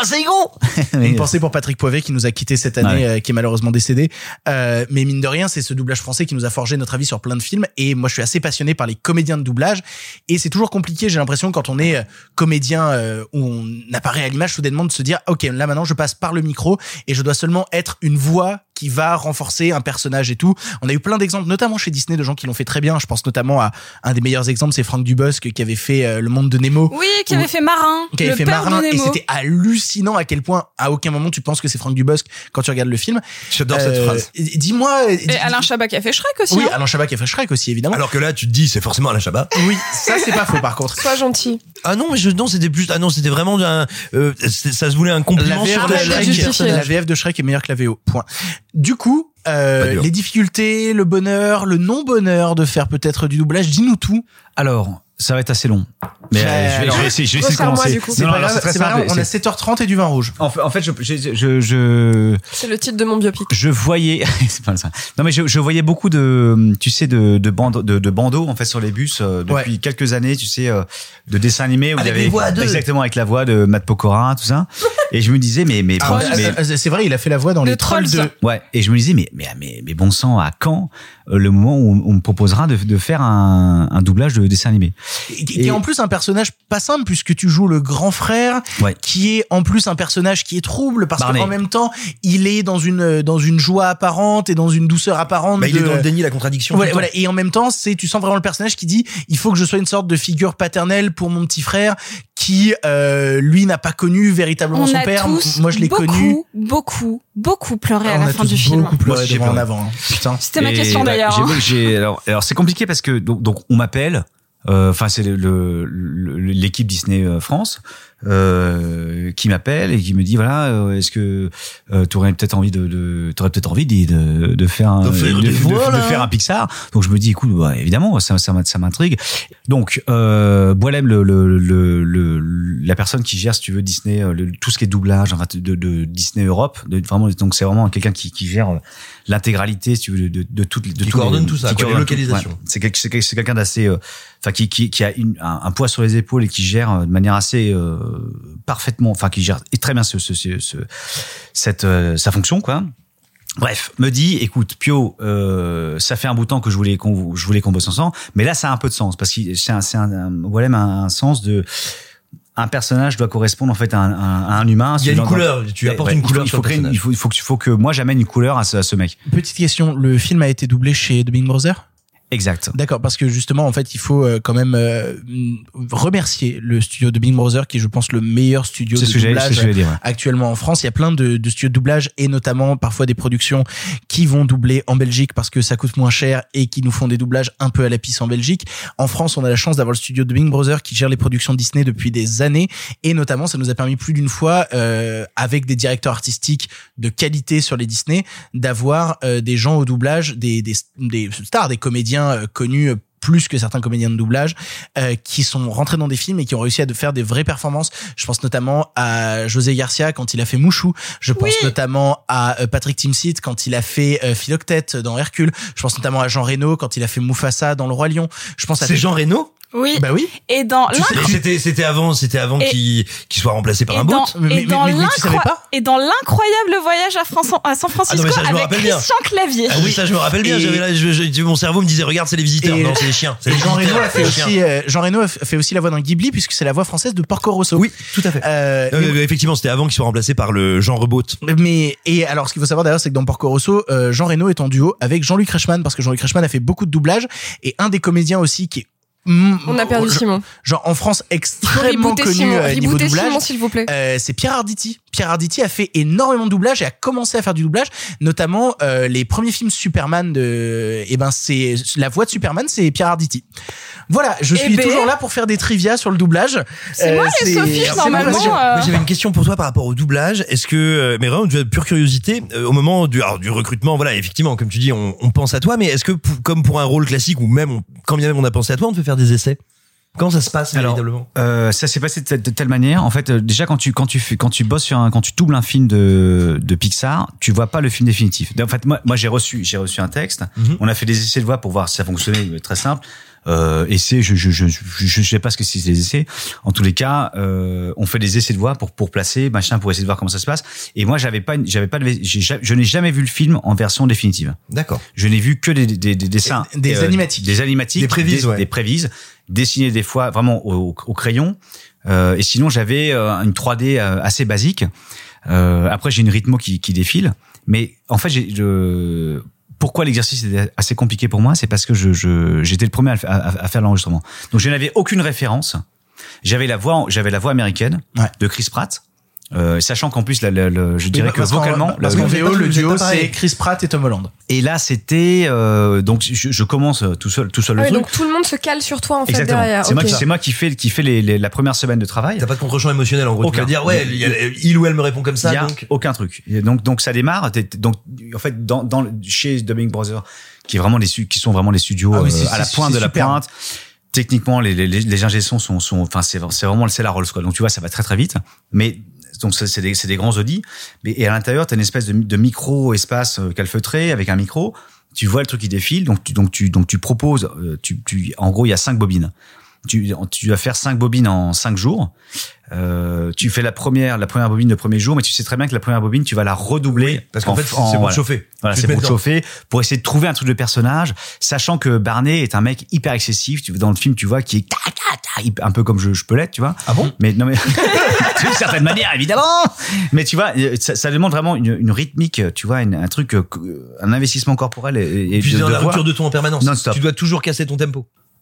Une pensée pour Patrick Poivet qui nous a quitté cette année, ouais. euh, qui est malheureusement décédé. Euh, mais mine de rien, c'est ce doublage français qui nous a forgé notre avis sur plein de films. Et moi, je suis assez passionné par les comédiens de doublage. Et c'est toujours compliqué, j'ai l'impression, quand on est comédien euh, où on apparaît à l'image, soudainement de se dire, ok, là maintenant, je passe par le micro et je dois seulement être une voix qui va renforcer un personnage et tout. On a eu plein d'exemples, notamment chez Disney, de gens qui l'ont fait très bien. Je pense notamment à un des meilleurs exemples, c'est Franck Dubosc qui avait fait euh, Le Monde de Nemo. Oui, qui avait fait Marin. Qui avait le fait père Marin. de Nemo. Et c'était hallucinant à quel point, à aucun moment, tu penses que c'est Franck Dubosc quand tu regardes le film. J'adore euh, cette phrase. Dis-moi. Et dis, Alain Chabat qui a fait Shrek aussi. Oui, hein. Alain Chabat qui a fait Shrek aussi, évidemment. Alors que là, tu te dis, c'est forcément Alain Chabat. Oui, ça, c'est pas faux, par contre. Sois gentil. Ah non, mais je, non, c'était plus, ah non, c'était vraiment un, euh, ça se voulait un compliment la sur de Shrek. La V F de Shrek est meilleure que la V O. Point. Du coup, Euh, les difficultés, le bonheur, le non-bonheur de faire peut-être du doublage, dis-nous tout. Alors, ça va être assez long. Mais euh, je, vais, je vais essayer, je vais essayer de commencer. C'est pas grave, c'est pas grave, on a sept heures trente et du vin rouge. En fait, en fait je, je, je, je... C'est le titre de mon biopic. Je voyais, c'est pas ça. Non mais je, je voyais beaucoup de, tu sais, de, de bandes, de, de bandeaux en fait sur les bus euh, depuis ouais. quelques années, tu sais, euh, de dessins animés où avec il y avait les voix à deux. Exactement avec la voix de Matt Pokora, tout ça. Et je me disais, mais mais, ah, bon, mais c'est vrai, il a fait la voix dans le les Trolls deux. Ouais. Et je me disais, mais mais mais, mais bon sang, à quand euh, le moment où on me proposera de, de faire un, un doublage de dessin animé? Et, qui est en plus un personnage pas simple puisque tu joues le grand frère, ouais. qui est en plus un personnage qui est trouble parce Barney. qu'en même temps il est dans une dans une joie apparente et dans une douceur apparente. Bah, de... il est dans le déni, la contradiction. Voilà, voilà. Et en même temps, c'est tu sens vraiment le personnage qui dit il faut que je sois une sorte de figure paternelle pour mon petit frère qui euh, lui n'a pas connu véritablement on son a père. Tous Moi je l'ai beaucoup, connu. Beaucoup, beaucoup pleuré à on la a fin tous du film. Beaucoup pleuré devant en avant. Hein. Putain. C'était ma Et question bah, d'ailleurs. J'ai, j'ai, alors, alors c'est compliqué parce que donc, donc on m'appelle. Enfin, euh, c'est le, le, l'équipe Disney France euh, qui m'appelle et qui me dit voilà, euh, est-ce que euh, tu aurais peut-être envie de, de t'aurais peut-être envie de, de, de faire un, de, faire, de, de, voix, de, de faire un Pixar. Donc je me dis écoute, bah, évidemment, ça, ça, ça m'intrigue. Donc euh, Boilem, le, le, le, le, la personne qui gère, si tu veux, Disney, le, tout ce qui est doublage, enfin, de, de Disney Europe, de, vraiment, donc c'est vraiment quelqu'un qui, qui gère l'intégralité, si tu veux, de, de toutes les, de qui tous coordonne les, tout ça, qui quoi, les localisations. Ouais. C'est, c'est, c'est quelqu'un d'assez, euh, enfin, qui, qui, qui a une, un, un poids sur les épaules et qui gère de manière assez euh, parfaitement, enfin, qui gère très bien ce, ce, ce, ce cette euh, sa fonction, quoi. Bref, me dit, écoute, Pio, euh, ça fait un bout de temps que je voulais qu'on, je voulais qu'on bosse ensemble, mais là, ça a un peu de sens parce que c'est un, c'est un, un, voilà, un, un sens de. Un personnage doit correspondre en fait à un, à un humain. Il y a une couleur. Tu apportes ouais, une couleur. Il faut, sur il faut, le il faut, il faut, il faut que moi j'amène une couleur à ce, à ce mec. Petite question, le film a été doublé chez Dubbing Brothers ? Exact. D'accord, parce que justement, en fait, il faut euh, quand même euh, remercier le studio de Dubbing Brothers, qui est, je pense, le meilleur studio c'est de ce doublage c'est ce que dire, ouais. actuellement en France. Il y a plein de, de studios de doublage et notamment parfois des productions qui vont doubler en Belgique parce que ça coûte moins cher et qui nous font des doublages un peu à la pisse en Belgique. En France, on a la chance d'avoir le studio de Dubbing Brothers qui gère les productions Disney depuis des années et notamment, ça nous a permis plus d'une fois, euh, avec des directeurs artistiques de qualité sur les Disney, d'avoir euh, des gens au doublage, des, des, des stars, des comédiens euh, connus euh, plus que certains comédiens de doublage euh, qui sont rentrés dans des films et qui ont réussi à de faire des vraies performances. Je pense notamment à José Garcia quand il a fait Mouchou. Je pense oui. notamment à euh, Patrick Timsit quand il a fait euh, Philoctète dans Hercule. Je pense notamment à Jean Reno quand il a fait Mufasa dans Le Roi Lion. Je pense à C'est Jean Reno. Oui. Bah oui. Et dans tu sais, c'était c'était avant c'était avant et, qu'il qu'il soit remplacé par un bot. Mais, mais, mais, mais tu savais pas Et dans l'incroyable voyage à, France, à San Francisco ah non, ça, avec Christian Clavier. Ah oui, ça je me rappelle bien. Et J'avais là, je, je, mon cerveau me disait regarde c'est les visiteurs. Et, non c'est les chiens. C'est et les Jean Reno a fait chiens. aussi euh, Jean Reno a fait aussi la voix dans Ghibli puisque c'est la voix française de Porco Rosso. Oui, tout à fait. Euh, euh, mais, effectivement c'était avant qu'il soit remplacé par le Jean Reboot. Mais et alors ce qu'il faut savoir d'ailleurs c'est que dans Porco Rosso, euh, Jean Reno est en duo avec Jean-Luc Reichmann parce que Jean-Luc Reichmann a fait beaucoup de doublage et un des comédiens aussi qui est On a perdu Simon. Genre en France extrêmement connu Simon. Euh, niveau doublage. Simon, s'il vous plaît. Euh, c'est Pierre Arditi. Pierre Arditi a fait énormément de doublage et a commencé à faire du doublage, notamment euh, les premiers films Superman de. Et ben c'est la voix de Superman, c'est Pierre Arditi. Voilà, je suis ben... toujours là pour faire des trivia sur le doublage. C'est euh, moi les Sophie normalement. Moi, euh... j'avais une question pour toi par rapport au doublage. Est-ce que, mais vraiment de pure curiosité, euh, au moment du, alors, du recrutement, voilà, effectivement, comme tu dis, on, on pense à toi, mais est-ce que pour, comme pour un rôle classique ou même, on, quand bien même on a pensé à toi, on te fait faire des essais? Comment ça se passe véritablement? euh, Ça s'est passé de telle, de telle manière. En fait, euh, déjà quand tu quand tu fais quand tu bosses sur un quand tu doubles un film de de Pixar, tu vois pas le film définitif. En fait, moi moi j'ai reçu j'ai reçu un texte. Mm-hmm. On a fait des essais de voix pour voir si ça fonctionnait. Très simple. Euh, essais, je je je je je sais pas ce que c'est des essais. En tous les cas, euh, on fait des essais de voix pour pour placer machin pour essayer de voir comment ça se passe. Et moi j'avais pas j'avais pas de, j'ai, je n'ai jamais vu le film en version définitive. D'accord. Je n'ai vu que des des, des dessins, des, des euh, animatiques, des animatiques, des prévises, des, ouais. des prévises, dessinés des fois vraiment au, au crayon. Euh, et sinon j'avais euh, une trois D euh, assez basique. Euh, après j'ai une rythmo qui qui défile, mais en fait j'ai je pourquoi l'exercice était assez compliqué pour moi, c'est parce que je, je j'étais le premier à, à, à faire l'enregistrement. Donc je n'avais aucune référence. J'avais la voix, j'avais la voix américaine ouais. de Chris Pratt, euh, sachant qu'en plus, la, la, la, je dirais oui, que vocalement, parce qu'en V O, le duo c'est Chris Pratt et Tom Holland. Et là, c'était euh, donc je, je commence tout seul, tout seul ah le oui, truc. Donc tout le monde se cale sur toi en Exactement. fait derrière. C'est okay. moi, c'est moi qui fait qui fait les, les, la première semaine de travail. T'as pas de contre-champ émotionnel en gros. Aucun. Tu vas dire ouais, il, y a, il ou elle me répond comme ça. Il y a donc aucun truc. Et donc donc ça démarre. Donc en fait dans dans chez Dubbing Brothers, qui est vraiment les qui sont vraiment les studios ah oui, euh, à la pointe de la super. pointe. Techniquement, les les les ingé sons sont sont enfin c'est c'est vraiment c'est la Rolls quoi. Donc tu vois ça va très très vite. Mais donc c'est des c'est des grands audis. Mais et à l'intérieur t'as une espèce de, de micro espace calfeutré avec un micro. Tu vois le truc qui défile. Donc tu donc tu donc tu proposes. Tu tu en gros il y a cinq bobines. Tu tu vas faire cinq bobines en cinq jours. Euh, tu fais la première, la première bobine le premier jour, mais tu sais très bien que la première bobine, tu vas la redoubler. Oui, parce qu'en en, fait, c'est en, pour voilà. te chauffer. Voilà, tu c'est te pour te dedans. chauffer, pour essayer de trouver un truc de personnage, sachant que Barney est un mec hyper excessif. Tu dans le film, tu vois, qui est ta, ta, ta, un peu comme je, je peux l'être, tu vois. Ah bon? Mais non, mais d'une certaine manière, évidemment. Mais tu vois, ça, ça demande vraiment une, une rythmique, tu vois, une, un truc, un investissement corporel et, et puis de, dans de la voix. rupture de ton en permanence. Non-stop. Tu dois toujours casser ton tempo.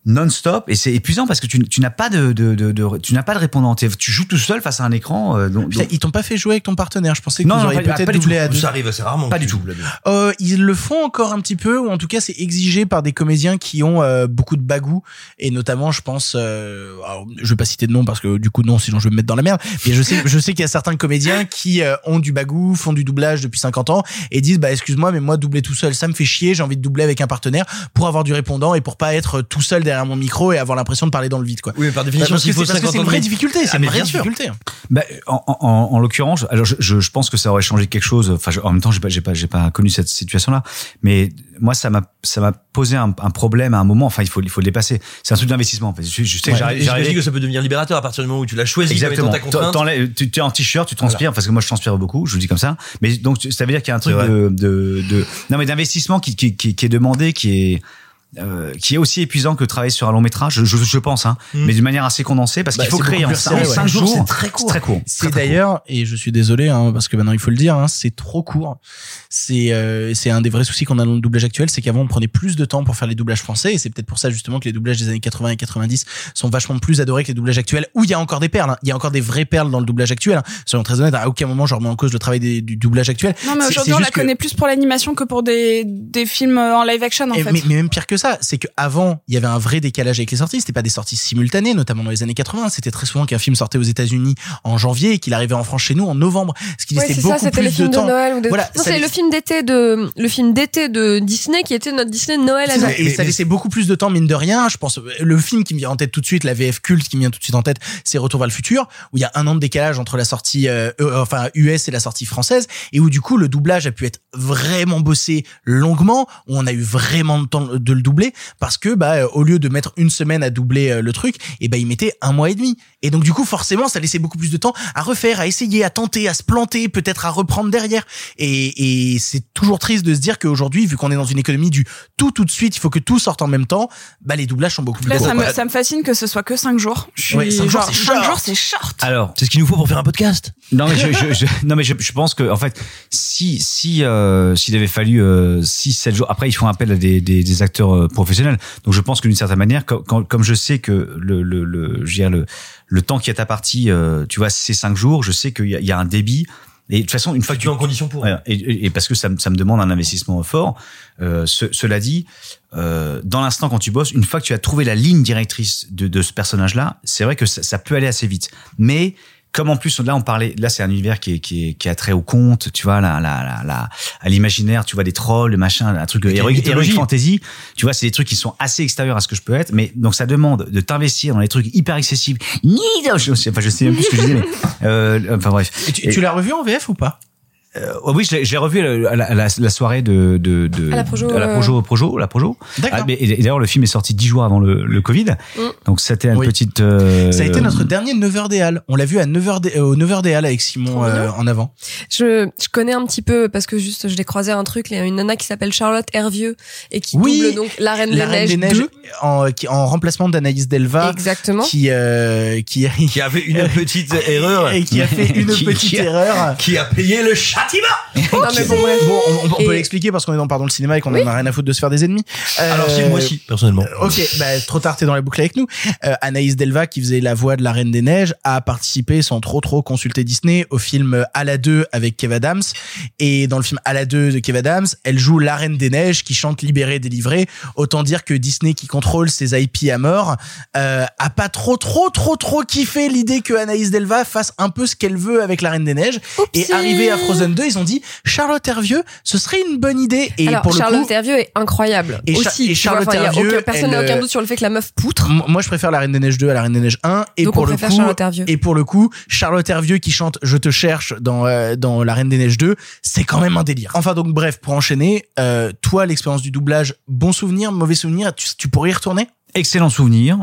non-stop et c'est épuisant parce que tu, tu n'as pas de, de, de, de tu n'as pas de répondant. Tu joues tout seul face à un écran. Euh, donc, donc... Ils t'ont pas fait jouer avec ton partenaire. Je pensais que non, vous non, auriez pas, peut-être pas doublé à deux. Ça arrive assez rarement. Pas du tout. Euh, ils le font encore un petit peu, ou en tout cas c'est exigé par des comédiens qui ont euh, beaucoup de bagou, et notamment je pense, euh, alors, je vais pas citer de nom parce que du coup non, sinon je vais me mettre dans la merde. Mais je sais, je sais qu'il y a certains comédiens qui euh, ont du bagou, font du doublage depuis cinquante ans et disent bah excuse-moi mais moi doubler tout seul ça me fait chier, j'ai envie de doubler avec un partenaire pour avoir du répondant et pour pas être tout seul derrière mon micro et avoir l'impression de parler dans le vide quoi. Oui, mais par définition, parce que c'est, parce que c'est une vraie difficulté, c'est ah, une mais vraie bien sûr. difficulté. Bah, en, en, en l'occurrence, alors je, je, je pense que ça aurait changé quelque chose. Enfin, je, en même temps, j'ai pas, j'ai pas, j'ai pas connu cette situation-là. Mais moi, ça m'a, ça m'a posé un, un problème à un moment. Enfin, il faut, il faut le dépasser. C'est un truc d'investissement. En fait. Je, je sais Ouais, que j'arrive, j'imagine j'arrive... que ça peut devenir libérateur à partir du moment où tu l'as choisi. Exactement. Comme étant ta contrainte. Tu, tu es en t-shirt, tu transpires, voilà. Parce que moi, je transpire beaucoup. Je vous dis comme ça. Mais donc, ça veut dire qu'il y a un truc de, de, de, non, mais d'investissement qui, qui, qui, qui est demandé, qui est, Euh, qui est aussi épuisant que travailler sur un long métrage, je, je, je pense, hein, mmh. mais d'une manière assez condensée, parce bah, qu'il faut créer en cinq ouais. jours, c'est très court. C'est, très court. c'est très d'ailleurs, court. Et je suis désolé, hein, parce que maintenant il faut le dire, hein, c'est trop court. C'est, euh, c'est un des vrais soucis qu'on a dans le doublage actuel, c'est qu'avant on prenait plus de temps pour faire les doublages français, et c'est peut-être pour ça justement que les doublages des années quatre-vingts et quatre-vingt-dix sont vachement plus adorés que les doublages actuels, où il y a encore des perles, hein. Il y a encore des vraies perles dans le doublage actuel. Hein. Soyons très honnêtes, à aucun moment je remets en cause le travail des, du doublage actuel. Non, mais aujourd'hui on la connaît plus pour l'animation que pour des, des films en live action en et, fait. Mais, mais même pire que ça, c'est que avant il y avait un vrai décalage avec les sorties, c'était pas des sorties simultanées, notamment dans les années quatre-vingts, c'était très souvent qu'un film sortait aux États-Unis en janvier et qu'il arrivait en France chez nous en novembre, ce qui ouais, laissait c'est beaucoup ça, c'était plus le film de de temps. Noël ou de... Voilà, non, c'est laisse... le film d'été de le film d'été de Disney qui était notre Disney de Noël à nous. Et ça laissait beaucoup plus de temps, mine de rien. Je pense le film qui me vient en tête tout de suite, la V F culte qui me vient tout de suite en tête, c'est Retour vers le futur, où il y a un an de décalage entre la sortie euh, euh, enfin U S et la sortie française, et où du coup le doublage a pu être vraiment bossé longuement, où on a eu vraiment le temps de le doubler, parce que bah au lieu de mettre une semaine à doubler le truc, et ben bah, il mettait un mois et demi. Et donc du coup forcément ça laissait beaucoup plus de temps à refaire, à essayer, à tenter, à se planter, peut-être à reprendre derrière. Et, et c'est toujours triste de se dire qu'aujourd'hui, vu qu'on est dans une économie du tout tout de suite, il faut que tout sorte en même temps, bah les doublages sont beaucoup plus Là, courts. Ça me, ça me fascine que ce soit que cinq jours. Je suis ouais, cinq jours, c'est cinq short. jours, c'est short. Alors, c'est ce qu'il nous faut pour faire un podcast. Non mais je, je, je non mais je, je pense que en fait si si euh, s'il avait fallu euh, six sept jours, après ils font appel à des des, des acteurs euh, professionnels. Donc je pense que d'une certaine manière, quand, quand, comme je sais que le le le je veux dire, le le temps qui est à partie, euh, tu vois, c'est cinq jours, je sais qu'il y a, il y a un débit. Et de toute façon, une fois que tu es en condition pour. Ouais, et, et, et parce que ça, ça me demande un investissement fort. Euh, ce, cela dit, euh, dans l'instant quand tu bosses, une fois que tu as trouvé la ligne directrice de, de ce personnage-là, c'est vrai que ça, ça peut aller assez vite. Mais comme en plus là on parlait, là c'est un univers qui est qui est qui a trait au conte, tu vois, la la la, la à l'imaginaire, tu vois, des trolls, machin, un truc héroïque, héroïque fantasy, tu vois, c'est des trucs qui sont assez extérieurs à ce que je peux être, mais donc ça demande de t'investir dans des trucs hyper accessibles. Enfin, je sais même plus ce que je disais, mais euh, enfin bref. Et tu, et, tu l'as revu en V F ou pas? Euh, oui, je l'ai, je l'ai revu à la, à la, la soirée de, de, de à la Projo, à la Projo, euh... Projo, la Projo. D'accord. Ah, mais, et d'ailleurs, le film est sorti dix jours avant le, le Covid. Mm. Donc, c'était une oui. petite, euh... Ça a été notre dernier neuf heures des Halles. On l'a vu à neuf heures des, euh, au neuf heures des Halles avec Simon, euh, en avant. Je, je connais un petit peu parce que juste, je l'ai croisé un truc, il y a une nana qui s'appelle Charlotte Hervieux et qui oui, double donc La Reine la des Reine Neiges, des Neiges en, qui, en remplacement d'Anaïs Delva. Exactement. Qui, euh, qui, qui avait une petite erreur. Et qui a fait une qui, petite qui a, erreur. Qui a payé le châtiment. Non, mais bon, bref. Bon, on, on et... peut l'expliquer parce qu'on est dans pardon le cinéma et qu'on oui. en a rien à foutre de se faire des ennemis. Euh, Alors si, moi aussi, personnellement. Ok, bah trop tard, t'es dans la boucle avec nous. Euh, Anaïs Delva, qui faisait la voix de la Reine des Neiges, a participé sans trop trop consulter Disney au film Ala deux avec Kev Adams. Et dans le film Ala deux de Kev Adams, elle joue la Reine des Neiges qui chante Libérée, délivrée. Autant dire que Disney, qui contrôle ses I P à mort, euh, a pas trop trop trop trop kiffé l'idée que Anaïs Delva fasse un peu ce qu'elle veut avec la Reine des Neiges. Oupsie. Et arrivé à Frozen deux, ils ont dit Charlotte Hervieux, ce serait une bonne idée. Et alors, pour Charlotte le coup, Hervieux est incroyable. Et, aussi, et Charlotte vois, Hervieux, aucun, personne n'a aucun doute sur le fait que la meuf poutre. Moi, je préfère la Reine des Neiges deux à la Reine des Neiges un. Et donc pour on le préfère coup, Charlotte Hervieux. Et pour le coup, Charlotte Hervieux qui chante Je te cherche dans euh, dans la Reine des Neiges deux, c'est quand même un délire. Enfin donc bref, pour enchaîner, euh, toi l'expérience du doublage, bon souvenir, mauvais souvenir, tu, tu pourrais y retourner? Excellent souvenir.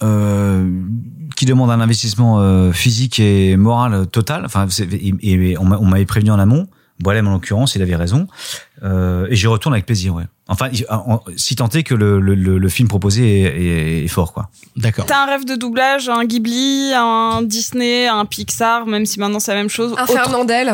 Euh, qui demande un investissement euh, physique et moral total. Enfin, c'est, et, et on, on m'avait prévenu en amont. Boilem, en l'occurrence, il avait raison. Euh, et j'y retourne avec plaisir, ouais. Enfin, si tant est que le, le, le film proposé est, est, est fort, quoi. D'accord. T'as un rêve de doublage, un Ghibli, un Disney, un Pixar, même si maintenant c'est la même chose. Un Autre... Fernandel.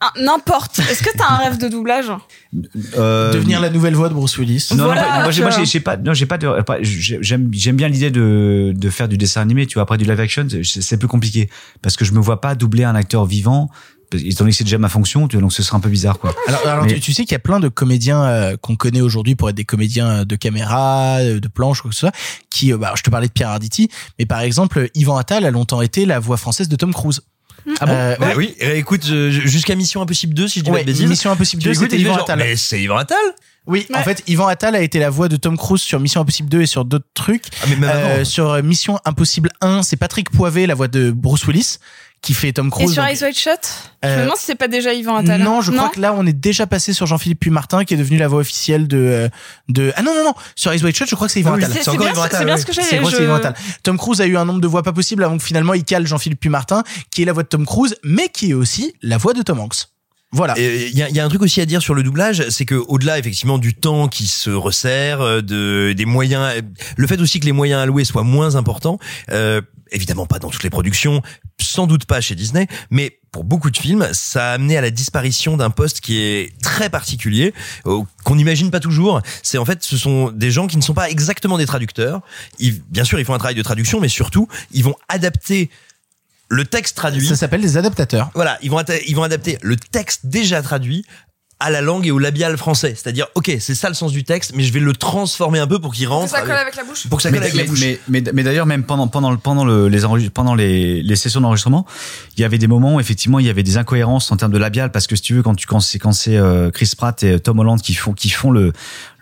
un- n'importe. Est-ce que t'as un rêve de doublage? Euh, Devenir la nouvelle voix de Bruce Willis. Non, Voilà, non, pas- moi, j'ai, moi, j'ai, j'ai pas, non, j'ai pas de, pas- j'aime, j'aime bien l'idée de, de faire du dessin animé, tu vois. Après du live action, c'est, c'est plus compliqué. Parce que je me vois pas doubler un acteur vivant, étant donné que c'est déjà ma fonction, tu vois, donc ce serait un peu bizarre, quoi. Alors, alors Mais- tu, tu sais qu'il y a plein de comédiens euh, qu'on connaît aujourd'hui pour être des comédiens de caméra, euh, de planche, quoi que ce soit, qui, euh, bah, je te parlais de Pierre Arditi, mais par exemple, Yvan Attal a longtemps été la voix française de Tom Cruise. Ah bon Euh, Bah ouais. oui, et écoute, euh, jusqu'à Mission Impossible deux, si je dis Ouais, pas de bêtises. Mission Impossible Tu deux, écoutes c'était et tu fais Yvan genre, Attal. Mais c'est Yvan Attal? Oui, en fait, Yvan Attal a été la voix de Tom Cruise sur Mission Impossible deux et sur d'autres trucs. Ah, mais même Euh, avant. sur Mission Impossible un, c'est Patrick Poivet, la voix de Bruce Willis, qui fait Tom Et Cruise. sur donc- Ice White Shut? Je me Euh, demande si c'est pas déjà Yvan Attal. Non, je crois que là, on est déjà passé sur Jean-Philippe Puy-Martin, qui est devenu la voix officielle de, euh, de, ah non, non, non, sur Ice White Shut, je crois que c'est Yvan Oui, Attal. c'est- c'est bien ce- c'est bien ce que j'allais- C'est vrai, je- c'est Yvan Attal. Tom Cruise a eu un nombre de voix pas possible avant que finalement il cale Jean-Philippe Puy-Martin, qui est la voix de Tom Cruise, mais qui est aussi la voix de Tom Hanks. Voilà. Et il y a, il y a un truc aussi à dire sur le doublage, c'est que au-delà effectivement du temps qui se resserre, euh, de des moyens, le fait aussi que les moyens alloués soient moins importants, euh, évidemment pas dans toutes les productions, sans doute pas chez Disney, mais pour beaucoup de films, ça a amené à la disparition d'un poste qui est très particulier, euh, qu'on n'imagine pas toujours. C'est en fait, ce sont des gens qui ne sont pas exactement des traducteurs. Ils, bien sûr, ils font un travail de traduction, mais surtout, ils vont adapter le texte traduit. Ça s'appelle des adaptateurs. Voilà, ils vont atta- ils vont adapter le texte déjà traduit à la langue et au labial français. C'est-à-dire, ok, c'est ça le sens du texte, mais je vais le transformer un peu pour qu'il rentre. ça colle avec la bouche. Pour que ça mais, colle avec la mais, bouche. mais, mais, mais d'ailleurs, même pendant, pendant, le- pendant, le, les, enregistre- pendant les, les sessions d'enregistrement, il y avait des moments où effectivement il y avait des incohérences en termes de labial, parce que si tu veux, quand tu quand c'est quand c'est euh, Chris Pratt et Tom Holland qui font qui font le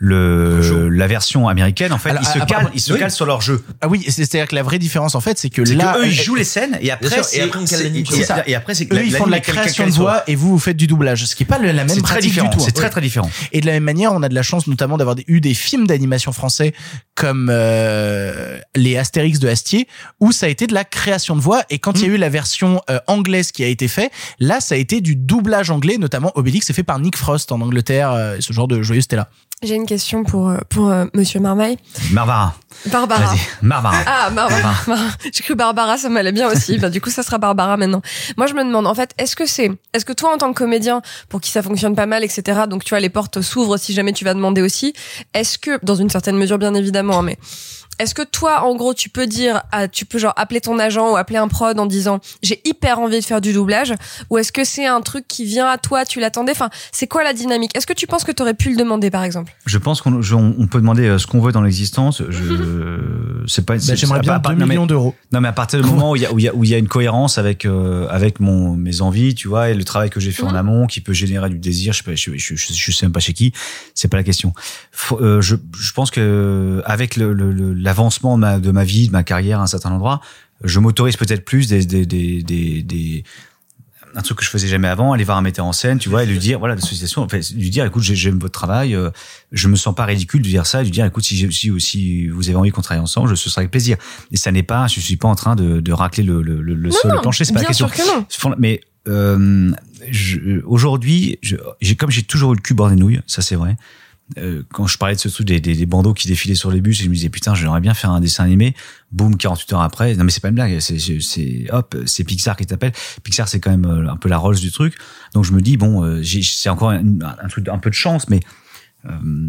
le la version américaine, en fait, Alors, ils se après- calent ils se oui. calent sur leur jeu. Ah oui, c'est- c'est-à-dire que la vraie différence en fait, c'est que C'est là, que eux ils euh, jouent les scènes et après Bien sûr, c'est et après, on cale c'est- l'anime sur c'est ça. ça. Et après c'est que eux la- ils font l'anime de la est calé- création calé de sur- voix et vous vous faites du doublage, ce qui est pas le- la même C'est très pratique différent. du tout. hein. C'est très très différent. Et de la même manière, on a de la chance notamment d'avoir des- eu des films d'animation français comme euh, les Astérix de Astier, où ça a été de la création de voix. Et quand il y a eu la version euh, anglaise qui a été faite, là, ça a été du doublage anglais, notamment Obélix, c'est fait par Nick Frost en Angleterre, euh, ce genre de joyeuse là. J'ai une question pour, euh, pour euh, Monsieur Marmaille. Marvara. Barbara. Vas-y, Marvara. Ah, Barbara. J'ai cru Barbara, ça m'allait bien aussi. Bah, du coup, ça sera Barbara maintenant. Moi, je me demande, en fait, est-ce que c'est, est-ce que toi, en tant que comédien, pour qui ça fonctionne pas mal, et cetera, donc tu vois, les portes s'ouvrent si jamais tu vas demander aussi, est-ce que, dans une certaine mesure, bien évidemment, hein, mais est-ce que toi, en gros, tu peux dire, ah, tu peux genre appeler ton agent ou appeler un prod en disant, j'ai hyper envie de faire du doublage, ou est-ce que c'est un truc qui vient à toi, tu l'attendais, enfin, c'est quoi la dynamique? Est-ce que tu penses que t'aurais pu le demander, par exemple? Je pense qu'on je- on on peut demander euh, ce qu'on veut dans l'existence. Je c'est pas. c'est- j'aimerais c'est- bien à part- deux non, mais- millions d'euros. Non mais à partir du moment où il y a où il y a où il y a une cohérence avec euh, avec mon mes envies, tu vois, et le travail que j'ai fait en amont, qui peut générer du désir. Je sais pas, je, je, je, je sais même pas chez qui. C'est pas la question. Faut- euh, je je pense que avec le le- le- l'avancement de ma de ma vie, de ma carrière à un certain endroit, je m'autorise peut-être plus des des des des, des un truc que je faisais jamais avant, aller voir un metteur en scène, tu vois, et lui dire, voilà, l'association, en fait, lui dire, écoute, j'ai- j'aime votre travail, euh, je me sens pas ridicule de dire ça, et lui dire, écoute, si, j'ai- si, si vous avez envie qu'on travaille ensemble, je, ce sera avec plaisir. Et ça n'est pas, je suis pas en train de, de racler le, le, le, le Non, sol, non, le plancher, c'est pas la bien question. sûr que non. Mais, euh, je- aujourd'hui, je- j'ai, comme j'ai toujours eu le cul bord des nouilles, ça c'est vrai, euh, quand je parlais de ce truc des, des, des bandeaux qui défilaient sur les bus, et je me disais putain, j'aimerais bien faire un dessin animé. Boum, quarante-huit heures après, non mais c'est pas une blague, c'est c'est c'est- hop, c'est Pixar qui t'appelle. Pixar c'est quand même euh, un peu la Rolls du truc. Donc je me dis bon, euh, j'ai, c'est encore un, un truc un peu de chance, mais euh,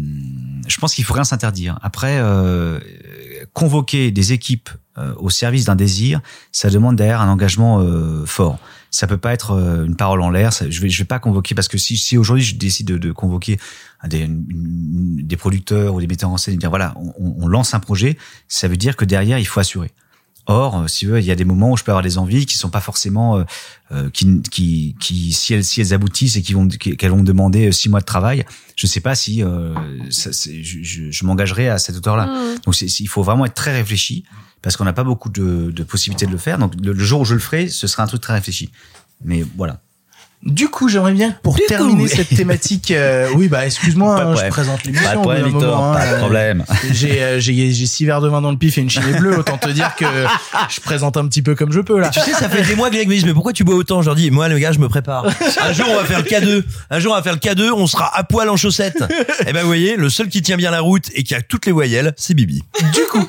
je pense qu'il faut rien s'interdire. Après, euh, convoquer des équipes euh, au service d'un désir, ça demande derrière un engagement euh, fort. Ça peut pas être euh, une parole en l'air. Ça, je vais, je vais pas convoquer parce que si, si aujourd'hui je décide de, de convoquer des, une- des producteurs ou des metteurs en scène et dire voilà, on, on lance un projet, ça veut dire que derrière il faut assurer. Or, euh, si vous voulez, il y a des moments où je peux avoir des envies qui sont pas forcément, euh, euh, qui, qui, qui, si elles, si elles aboutissent et qui vont, qu'elles vont me demander six mois de travail, je sais pas si euh, ça, c'est, je, je, je m'engagerai à cette hauteur-là. Mmh. Donc, c'est, il faut vraiment être très réfléchi parce qu'on n'a pas beaucoup de, de possibilités de le faire. Donc, le, le jour où je le ferai, ce sera un truc très réfléchi. Mais voilà. Du coup, j'aimerais bien que pour Du terminer coup. cette thématique, euh, oui, bah excuse-moi, Pas de hein, je problème. présente l'émission. Pas de au bout problème, d'un Victor, moment, pas hein, de euh, problème. J'ai euh, j'ai j'ai six verres de vin dans le pif et une chinée bleue, autant te dire que je présente un petit peu comme je peux là. Tu sais, ça fait des mois que les mecs me disent, mais pourquoi tu bois autant? Je leur dis, moi, les gars, je me prépare. Un jour, on va faire le K deux. Un jour, on va faire le K deux, on sera à poil en chaussettes. Et ben, vous voyez, le seul qui tient bien la route et qui a toutes les voyelles, c'est Bibi. Du coup,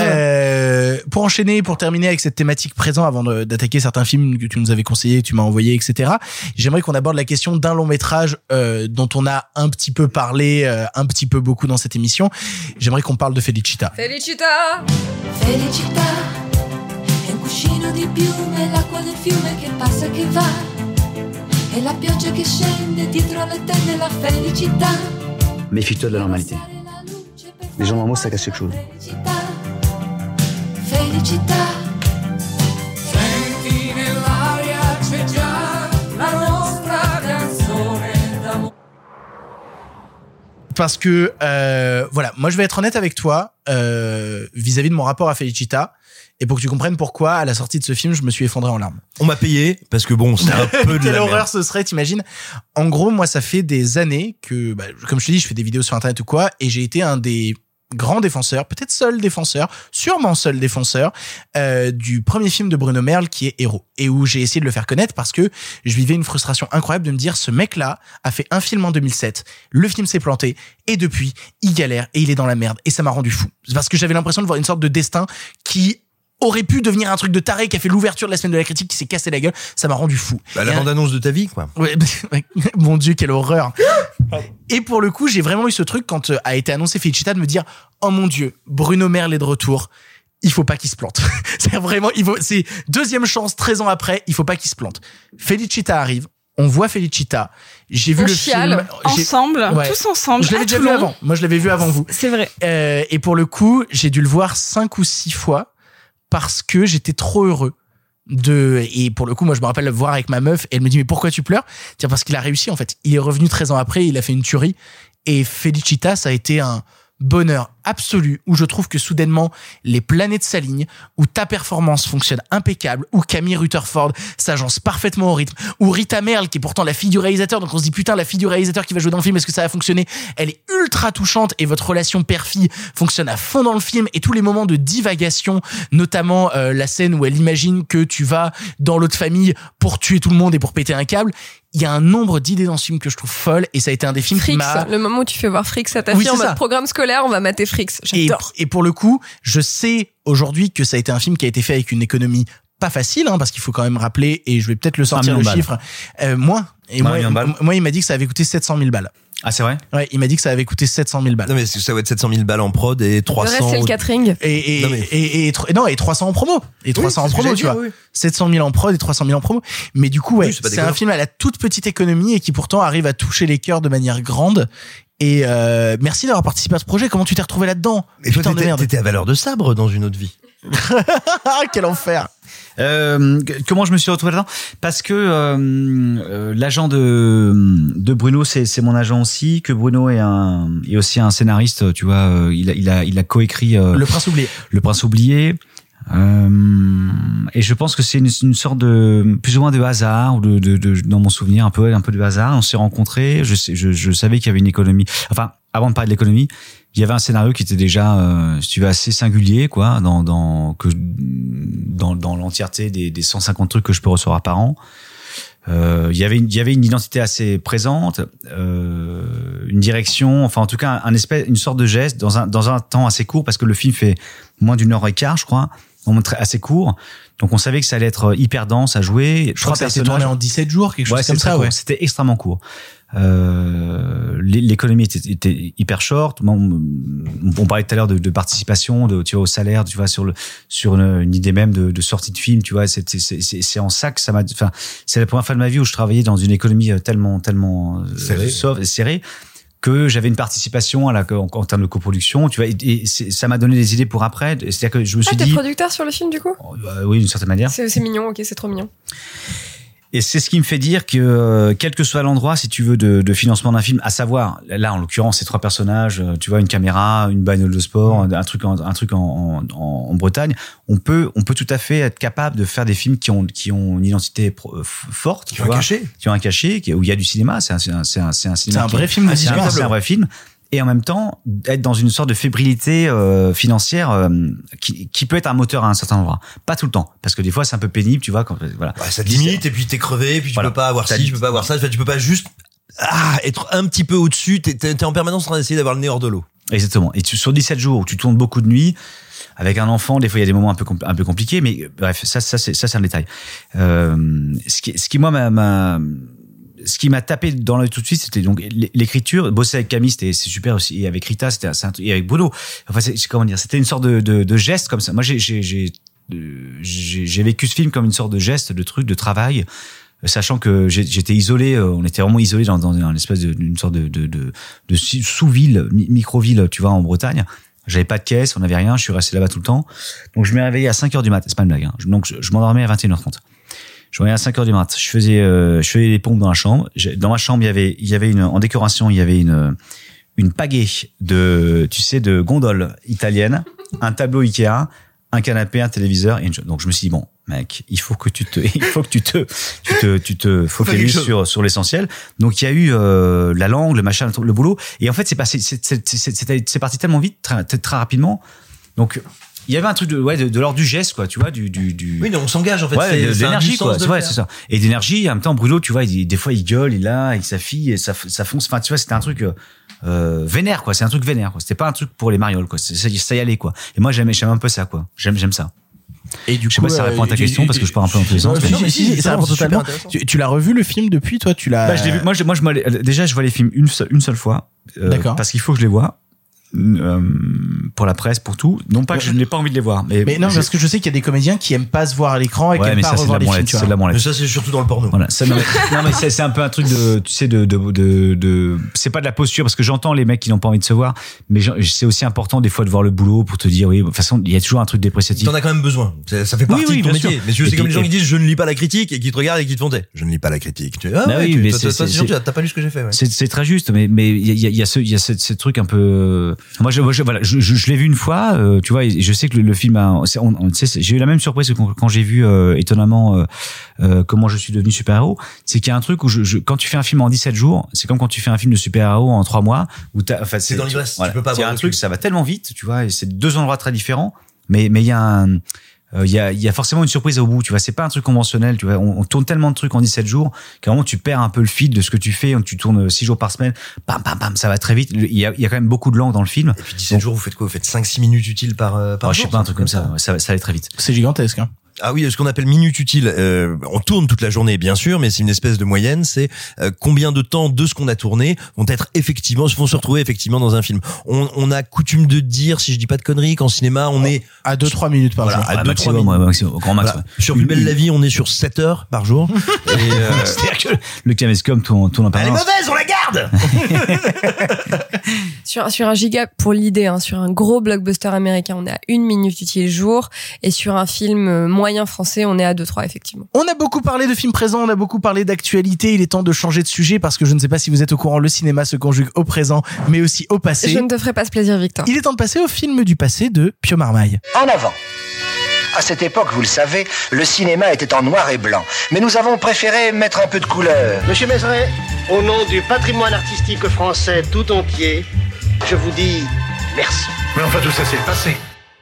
euh, pour enchaîner, pour terminer avec cette thématique présent, avant de- d'attaquer certains films que tu nous avais conseillés, que tu m'as envoyé, et cetera. j'aimerais qu'on aborde la question d'un long métrage euh, dont on a un petit peu parlé, euh, un petit peu beaucoup dans cette émission. J'aimerais qu'on parle de Felicita. Felicita! Felicità è un cuscino di piume, l'acqua del fiume che passa e che va, e la pioggia che scende dietro le tende, la felicità. Méfie-toi de la normalité. Les gens normaux, ça cache quelque chose. Felicità. Senti nell'aria c'è già la nostra canzone d'amore. Parce que euh, voilà, moi je vais être honnête avec toi euh, vis-à-vis de mon rapport à Felicita. Et pour que tu comprennes pourquoi, à la sortie de ce film, je me suis effondré en larmes. On m'a payé, parce que bon, c'est un peu de Quelle la horreur merde. ce serait, t'imagines? En gros, moi, ça fait des années que, bah, comme je te dis, je fais des vidéos sur Internet ou quoi, et j'ai été un des grands défenseurs, peut-être seul défenseur, sûrement seul défenseur, euh, du premier film de Bruno Merle qui est Héros. Et où j'ai essayé de le faire connaître parce que je vivais une frustration incroyable de me dire, ce mec-là a fait un film en deux mille sept, le film s'est planté, et depuis, il galère, et il est dans la merde, et ça m'a rendu fou. Parce que j'avais l'impression de voir une sorte de destin qui aurait pu devenir un truc de taré, qui a fait l'ouverture de la semaine de la critique, qui s'est cassé la gueule. Ça m'a rendu fou. Bah, la Et bande-annonce de ta vie, quoi. Ouais, mon Dieu, quelle horreur. Et pour le coup, j'ai vraiment eu ce truc quand euh, a été annoncé Felicita de me dire, oh mon Dieu, Bruno Merle est de retour. Il faut pas qu'il se plante. C'est vraiment, il faut, c'est deuxième chance, treize ans après, il faut pas qu'il se plante. Felicita arrive. On voit Felicita. J'ai vu On le chiale, film j'ai- ensemble, tous ensemble, Je l'avais à déjà vu Toulon. avant. Moi, je l'avais vu avant vous. C'est vrai. Euh, et pour le coup, j'ai dû le voir cinq ou six fois parce que j'étais trop heureux de, et pour le coup, moi, je me rappelle le voir avec ma meuf et elle me dit, mais pourquoi tu pleures? Tiens, parce qu'il a réussi, en fait. Il est revenu treize ans après, il a fait une tuerie. Et Felicita, ça a été un bonheur absolu où je trouve que soudainement les planètes s'alignent, où ta performance fonctionne impeccable, où Camille Rutherford s'agence parfaitement au rythme, où Rita Merle, qui est pourtant la fille du réalisateur, donc on se dit putain, la fille du réalisateur qui va jouer dans le film, est-ce que ça va fonctionner? Elle est ultra touchante et votre relation père-fille fonctionne à fond dans le film, et tous les moments de divagation, notamment euh, la scène où elle imagine que tu vas dans l'autre famille pour tuer tout le monde et pour péter un câble. Il y a un nombre d'idées dans ce film que je trouve folle, et ça a été un des films qui Frix, m'a... le moment où tu fais voir Frix à ta Oui, fille en c'est mode ça. programme scolaire, on va mater Frix. Et, J'adore. et pour le coup, je sais aujourd'hui que ça a été un film qui a été fait avec une économie pas facile, hein, parce qu'il faut quand même rappeler, et je vais peut-être le sortir million le de balles. chiffre, euh, moins. Et Un moi, million de balles. moi, il m'a dit que ça avait coûté sept cent mille balles. Ah, c'est vrai? Ouais, il m'a dit que ça avait coûté sept cent mille balles. Non, mais ça va être sept cent mille balles en prod et trois cents. Le reste, c'est le catering. Et, et, Non, mais- et, et, et, tro- non, et trois cents en promo. Et trois cents c'est en ce que promo, j'allais tu dire, vois. oui. sept cent mille en prod et trois cent mille en promo. Mais du coup, ouais, Oui, c'est pas c'est un déconnant. film à la toute petite économie et qui pourtant arrive à toucher les cœurs de manière grande. Et euh, merci d'avoir participé à ce projet. Comment tu t'es retrouvé là-dedans? Et toi, Putain de t'étais, merde. t'étais à valeur de sabre dans une autre vie. Quel enfer. Euh, comment je me suis retrouvé là-dedans? Parce que euh, euh, l'agent de de Bruno, c'est c'est mon agent aussi. Que Bruno est un est aussi un scénariste. Tu vois, euh, il a il a il a coécrit euh, Le Prince oublié. Le Prince oublié. Euh, et je pense que c'est une, une sorte de plus ou moins de hasard, ou de, de, de dans mon souvenir un peu un peu de hasard. On s'est rencontrés. Je sais, je, je savais qu'il y avait une économie. Enfin, avant de parler de l'économie, il y avait un scénario qui était déjà, euh, si tu veux, assez singulier, quoi, dans dans que dans dans l'entièreté des, des cent cinquante trucs que je peux recevoir par an. Euh, il y avait une, il y avait une identité assez présente, euh, une direction, enfin en tout cas un, un espèce, une sorte de geste dans un dans un temps assez court, parce que le film fait moins d'une heure et quart, je crois, donc très assez court. Donc on savait que ça allait être hyper dense à jouer. Je crois que ça a été tourné en dix-sept jours, quelque chose Ouais, comme c'est très ça, court. ouais. C'était extrêmement court. Euh, l'économie était, était hyper short. On, on parlait tout à l'heure de, de participation, de, tu vois, au salaire, tu vois, sur le, sur une, une idée même de, de sortie de film, tu vois. C'est, c'est, c'est, c'est en ça que ça m'a, enfin, c'est la première fois de ma vie où je travaillais dans une économie tellement, tellement Serré. soft, serrée, que j'avais une participation à la, en, en termes de coproduction, tu vois, et, et c'est, ça m'a donné des idées pour après. C'est-à-dire que je me suis Ah, t'es dit, producteur sur le film, du coup? euh, oui, d'une certaine manière. C'est c'est mignon, ok, c'est trop mignon. Et c'est ce qui me fait dire que, euh, quel que soit l'endroit, si tu veux, de, de financement d'un film, à savoir, là, en l'occurrence, ces trois personnages, euh, tu vois, une caméra, une bagnole de sport, un truc, en, un truc en, en, en Bretagne, on peut, on peut tout à fait être capable de faire des films qui ont, qui ont une identité pro- forte, Qui ont un cachet. qui ont un cachet, qui, où il y a du cinéma. C'est un, c'est un, c'est un, c'est un cinéma. C'est un qui- vrai film de ah, c'est un- cinéma. C'est un vrai film. Et en même temps, être dans une sorte de fébrilité euh, financière euh, qui, qui peut être un moteur à un certain endroit. Pas tout le temps, parce que des fois c'est un peu pénible, tu vois. Quand, voilà. Ouais, ça te limite, et puis t'es crevé, et puis tu Voilà. peux pas avoir Ça ci, tu limite. peux pas avoir ça. Enfin, tu peux pas juste ah, être un petit peu au-dessus. T'es, t'es, t'es en permanence en train d'essayer d'avoir le nez hors de l'eau. Exactement. Et tu, sur dix-sept jours où tu tournes beaucoup de nuits, avec un enfant, des fois il y a des moments un peu compl- un peu compliqués, mais euh, bref, ça ça c'est ça c'est un détail. Euh, ce qui ce qui moi m'a, m'a ce qui m'a tapé dans l'œil tout de suite, c'était donc l'écriture. Bosser avec Camille, c'était c'est super aussi, et avec Rita, c'était c'est un, et avec Bruno. Enfin, c'est, comment dire, c'était une sorte de, de, de geste comme ça. Moi, j'ai, j'ai, j'ai, j'ai, j'ai vécu ce film comme une sorte de geste, de truc, de travail. Sachant que j'étais isolé, on était vraiment isolé dans, dans une espèce de, une sorte de, de, de, de sous-ville, micro-ville, tu vois, en Bretagne. J'avais pas de caisse, on n'avait rien, je suis resté là-bas tout le temps. Donc je m'ai réveillé à cinq heures du mat, c'est pas une blague. Hein. Donc je, je m'endormais à vingt et une heures trente. Je me réveillais à cinq heures du mat. Je faisais, euh, je faisais les pompes dans la chambre. Dans ma chambre, il y avait, il y avait une, en décoration, il y avait une, une pagaie de, tu sais, de gondoles italiennes, un tableau Ikea, un canapé, un téléviseur, et une... donc je me suis dit bon, mec, il faut que tu te, il faut que tu te, tu te, tu te focalises sur sur l'essentiel. Donc il y a eu euh, la langue, le machin, le boulot, et en fait c'est passé, c'est c'est c'est c'est, c'est parti tellement vite, très, très rapidement. Donc il y avait un truc de ouais de, de l'ordre du geste, quoi, tu vois, du du du. Oui, non, on s'engage en fait. Ouais, c'est, de, c'est d'énergie, quoi. De ouais, c'est ça. Et d'énergie. En même temps, Bruno, tu vois, il, des fois il gueule, il a avec sa fille et ça ça fonce. Enfin, tu vois, c'était un truc. Euh, vénère, quoi. C'est un truc vénère, quoi. C'était pas un truc pour les marioles, quoi. C'est, ça, ça y allait, quoi. Et moi, j'aime, j'aime un peu ça, quoi. J'aime, j'aime ça. Et du je sais coup, pas si ça répond à ta euh, question parce que je pars un peu en tous les sens. Non, mais si, si, ça répond totalement. Tu, tu l'as revu le film depuis, toi, tu l'as. Bah, je l'ai vu. Moi, je, moi, je déjà, je vois les films une seule, une seule fois. Euh, D'accord. Parce qu'il faut que je les vois. Euh, pour la presse, pour tout. Non pas que je n'ai pas envie de les voir, mais, mais non, je... parce que je sais qu'il y a des comédiens qui aiment pas se voir à l'écran et ouais, qui aiment pas ça, revoir les films. C'est de la branlette. Mais ça, c'est surtout dans le porno. Voilà. Ça, non, mais, non, mais c'est, c'est un peu un truc de, tu sais, de, de, de, de, c'est pas de la posture parce que j'entends les mecs qui n'ont pas envie de se voir, mais c'est aussi important des fois de voir le boulot pour te dire, oui, de toute façon, il y a toujours un truc dépréciatif. T'en as quand même besoin. Ça, ça fait partie oui, oui, de ton métier. sûr. Mais tu sais, c'est puis, comme les gens et... qui disent, je ne lis pas la critique et qui te regardent et qui te font, je ne lis pas la critique. Tu, ah, bah ouais, oui, tu, mais toi, c'est, toi, c'est, sûr, c'est, t'as pas lu ce que j'ai fait, ouais. C'est, c'est très juste, mais, mais il y a, il y a ce, il y a ce, ce truc un peu, moi, je, moi, je, voilà, je, je, je l'ai vu une fois, euh, tu vois, et je sais que le, le film a, on, on, tu sais, j'ai eu la même surprise que quand, quand j'ai vu euh, étonnamment euh, euh, comment je suis devenu super-héros, c'est qu'il y a un truc où je, je, quand tu fais un film en dix-sept jours, c'est comme quand tu fais un film de super-héros en trois mois, où t'as, enfin, c'est, c'est dans l'ivresse, voilà, tu peux pas il y a avoir un truc, ça va tellement vite, tu vois, et c'est deux endroits très différents, mais mais il y a un il euh, y a il y a forcément une surprise au bout, tu vois, c'est pas un truc conventionnel, tu vois, on, on tourne tellement de trucs en dix-sept jours qu'à un moment tu perds un peu le fil de ce que tu fais, tu tournes six jours par semaine, bam bam bam, ça va très vite, il y a il y a quand même beaucoup de langues dans le film. Et puis dix-sept jours, vous faites quoi? Vous faites cinq six minutes utiles par euh, par oh, jour? Je sais pas, un truc comme ça, ça, ça, ça allait très vite. C'est gigantesque, hein. Ah oui, ce qu'on appelle minute utile. Euh, on tourne toute la journée, bien sûr, mais c'est une espèce de moyenne. C'est euh, combien de temps de ce qu'on a tourné vont être effectivement, vont se retrouver effectivement dans un film. On, on a coutume de dire, si je dis pas de conneries, qu'en cinéma, on est à deux trois minutes par voilà, jour. À ah, deux trois minutes. Ouais, maximum, au grand max. Voilà. Sur Plus belle la vie, on est sur sept heures par jour. Et euh... c'est-à-dire que le caméscope tourne, tourne en permanence. Elle est mauvaise, on la garde. sur sur un giga pour l'idée, hein, sur un gros blockbuster américain, on est à une minute utile jour, et sur un film moyen français, on est à deux trois effectivement. On a beaucoup parlé de films présents, on a beaucoup parlé d'actualité, il est temps de changer de sujet parce que je ne sais pas si vous êtes au courant, le cinéma se conjugue au présent mais aussi au passé. Je ne te ferai pas ce plaisir, Victor. Il est temps de passer au film du passé de Pio Marmaille. En avant. À cette époque, vous le savez, le cinéma était en noir et blanc. Mais nous avons préféré mettre un peu de couleur. Monsieur Mézeray, au nom du patrimoine artistique français tout entier, je vous dis merci. Mais enfin, tout ça, c'est le passé.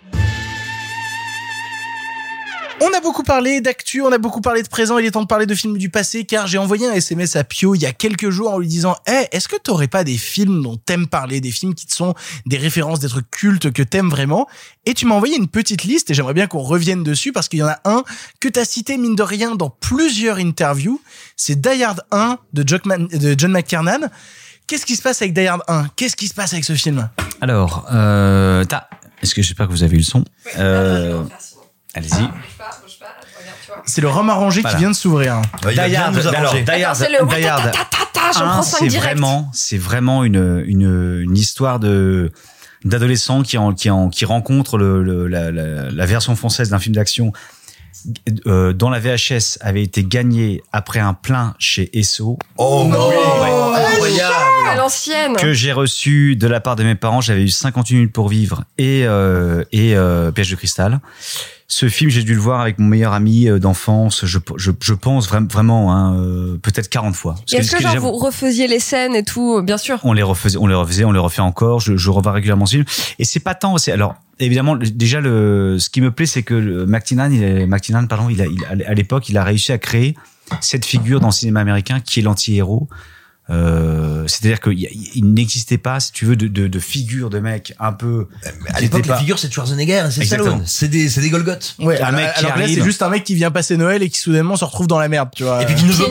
On a beaucoup parlé d'actu, on a beaucoup parlé de présent, il est temps de parler de films du passé car j'ai envoyé un S M S à Pio il y a quelques jours en lui disant « Hey, est-ce que t'aurais pas des films dont t'aimes parler, des films qui te sont des références, des trucs cultes que t'aimes vraiment ?» Et tu m'as envoyé une petite liste et j'aimerais bien qu'on revienne dessus parce qu'il y en a un que t'as cité mine de rien dans plusieurs interviews, c'est Die Hard un de John McTiernan. Qu'est-ce qui se passe avec Die Hard un ? Qu'est-ce qui se passe avec ce film ? Alors, euh, t'as... est-ce que j'espère que vous avez eu le son ? euh... Allez-y. C'est le rhum arrangé voilà. qui vient de s'ouvrir. Die Hard, alors, Die Hard, Die Hard un, c'est vraiment, c'est vraiment une, une, une histoire de, d'adolescents qui en, qui en, qui rencontrent le, le, la, la, la version française d'un film d'action, euh, dont la V H S avait été gagnée après un plein chez Esso. Oh, non! Ouais. Incroyable! À l'ancienne! Que j'ai reçu de la part de mes parents. J'avais eu cinquante-huit minutes pour vivre et, euh, et, euh, Piège de cristal. Ce film, j'ai dû le voir avec mon meilleur ami d'enfance. Je, je, je pense vraiment, vraiment, hein, euh, peut-être quarante fois. Et est-ce que, que genre déjà... vous refaisiez les scènes et tout, bien sûr? On les refaisait, on les refaisait, on les refait encore. Je, je revois régulièrement ce film. Et c'est pas tant. C'est alors évidemment déjà le. Ce qui me plaît, c'est que le McTiernan, il est, McTiernan, pardon, il a, il, à l'époque, il a réussi à créer cette figure dans le cinéma américain qui est l'anti-héros. Euh, c'est-à-dire qu'il il n'existait pas, si tu veux, de, de, de figure de mec un peu. Mais à l'époque, pas... les figures, c'est Schwarzenegger, c'est Stallone, c'est des, c'est des Golgoth. Ouais, un mec qui alors arrive. Là, c'est juste un mec qui vient passer Noël et qui soudainement se retrouve dans la merde, tu vois. Et puis qui ne veut pas.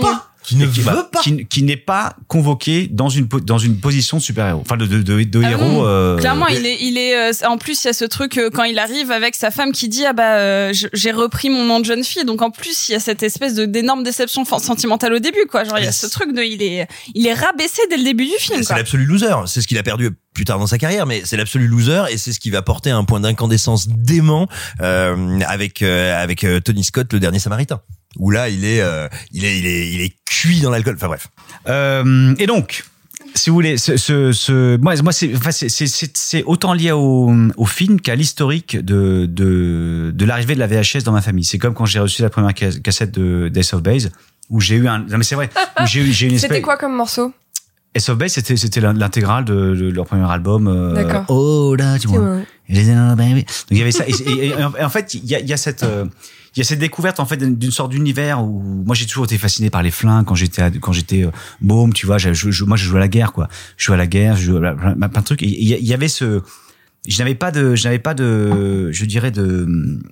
qui ne qui, veut bah, pas, qui, qui n'est pas convoqué dans une dans une position de super-héros, enfin de de de, de Ah héros. non. Euh, Clairement, il est il est euh, en plus il y a ce truc euh, quand il arrive avec sa femme qui dit ah bah euh, je- j'ai repris mon nom de jeune fille, donc en plus il y a cette espèce de d'énorme déception fan- sentimentale au début quoi, genre il y a ce truc de il est il est rabaissé dès le début du film c'est quoi. l'absolu loser. C'est ce qu'il a perdu plus tard dans sa carrière, mais c'est l'absolu loser et c'est ce qui va porter un point d'incandescence dément euh, avec euh, avec euh, Tony Scott, le dernier Samaritain, où là il est euh, il est il est il est cuit dans l'alcool. Enfin bref. Euh, et donc, si vous voulez, ce, ce, ce moi, moi, c'est, enfin, c'est, c'est, c'est, c'est autant lié au, au film qu'à l'historique de, de, de l'arrivée de la V H S dans ma famille. C'est comme quand j'ai reçu la première ca- cassette de d'Ace of Base, où j'ai eu un, non mais c'est vrai, où j'ai eu, j'ai eu une espèce. C'était quoi comme morceau? Ace of Base, c'était, c'était l'intégrale de, de leur premier album. Euh, D'accord. Oh là, tu C'est vois. bon. Donc il y avait ça. Et, et- et en fait, il y a, il y a cette, euh, il y a cette découverte en fait d'une d'une sorte d'univers où moi j'ai toujours été fasciné par les flingues quand j'étais quand j'étais euh, môme, tu vois. Je, je, moi, je jouais à la guerre, quoi. Je jouais à la guerre, je jouais à plein, plein de trucs. Et il y, il y avait ce, je n'avais pas de, je n'avais pas de, je dirais de,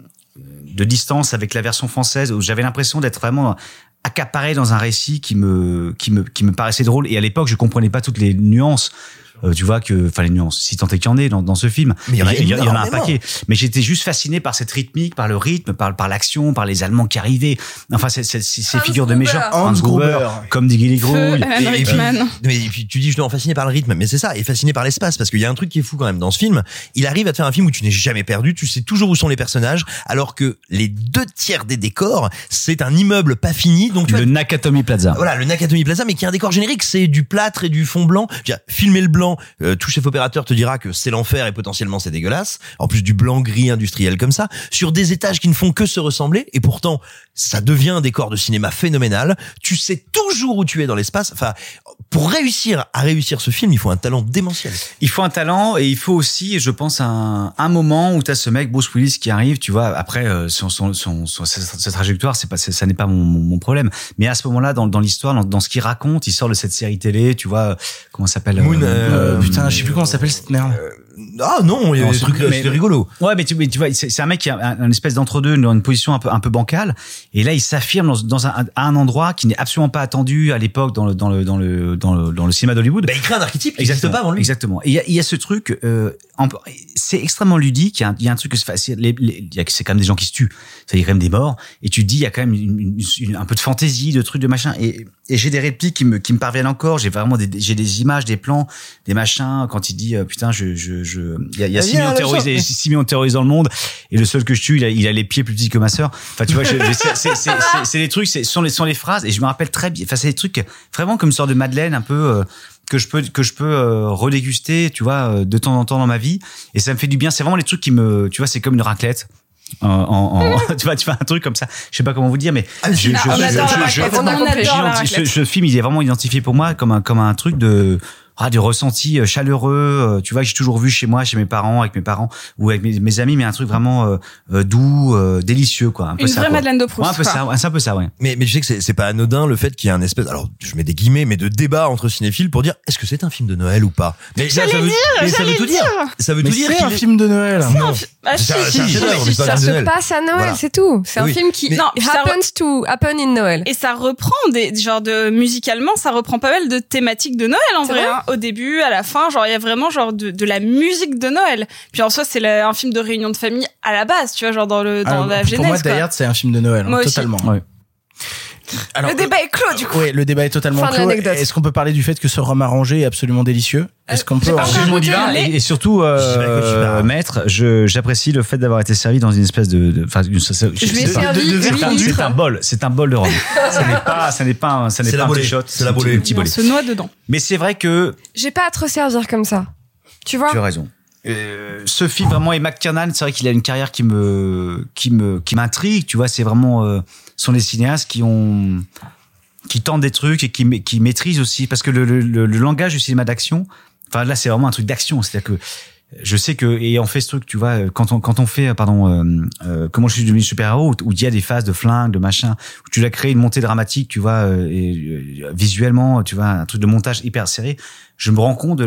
de distance avec la version française où j'avais l'impression d'être vraiment accaparé dans un récit qui me, qui me, qui me paraissait drôle. Et à l'époque, je comprenais pas toutes les nuances. Euh, tu vois que, enfin les nuances, si tant est qu'il y en ait dans, dans ce film, Mais il y en a il y, il y en a un énormément. paquet. Mais j'étais juste fasciné par cette rythmique, par le rythme, par, par l'action, par les Allemands qui arrivaient. Enfin, c'est, c'est, c'est ces Hans figures de Gruber. méchants. Hans Gruber. comme dit Gilly Grouille. Feu, Alan Et, et puis, Rickman. mais et puis tu dis justement fasciné par le rythme, mais c'est ça, et fasciné par l'espace, parce qu'il y a un truc qui est fou quand même dans ce film. Il arrive à te faire un film où tu n'es jamais perdu, tu sais toujours où sont les personnages, alors que les deux tiers des décors, c'est un immeuble pas fini, donc tu Le vois, Nakatomi Plaza. voilà, le Nakatomi Plaza, mais qui a un décor générique, c'est du plâtre et du fond blanc. Je veux dire, filmer le blanc, euh, tout chef opérateur te dira que c'est l'enfer et potentiellement c'est dégueulasse. En plus du blanc gris industriel comme ça, sur des étages qui ne font que se ressembler, et pourtant ça devient un décor de cinéma phénoménal. Tu sais toujours où tu es dans l'espace. Enfin, pour réussir à réussir ce film, il faut un talent démentiel. Il faut un talent et il faut aussi, je pense, un, un moment où t'as ce mec Bruce Willis qui arrive, tu vois. Après, euh, son, son, son, son- sa, sa trajectoire, c'est pas, c'est- ça n'est pas mon, mon, mon problème. Mais à ce moment-là, dans, dans l'histoire, dans, dans ce qu'il raconte, il sort de cette série télé, tu vois. Comment ça s'appelle Moon, euh, Euh, putain, je sais plus comment s'appelle cette merde. Ah non, il y a Non, des c'est- trucs, mais- c'était rigolo. Ouais, mais tu, mais tu vois, c'est, c'est un mec qui a un, un espèce d'entre-deux, dans une position un peu, un peu bancale. Et là, il s'affirme dans, dans un, à un endroit qui n'est absolument pas attendu à l'époque dans le, dans le, dans le, dans le, dans le cinéma d'Hollywood. Bah, il crée un archétype qui n'existe pas avant lui. Exactement. Et il y a, il y a ce truc, euh, en- c'est extrêmement ludique. Il y a un, il y a un truc que c'est facile. Les, les, il y a, c'est quand même des gens qui se tuent. Ça, il y a quand même des morts. Et tu te dis, il y a quand même une, une- une- un peu de fantaisie, de trucs, de machin. Et, et j'ai des répliques qui me, qui me parviennent encore. J'ai vraiment des, j'ai des images, des plans, des machins. Quand il dit, euh, putain, je, je, je, il y a, il y a Vas-y, six millions hein, terrorisés, lâche ça. six millions terrorisés dans le monde. Et le seul que je tue, il a, il a les pieds plus petits que ma sœur. Enfin, tu vois, je, je- c'est, c'est, c'est, c'est, c'est des trucs, c'est, sont les, sont les phrases. Et je me rappelle très bien. Enfin, c'est des trucs vraiment comme une sorte de Madeleine, un peu, euh, que je peux que je peux euh, redéguster, tu vois, euh, de temps en temps dans ma vie, et ça me fait du bien. C'est vraiment les trucs qui me, tu vois, c'est comme une raclette. En, en, en- tu vois, tu fais un truc comme ça. Je sais pas comment vous dire, mais Ah, je, si, je, ah, je, on je, adore la je- je- raclette, on a je- compris. J'adore la ce, raclette. ce film, il est vraiment identifié pour moi comme un comme un truc de ah, du ressenti euh, chaleureux, euh, tu vois, que j'ai toujours vu chez moi, chez mes parents, avec mes parents ou avec mes, mes amis, mais un truc vraiment euh, euh, doux, euh, délicieux, quoi. Un peu Une ça, vraie quoi. Madeleine de Proust, Ouais, un peu quoi. ça, ouais, c'est un peu ça, ouais. Mais, mais tu sais que c'est, c'est pas anodin le fait qu'il y ait un espèce, alors je mets des guillemets, mais de débat entre cinéphiles pour dire est-ce que c'est un film de Noël ou pas. Mais ça, J'allais ça veut, dire, mais ça veut j'allais tout dire. dire. Ça veut Mais tout dire. c'est qu'il un est- film de Noël. Non. Ah, si, C'est un- si, c'est un si, chef-d'œuvre, si, mais c'est pas ça un Ça film de se Noël. passe à Noël, Voilà. c'est tout. C'est un Oui. film qui Mais- Non, puis ça happens to happen in Noël. Et ça reprend des genre de musicalement, ça reprend pas mal de thématiques de Noël en C'est vrai. vrai Hein. Au début, à la fin, genre il y a vraiment genre de, de la musique de Noël. Puis en soi, c'est la- un film de réunion de famille à la base, tu vois, genre dans le dans Ah, la pour genèse. moi, quoi. Die Hard, c'est un film de Noël, Moi hein, aussi. totalement. Ouais. Alors, Le débat est clos du coup. Oui, le débat est totalement Fin de clos. l'anecdote. Est-ce qu'on peut parler du fait que ce rhum arrangé est absolument délicieux? Est-ce qu'on peut j'ai pas en- entendu. Excuse-moi, rajouter Diva, le lait. et, et surtout, euh, maître, je, j'apprécie le fait d'avoir été servi dans une espèce de, de- enfin, une- ça- ça- Je lui ai sais pas. servi De- de- huit c'est un- litres. C'est un bol, c'est un bol de rhum. ça n'est pas, ça n'est pas, un- ça n'est C'est pas la un bolée, petit shot, c'est la un petit- bolée. un petit On bolée. se noie dedans. Mais c'est vrai que J'ai pas à te resservir comme ça. Tu vois tu as raison. Euh, ce film vraiment, et McTiernan, c'est vrai qu'il a une carrière qui me, qui me, qui m'intrigue. Tu vois, c'est vraiment, euh, ce sont des cinéastes qui ont, qui tentent des trucs et qui, ma- qui maîtrisent aussi, parce que le, le, le, le langage du cinéma d'action, enfin là, c'est vraiment un truc d'action. C'est-à-dire que je sais que, et on fait ce truc, tu vois, quand on, quand on fait, pardon, euh, euh, comment je suis devenu super-héros, où où il y a des phases de flingue, de machin, où tu l'as créé une montée dramatique, tu vois, euh, et euh, visuellement, tu vois, un truc de montage hyper serré. Je me rends compte de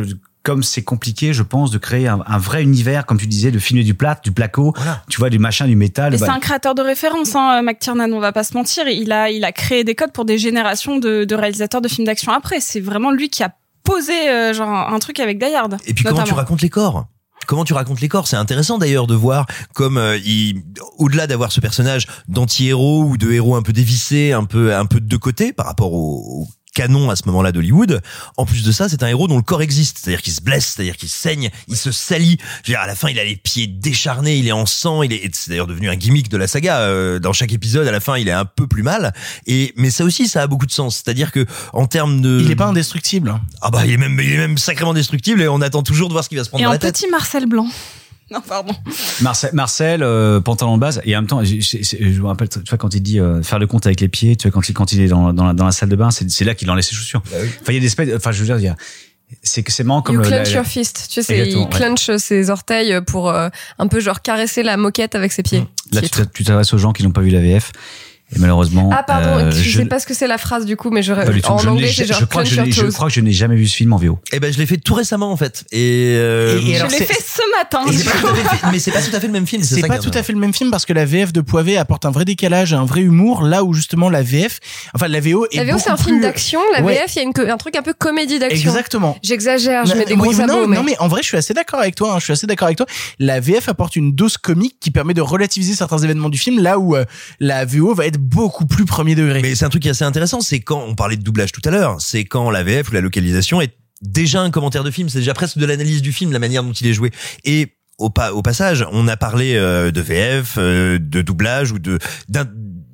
comme c'est compliqué, je pense, de créer un, un vrai univers, comme tu disais, de film du plat, du placo, voilà. Tu vois, du machin, du métal. Et bah, c'est un créateur de référence, hein, McTiernan, on va pas se mentir. Il a, il a créé des codes pour des générations de, de réalisateurs de films d'action après. C'est vraiment lui qui a posé euh, genre un truc avec Die Hard. Et puis notamment. Comment tu racontes les corps? Comment tu racontes les corps? C'est intéressant d'ailleurs de voir comme euh, il, au-delà d'avoir ce personnage d'anti-héros ou de héros un peu dévissé, un peu un peu de deux côtés par rapport au, au canon à ce moment-là d'Hollywood. En plus de ça, c'est un héros dont le corps existe, c'est-à-dire qu'il se blesse, c'est-à-dire qu'il saigne, il se salit. Je veux dire, à la fin, il a les pieds décharnés, il est en sang, il est, c'est d'ailleurs devenu un gimmick de la saga. Euh, dans chaque épisode, à la fin, il est un peu plus mal. Et mais ça aussi, ça a beaucoup de sens. C'est-à-dire que en termes de, il est pas indestructible. Ah bah, il est même, il est même sacrément destructible et on attend toujours de voir ce qui va se prendre et dans la tête. Et un petit Marcel Blanc. Non, pardon. Marcel, Marcel euh, pantalon de base, et en même temps, je, je, je me rappelle, tu vois, quand il dit euh, faire le compte avec les pieds, tu vois, quand il, quand il est dans, dans, la, dans la salle de bain, c'est, c'est là qu'il enlève ses chaussures. Bah oui. Enfin, il y a des espèces, enfin, je veux dire, il y a, c'est que c'est marrant comme you le, clench la, your fist, tu sais, il ouais. clench ses orteils pour euh, un peu genre caresser la moquette avec ses pieds. Là, tu, tu t'adresses aux gens qui n'ont pas vu la V F. Et malheureusement, ah pardon, euh, je, je sais pas ce que c'est la phrase du coup, mais je en je anglais c'est genre je crois que je, your je toes. crois que je n'ai jamais vu ce film en V O. Eh ben je l'ai fait tout récemment en fait. Et, euh, et, et je l'ai fait ce matin. Et c'est pas tout à fait, mais c'est pas tout à fait le même film. C'est, c'est c'est pas tout bien. à fait le même film parce que la V F de Poivet apporte un vrai décalage, un vrai humour, là où justement la V F, enfin la V O est La V O beaucoup c'est un plus... film d'action, la ouais. V F il y a une, un truc un peu comédie d'action. Exactement. J'exagère, je non, mets des oui, gros sabots. non, mais... non mais en vrai je suis assez d'accord avec toi, hein, je suis assez d'accord avec toi. La V F apporte une dose comique qui permet de relativiser certains événements du film, là où euh, la V O va être beaucoup plus premier degré. Mais c'est un truc qui est assez intéressant, c'est quand on parlait de doublage tout à l'heure, c'est quand la V F ou la localisation est déjà un commentaire de film, c'est déjà presque de l'analyse du film, la manière dont il est joué. Et au, pa- au passage, on a parlé euh, de V F, euh, de doublage ou de, d'un,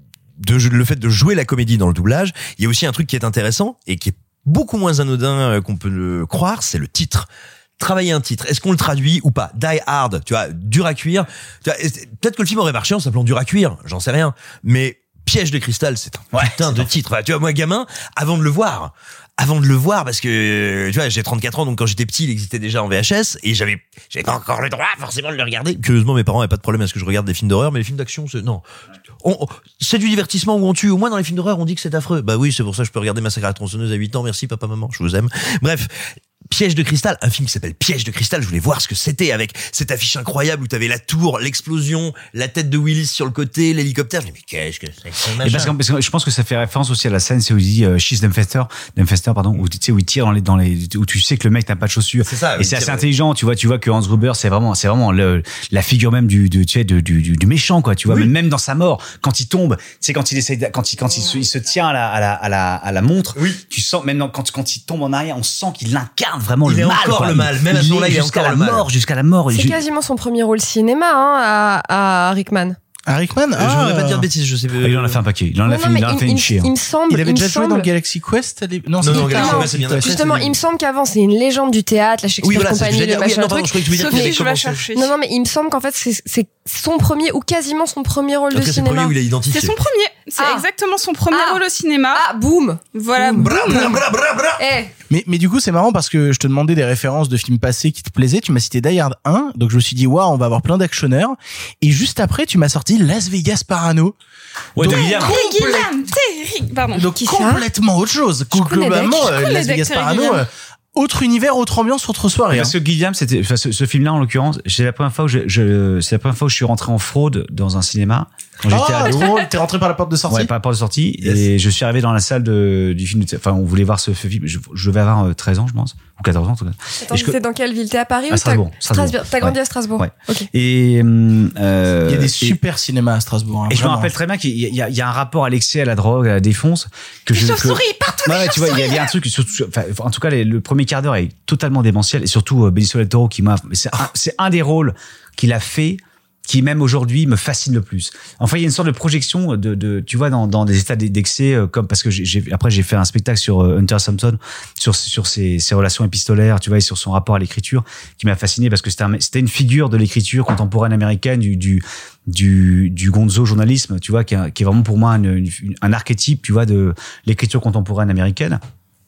de le fait de jouer la comédie dans le doublage. Il y a aussi un truc qui est intéressant et qui est beaucoup moins anodin euh, qu'on peut le croire, c'est le titre. Travailler un titre, est-ce qu'on le traduit ou pas? Die Hard, tu vois, dur à cuire. Tu vois, peut-être que le film aurait marché en s'appelant dur à cuire, j'en sais rien, mais Piège de cristal, c'est un ouais, putain de titre. Tu vois, moi, gamin, avant de le voir, avant de le voir, parce que, tu vois, j'ai trente-quatre ans, donc quand j'étais petit, il existait déjà en V H S, et j'avais, j'avais pas encore le droit, forcément, de le regarder. Curieusement, mes parents avaient pas de problème à ce que je regarde des films d'horreur, mais les films d'action, c'est, non. On, on, c'est du divertissement où on tue. Au moins, dans les films d'horreur, on dit que c'est affreux. Bah oui, c'est pour ça que je peux regarder Massacre à la tronçonneuse à huit ans. Merci, papa, maman, je vous aime. Bref. Piège de cristal, un film qui s'appelle Piège de cristal, je voulais voir ce que c'était avec cette affiche incroyable où t'avais la tour, l'explosion, la tête de Willis sur le côté, l'hélicoptère. Je me dis, mais qu'est-ce que c'est que ce machin? Et parce que, parce que je pense que ça fait référence aussi à la scène, c'est où il dit, euh, She's Dumbfester, Dumbfester, pardon, où tu sais, où il tire dans les, dans les, où tu sais que le mec n'a pas de chaussures. C'est ça. Et c'est assez ouais. intelligent, tu vois, tu vois que Hans Gruber, c'est vraiment, c'est vraiment le, la figure même du, du, tu sais, du, du, du méchant, quoi, tu vois, oui. même dans sa mort, quand il tombe, tu sais, quand il essaie, quand il, quand il se, il se tient à la, à la, à la, à la montre, oui. tu sens, même quand, quand il tombe en arrière, on sent qu'il incarne vraiment il le mal. Encore le mal, même à ce moment-là, il est encore le mal. Mort, jusqu'à la mort. C'est quasiment son premier rôle cinéma, hein, à, à Rickman. À Rickman, ah, je voudrais pas dire de bêtises, je sais pas. Il en a fait un paquet. Il en a non, fait, non, il en a fait il, une chier. Il, il me semble. Il avait il déjà me joué semble... dans Galaxy Quest. Non, non, non, Galaxy Quest, c'est bien. Justement, il me semble qu'avant, c'est une légende du théâtre, la Shakespeare oui, voilà, Company, le machin truc. Sophie, je vais chercher. Non, non, mais il me semble qu'en fait, c'est, c'est son premier ou quasiment son premier rôle de cinéma. C'est le premier où il a identifié. C'est son premier. C'est ah. exactement son premier ah. rôle au cinéma. Ah, boum. Voilà. Boum. Bra, bra, bra, bra, bra. Eh. Mais, mais du coup, c'est marrant parce que je te demandais des références de films passés qui te plaisaient. Tu m'as cité Die Hard un. Donc, je me suis dit, waouh, on va avoir plein d'actionneurs. Et juste après, tu m'as sorti Las Vegas Parano. Ouais, donc, de Guillaume. Guillaume, Terry. Pardon. Donc, qui complètement autre chose. Globalement, euh, Las Vegas Parano, euh, autre univers, autre ambiance, autre soirée. Parce hein. que Guillaume, c'était, enfin, ce, ce film-là, en l'occurrence, c'est la première fois où je, je, c'est la première fois où je suis rentré en fraude dans un cinéma. Quand j'étais ah, ado. drôle, t'es rentré par la porte de sortie? Ouais, par la porte de sortie. Yes. Et je suis arrivé dans la salle de, du film. Enfin, on voulait voir ce film. Je, je devais avoir euh, treize ans, je pense. Ou quatorze ans, en tout cas. Attends, je... t'es dans quelle ville? T'es à Paris à ou Strasbourg. t'as, Strasbourg. T'as grandi ouais. à Strasbourg? Ouais. Okay. Et, euh, il y a des et, super cinémas à Strasbourg. Hein, et je me rappelle très bien qu'il y a, il y a, il y a un rapport à l'excès, à la drogue, à la défonce. Que les je, chauves-souris, que... partout ouais, les tu vois, il y, a, il y a un truc, surtout, enfin, en tout cas, les, le premier quart d'heure est totalement démentiel. Et surtout, euh, Benicio del Toro qui m'a, c'est un, c'est un des rôles qu'il a fait, qui même aujourd'hui me fascine le plus. Enfin, il y a une sorte de projection de, de tu vois, dans, dans des états d'excès, euh, comme parce que j'ai, j'ai, après j'ai fait un spectacle sur euh, Hunter Thompson, sur sur ses, ses relations épistolaires, tu vois, et sur son rapport à l'écriture, qui m'a fasciné parce que c'était un, c'était une figure de l'écriture contemporaine américaine, du du du, du gonzo journalisme, tu vois, qui est, qui est vraiment pour moi une, une, un archétype, tu vois, de l'écriture contemporaine américaine.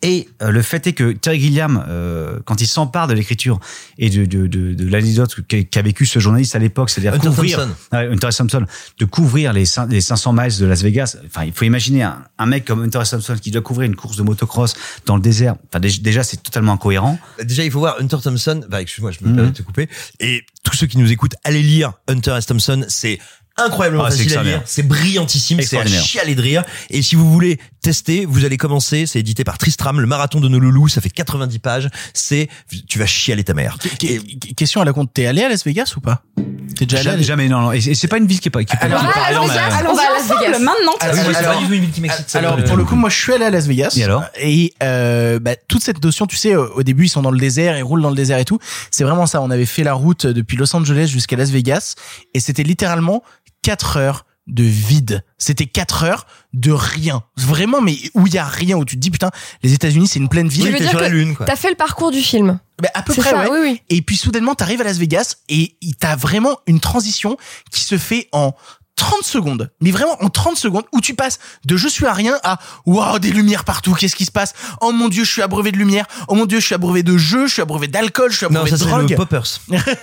Et euh, le fait est que Terry Gilliam, euh, quand il s'empare de l'écriture et de, de, de, de l'anecdote qu'a, qu'a vécu ce journaliste à l'époque, c'est-à-dire Hunter couvrir, Thompson. Ouais, Hunter S. Thompson, de couvrir les, les cinq cents miles de Las Vegas. Enfin, il faut imaginer un, un mec comme Hunter S. Thompson qui doit couvrir une course de motocross dans le désert. Enfin, déjà, c'est totalement incohérent. Déjà, il faut voir Hunter Thompson. Bah, excuse-moi, je me permets Mhm. de te couper. Et tous ceux qui nous écoutent, allez lire Hunter S. Thompson. C'est incroyablement Ah, c'est facile à extraordinaire. lire, c'est brillantissime, c'est à Extraordinaire. chialer de rire. Et si vous voulez tester, vous allez commencer, c'est édité par Tristram, le marathon de Honolulu, ça fait quatre-vingt-dix pages, c'est, tu vas chialer ta mère. Qu- Question à la compte, t'es allé à Las Vegas ou pas? T'es déjà allé? Jamais, jamais, non, non. Et c'est c'est pas une ville qui est pas, qui est pas Alors, qui est pas- alors, non, mais- alors, On va à Las Vegas maintenant. Alors, Ah oui, moi, c'est alors- pas du tout une ville qui m'excite, ça. Alors Euh, pour le coup, moi je suis allé à Las Vegas. Et alors Et euh, bah, toute cette notion, tu sais, au au début ils sont dans le désert, ils roulent dans le désert et tout. C'est vraiment ça. On avait fait la route depuis Los Angeles jusqu'à Las Vegas et c'était littéralement quatre heures de vide. C'était quatre heures de rien. Vraiment, mais où il y a rien, où tu te dis putain, les États-Unis c'est une pleine ville. Tu veux dire que t'as fait le parcours du film. Bah, à peu C'est près, ça, ouais. oui, oui. Et puis soudainement, t'arrives à Las Vegas et il- t'as vraiment une transition qui se fait en trente secondes. Mais vraiment en trente secondes où tu passes de je suis à rien à waouh, des lumières partout, qu'est-ce qui se passe? Oh mon dieu, je suis abreuvé de lumière. Oh mon dieu, je suis abreuvé de jeux, je suis abreuvé d'alcool, je suis Non, abreuvé ça de c'est drogue. le Poppers.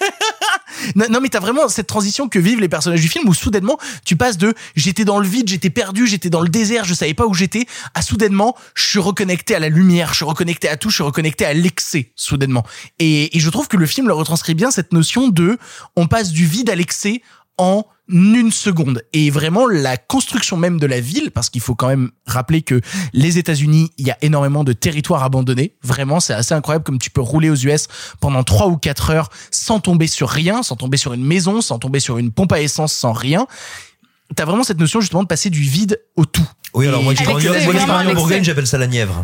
Non, non, mais t'as vraiment cette transition que vivent les personnages du film où soudainement tu passes de j'étais dans le vide, j'étais perdu, j'étais dans le désert, je savais pas où j'étais, à soudainement je suis reconnecté à la lumière, je suis reconnecté à tout, je suis reconnecté à l'excès soudainement. Et, et je trouve que le film le retranscrit bien cette notion de on passe du vide à l'excès en une seconde. Et vraiment la construction même de la ville, parce qu'il faut quand même rappeler que les États-Unis, il y a énormément de territoires abandonnés. Vraiment, c'est assez incroyable comme tu peux rouler aux U S pendant trois ou quatre heures sans tomber sur rien, sans tomber sur une maison, sans tomber sur une pompe à essence, sans rien. T'as vraiment cette notion justement de passer du vide au tout. Oui, alors moi qui Avec grandis le- moi qui vraiment grandis en avec Bourgogne, ça. j'appelle ça la Nièvre.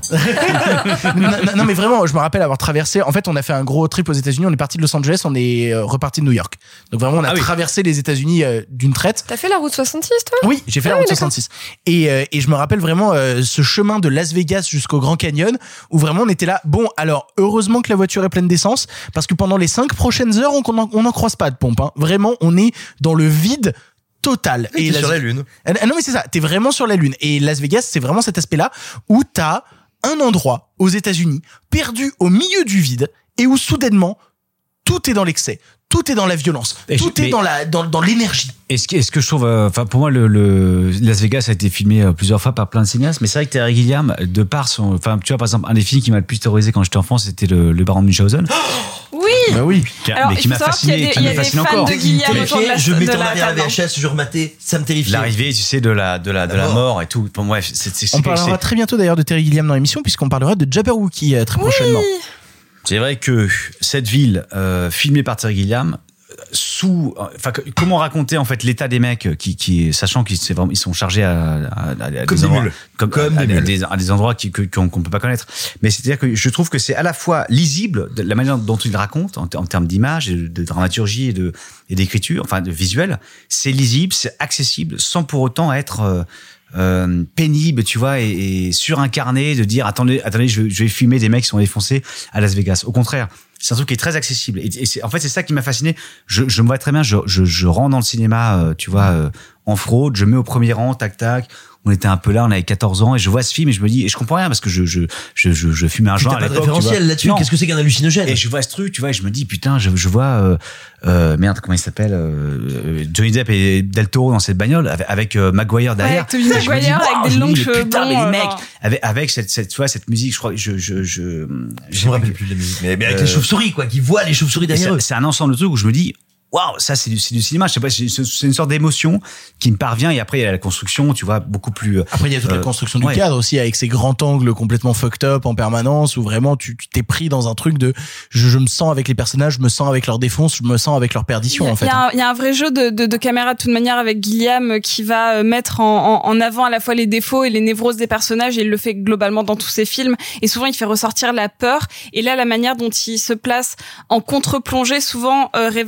non, non, non, mais vraiment, je me rappelle avoir traversé. En fait, on a fait un gros trip aux États-Unis. On est parti de Los Angeles, on est euh, reparti de New York. Donc vraiment, on a Ah oui. traversé les États-Unis euh, d'une traite. T'as fait la route soixante-six, toi? Oui, j'ai fait Ah la oui, route d'accord. soixante-six. Et, euh, et je me rappelle vraiment euh, ce chemin de Las Vegas jusqu'au Grand Canyon où vraiment on était là. Bon, alors heureusement que la voiture est pleine d'essence parce que pendant les cinq prochaines heures, on n'en on en croise pas de pompe. Hein. Vraiment, on est dans le vide total. Et Las- sur la Lune. Ah non mais c'est ça, t'es vraiment sur la Lune. Et Las Vegas, c'est vraiment cet aspect-là où t'as un endroit aux États-Unis perdu au milieu du vide et où soudainement tout est dans l'excès, tout est dans la violence, Et tout je- est mais- dans la dans, dans l'énergie. Et ce, que- ce que je trouve, euh, enfin pour moi, le, le Las Vegas a été filmé euh, plusieurs fois par plein de cinéastes, mais c'est vrai que Terry Gilliam, de par son, enfin tu vois par exemple un des films qui m'a le plus terrorisé quand j'étais enfant, c'était le, le Baron de Munchausen. Oui. Bah oui. Qui a- Alors, mais il qui faut m'a savoir qu'il y a fasciné, des- qui il y me a des fascine fans encore. de Gilliam Mais autour de la je mets de ton la mari à la table. V H S, je rematais, ça me terrifiait. L'arrivée, tu sais, de la, de la, de la mort et tout. Bon, bref, c'est, c'est, On c'est- parlera c'est- très bientôt d'ailleurs de Terry Gilliam dans l'émission puisqu'on parlera de Jabberwocky euh, très prochainement. c'est vrai que cette ville, euh, filmée par Terry Gilliam, sous, enfin, que- comment raconter en fait l'état des mecs qui, qui, sachant qu'ils c'est vraiment, ils sont chargés à, à, à- à Comme des des endroits, mules. comme, Comme à, des à mules. des, à des endroits qui, que, qu'on, qu'on peut pas connaître. Mais c'est-à-dire que je trouve que c'est à la fois lisible de la manière dont il raconte en, en termes d'image, et de, de dramaturgie et de et d'écriture, enfin de visuel. C'est lisible, c'est accessible, sans pour autant être euh, euh, pénible, tu vois, et, et surincarné de dire attendez, attendez, je, vais- je vais filmer des mecs qui sont défoncés à Las Vegas. Au contraire. C'est un truc qui est très accessible. Et, et c'est, en fait, c'est ça qui m'a fasciné. Je, je me vois très bien, je, je, je rentre dans le cinéma, euh, tu vois, euh, en fraude, je mets au premier rang, tac, tac. On était un peu là, on avait quatorze ans, et je vois ce film et je me dis, et je comprends rien parce que je, je, je, je, je fumais un Puis joint t'as à pas de l'époque. tu référentiel vois. là-dessus. Non. Qu'est-ce que c'est qu'un hallucinogène? Et je vois ce truc, tu vois, et je me dis, putain, je, je vois, euh, euh, merde, comment il s'appelle, euh, Johnny Depp et Del Toro dans cette bagnole, avec, avec euh, Maguire derrière. avec Tobey Et je me dis, Maguire, avec waouh, des je me longs dis, mais cheveux putain, mais blonds, les mecs, genre. avec, avec cette, cette, tu vois, cette musique, je crois, je, je, je, Je me rappelle plus de la musique. Mais, mais avec Euh, les chauves-souris, quoi, qui voient les chauves-souris et derrière c'est, eux. c'est un ensemble de trucs où je me dis, waouh, ça c'est du, c'est du cinéma. Je sais pas, c'est, c'est une sorte d'émotion qui me parvient. Et après il y a la construction, tu vois, beaucoup plus. Après, il y a toute la euh, construction du ouais. cadre aussi, avec ces grands angles complètement fucked up en permanence, où vraiment tu, tu t'es pris dans un truc de je, je me sens avec les personnages, je me sens avec leurs défenses, je me sens avec leur perdition, Il y a- en fait. Il y, a hein. un- il y a un vrai jeu de, de, de caméra de toute manière avec Gilliam qui va euh, mettre en, en, en avant à la fois les défauts et les névroses des personnages et il le fait globalement dans tous ses films et souvent il fait ressortir la peur et là la manière dont il se place en contre-plongée souvent euh, révèle des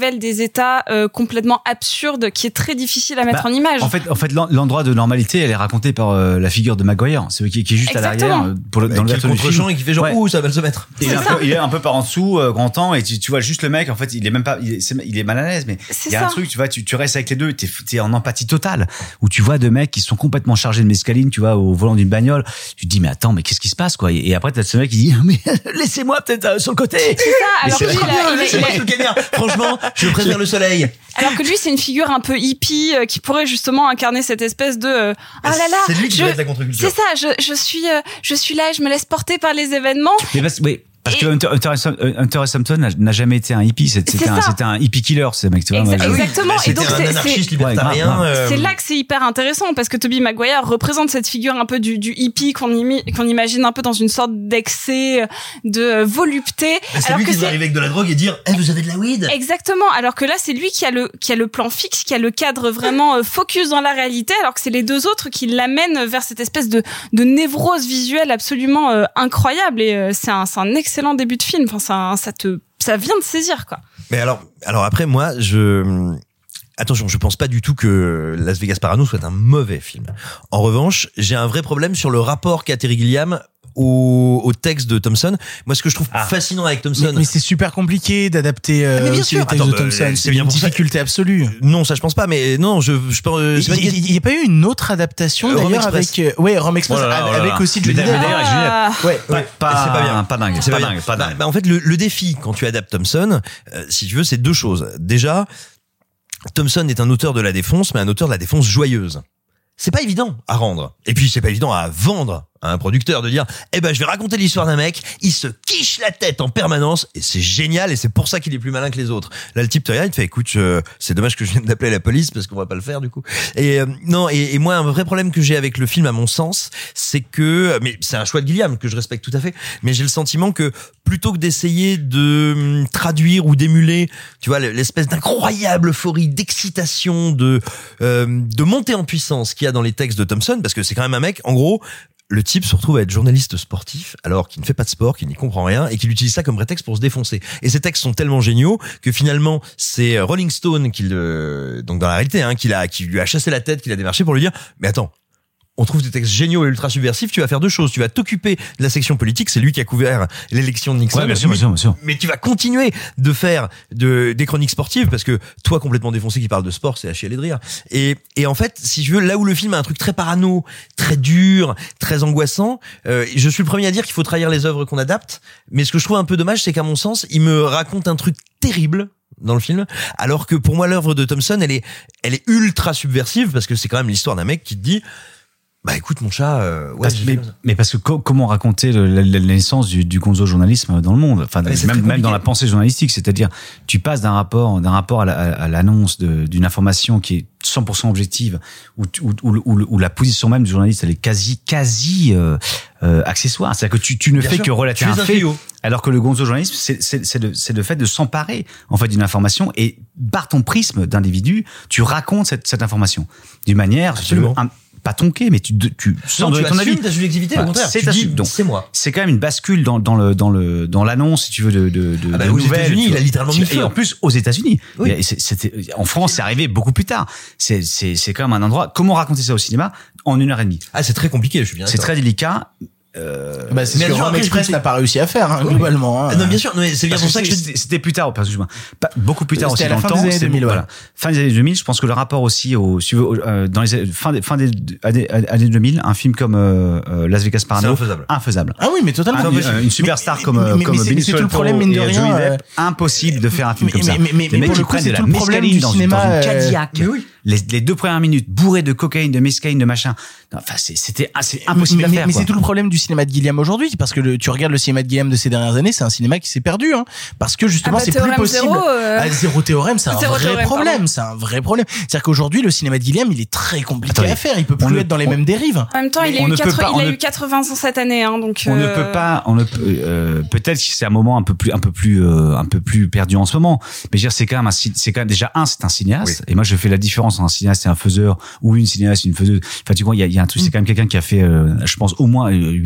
état euh, complètement absurde qui est très difficile à mettre bah, en image. En fait, en fait, l'endroit de normalité, elle est racontée par euh, la figure de Maguire, c'est qui, qui est juste Exactement. à l'arrière, pour le, dans qui le est contre-champ et qui fait genre, ouais. ouh, ça va se mettre. Il est, un peu, il est un peu par en dessous, euh, grand temps, et tu, tu vois juste le mec, en fait, il est même pas, il est, il est mal à l'aise, mais il y a ça. un truc, tu vois, tu, tu restes avec les deux, t'es, t'es en empathie totale, où tu vois deux mecs qui sont complètement chargés de mescaline, tu vois, au volant d'une bagnole, tu te dis, mais attends, mais qu'est-ce qui se passe, quoi? Et, et après, t'as ce mec qui dit, mais laissez-moi peut-être euh, sur le côté. C'est ça, alors que lui, il a- il a- il a- Franchement, je préfère le soleil. Alors que lui, c'est une figure un peu hippie euh, qui pourrait justement incarner cette espèce de euh, oh là là, C'est lui qui je- doit être la contre-culture. C'est ça, je, je suis euh, je suis là, et je me laisse porter par les événements. Mais parce, oui, parce que Hunter, Hunter, Hunter S. Thompson n'a, n'a jamais été un hippie, c'était, c'était, C'est un, ça. c'était un hippie killer, ce mec, tu vois. Exa- moi, je- exactement. Et donc, C'était un c'est- anarchiste c'est- libertarien. Ouais, grave, grave. euh, C'est là que c'est hyper intéressant parce que Tobey Maguire représente cette figure un peu du, du hippie qu'on, imi- qu'on imagine un peu dans une sorte d'excès de euh, volupté. C'est alors lui que qui doit arriver avec de la drogue et dire, eh, vous avez de la weed? Exactement. Alors que là, c'est lui qui a le qui a le plan fixe, qui a le cadre vraiment euh, focus dans la réalité, alors que c'est les deux autres qui l'amènent vers cette espèce de de névrose visuelle absolument euh, incroyable. Et euh, c'est un c'est un excellent début de film. Enfin, ça ça te ça vient de saisir, quoi. Mais alors, alors après, moi, je, attention, je pense pas du tout que Las Vegas Parano soit un mauvais film. En revanche, j'ai un vrai problème sur le rapport qu'a Terry Gilliam au, au texte de Thompson. Moi, ce que je trouve Ah. fascinant avec Thompson. Mais, mais c'est super compliqué d'adapter euh, Ah, mais bien aussi sûr. les textes Attends, de Thompson. bah, C'est, c'est bien une pour ça. difficulté absolue. Non, ça je pense pas, mais non, je, je pense. euh, c'est pas une question- Il n'y a pas eu une autre adaptation Euh, Rome d'ailleurs Express. avec euh, ouais Rome Express Oh là là, oh là avec là. aussi Mais Johnny d'ailleurs, Depp. mais d'ailleurs, Ah. Ouais. Ouais, Pas, c'est pas bien, pas dingue, c'est pas pas dingue, bien. pas dingue. Bah, bah, en fait, le, le défi quand tu adaptes Thompson, euh, si tu veux, c'est deux choses. Déjà, Thompson est un auteur de la défonce, mais un auteur de la défonce joyeuse. C'est pas évident à rendre. Et puis, c'est pas évident à vendre à un producteur de dire, eh ben, je vais raconter l'histoire d'un mec, il se quiche la tête en permanence, et c'est génial, et c'est pour ça qu'il est plus malin que les autres. Là, le type te regarde, il te fait, écoute, je- c'est dommage que je vienne d'appeler la police, parce qu'on va pas le faire, du coup. Et, euh, non, et, et moi, un vrai problème que j'ai avec le film, à mon sens, c'est que, mais c'est un choix de Gilliam, que je respecte tout à fait, mais j'ai le sentiment que, plutôt que d'essayer de hum, traduire ou d'émuler, tu vois, l'espèce d'incroyable euphorie, d'excitation, de, euh, de montée en puissance qu'il y a dans les textes de Thompson, parce que c'est quand même un mec, en gros, le type se retrouve à être journaliste sportif alors qu'il ne fait pas de sport, qu'il n'y comprend rien et qu'il utilise ça comme prétexte pour se défoncer. Et ces textes sont tellement géniaux que finalement c'est Rolling Stone qui le, donc dans la réalité, hein, qui l'a, qui lui a chassé la tête, qui l'a démarché pour lui dire, mais attends, on trouve des textes géniaux et ultra subversifs, tu vas faire deux choses. Tu vas t'occuper de la section politique, c'est lui qui a couvert l'élection de Nixon. Ouais, bien sûr, bien sûr, bien sûr. Mais tu vas continuer de faire de, des chroniques sportives parce que toi, complètement défoncé qui parle de sport, c'est à chialer de rire. Et, et en fait, si je veux, là où le film a un truc très parano, très dur, très angoissant, euh, je suis le premier à dire qu'il faut trahir les œuvres qu'on adapte. Mais ce que je trouve un peu dommage, c'est qu'à mon sens, il me raconte un truc terrible dans le film, alors que pour moi, l'œuvre de Thompson, elle est, elle est ultra subversive parce que c'est quand même l'histoire d'un mec qui te dit, bah écoute mon chat, euh, ouais, Parce- j'ai mais, fait comme ça. mais parce que co- comment raconter le- la, la naissance du, du gonzo journalisme dans le monde, enfin Ouais, c'est même, très même dans compliqué. la pensée journalistique, c'est-à-dire tu passes d'un rapport d'un rapport à, la- à l'annonce de- d'une information qui est cent pour cent objective, où, tu- où, où, où, où la position même du journaliste elle est quasi quasi euh, euh, accessoire, c'est-à-dire que tu, tu ne Bien fais sûr. que relater Tu es un un fait, tuyau. alors que le gonzo journalisme c'est c'est c'est le c'est le fait de s'emparer en fait d'une information et par ton prisme d'individu tu racontes cette cette information d'une manière si tu veux, Absolument. un- pas tonqué, mais tu, tu sens Non, donner tu ton assumes avis. ta subjectivité, au Voilà, contraire. c'est Tu ta dis, sub- donc, c'est moi. c'est quand même une bascule dans, dans le dans le dans l'annonce, si tu veux, de de, de, Ah bah, de aux nouvelles. États-Unis, tu il vois. a littéralement mis le Et feu. en plus aux États-Unis. Oui. Et c'est- C'était en France, c'est arrivé beaucoup plus tard. C'est c'est c'est quand même un endroit. Comment raconter ça au cinéma en une heure et demie? Ah, c'est très compliqué, je suis bien C'est d'accord. très délicat. Euh, Bah, c'est Mais ce que attention, Rome après, Express je- n'a pas réussi à faire hein, Oui. globalement. hein. Ah, non, bien sûr, non, mais c'est bien parce pour ça que je te dis. c'était c'était plus tard, parce que je pas beaucoup plus tard C'était aussi à la dans fin le des temps. années c'était- deux mille, voilà. Fin des années deux mille, je pense que le rapport aussi au, si tu veux, euh, dans les fin des fin des années, années deux mille, un film comme euh, euh, Las Vegas Parano, C'est infaisable. infaisable. Ah oui, mais totalement. Ah, une, une superstar Mais- comme mais- mais- comme mais c'est- Benicio c'est tout del le problème, Toro mine de et rien, Johnny euh, Depp, impossible de faire un film mais- comme ça. mais- mais- Les mais mecs pour qui le coup, prennent c'est de la tout le problème mescaline du dans une cinéma, dans une euh, Cadillac. mais oui. Les, les deux premières minutes bourrées de cocaïne, de mescaline, de machin. Non, Enfin, c'est- c'était ah, c'est impossible mais, à mais- faire. mais quoi. c'est tout le problème du cinéma de Gilliam aujourd'hui, parce que le, tu regardes le cinéma de Gilliam de ces dernières années, c'est un cinéma qui s'est perdu, hein, parce que justement Ah bah, c'est plus Théorème possible. Zéro, euh, Ah, Zéro théorème, c'est un Zéro vrai théorème, problème, pardon. c'est un vrai problème. C'est-à-dire qu'aujourd'hui le cinéma de Gilliam il est très compliqué Attendez, à faire, il peut on plus ne- être dans les on- mêmes dérives. En même temps, il a On eu ne peut quatre- pas- il on a ne- eu quatre-vingts ans cette année, hein, donc. On ne euh, peut pas, on ne peut, euh, peut-être que c'est un moment un peu plus, un peu plus, euh, un peu plus perdu en ce moment. Mais je veux dire, c'est quand même un, ci- c'est quand même déjà un, c'est un cinéaste. Et moi, je fais la différence entre un cinéaste et un faiseur, ou une cinéaste, une faiseuse. Enfin, tu vois, il y a, il y a un truc, c'est quand même quelqu'un qui a fait, euh, je pense, au moins huit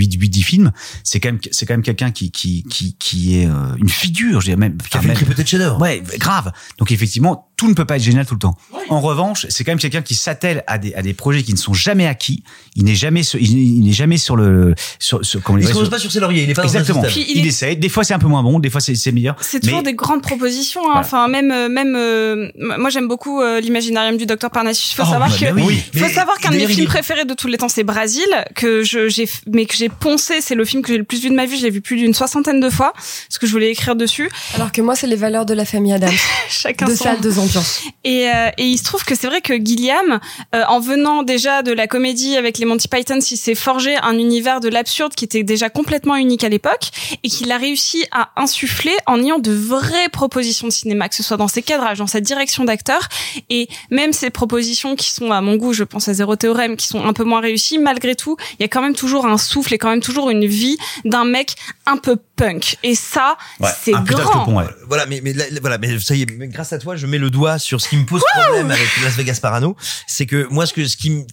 huit huit dix films, c'est quand même c'est quand même quelqu'un qui qui qui qui est euh, une figure, je dirais même qui a fait une tripotée de chefs-d'œuvre. Ouais, grave. Donc effectivement, tout ne peut pas être génial tout le temps. Ouais. En revanche, c'est quand même quelqu'un qui s'attelle à des à des projets qui ne sont jamais acquis. Il n'est jamais sur, il, il n'est jamais sur le sur, sur comment il se repose pas sur ses lauriers, il est pas exactement. dans un système. Il, il est... essaie. Des fois c'est un peu moins bon, des fois c'est c'est meilleur. C'est toujours mais... des grandes propositions. Hein. Voilà. Enfin même même euh, moi j'aime beaucoup euh, l'Imaginarium du docteur Parnassus. Il faut oh, savoir bah, que bah oui. faut mais savoir qu'un de mes films il... préférés de tous les temps c'est Brésil que je j'ai mais que j'ai poncé. C'est le film que j'ai le plus vu de ma vie. Je l'ai vu plus d'une soixantaine de fois parce que je voulais écrire dessus. Alors que moi c'est Les Valeurs de la famille Adams. Chacun deux son... salles, deux ambiances. Et euh, et il se trouve que c'est vrai que Gilliam, euh, en venant déjà de la comédie avec les Monty Python, il s'est forgé un univers de l'absurde qui était déjà complètement unique à l'époque et qu'il a réussi à insuffler en ayant de vraies propositions de cinéma, que ce soit dans ses cadrages, dans sa direction d'acteur, et même ces propositions qui sont à mon goût, je pense à Zéro Théorème, qui sont un peu moins réussies, malgré tout, il y a quand même toujours un souffle et quand même toujours une vie d'un mec un peu punk. Et ça, ouais, c'est grand. Pont, ouais. Voilà, mais, mais, voilà, mais ça y est, mais grâce à toi, je mets le doigt sur ce qui me pose wow problème avec Las Vegas Parano, c'est que moi, ce que, ce qui me,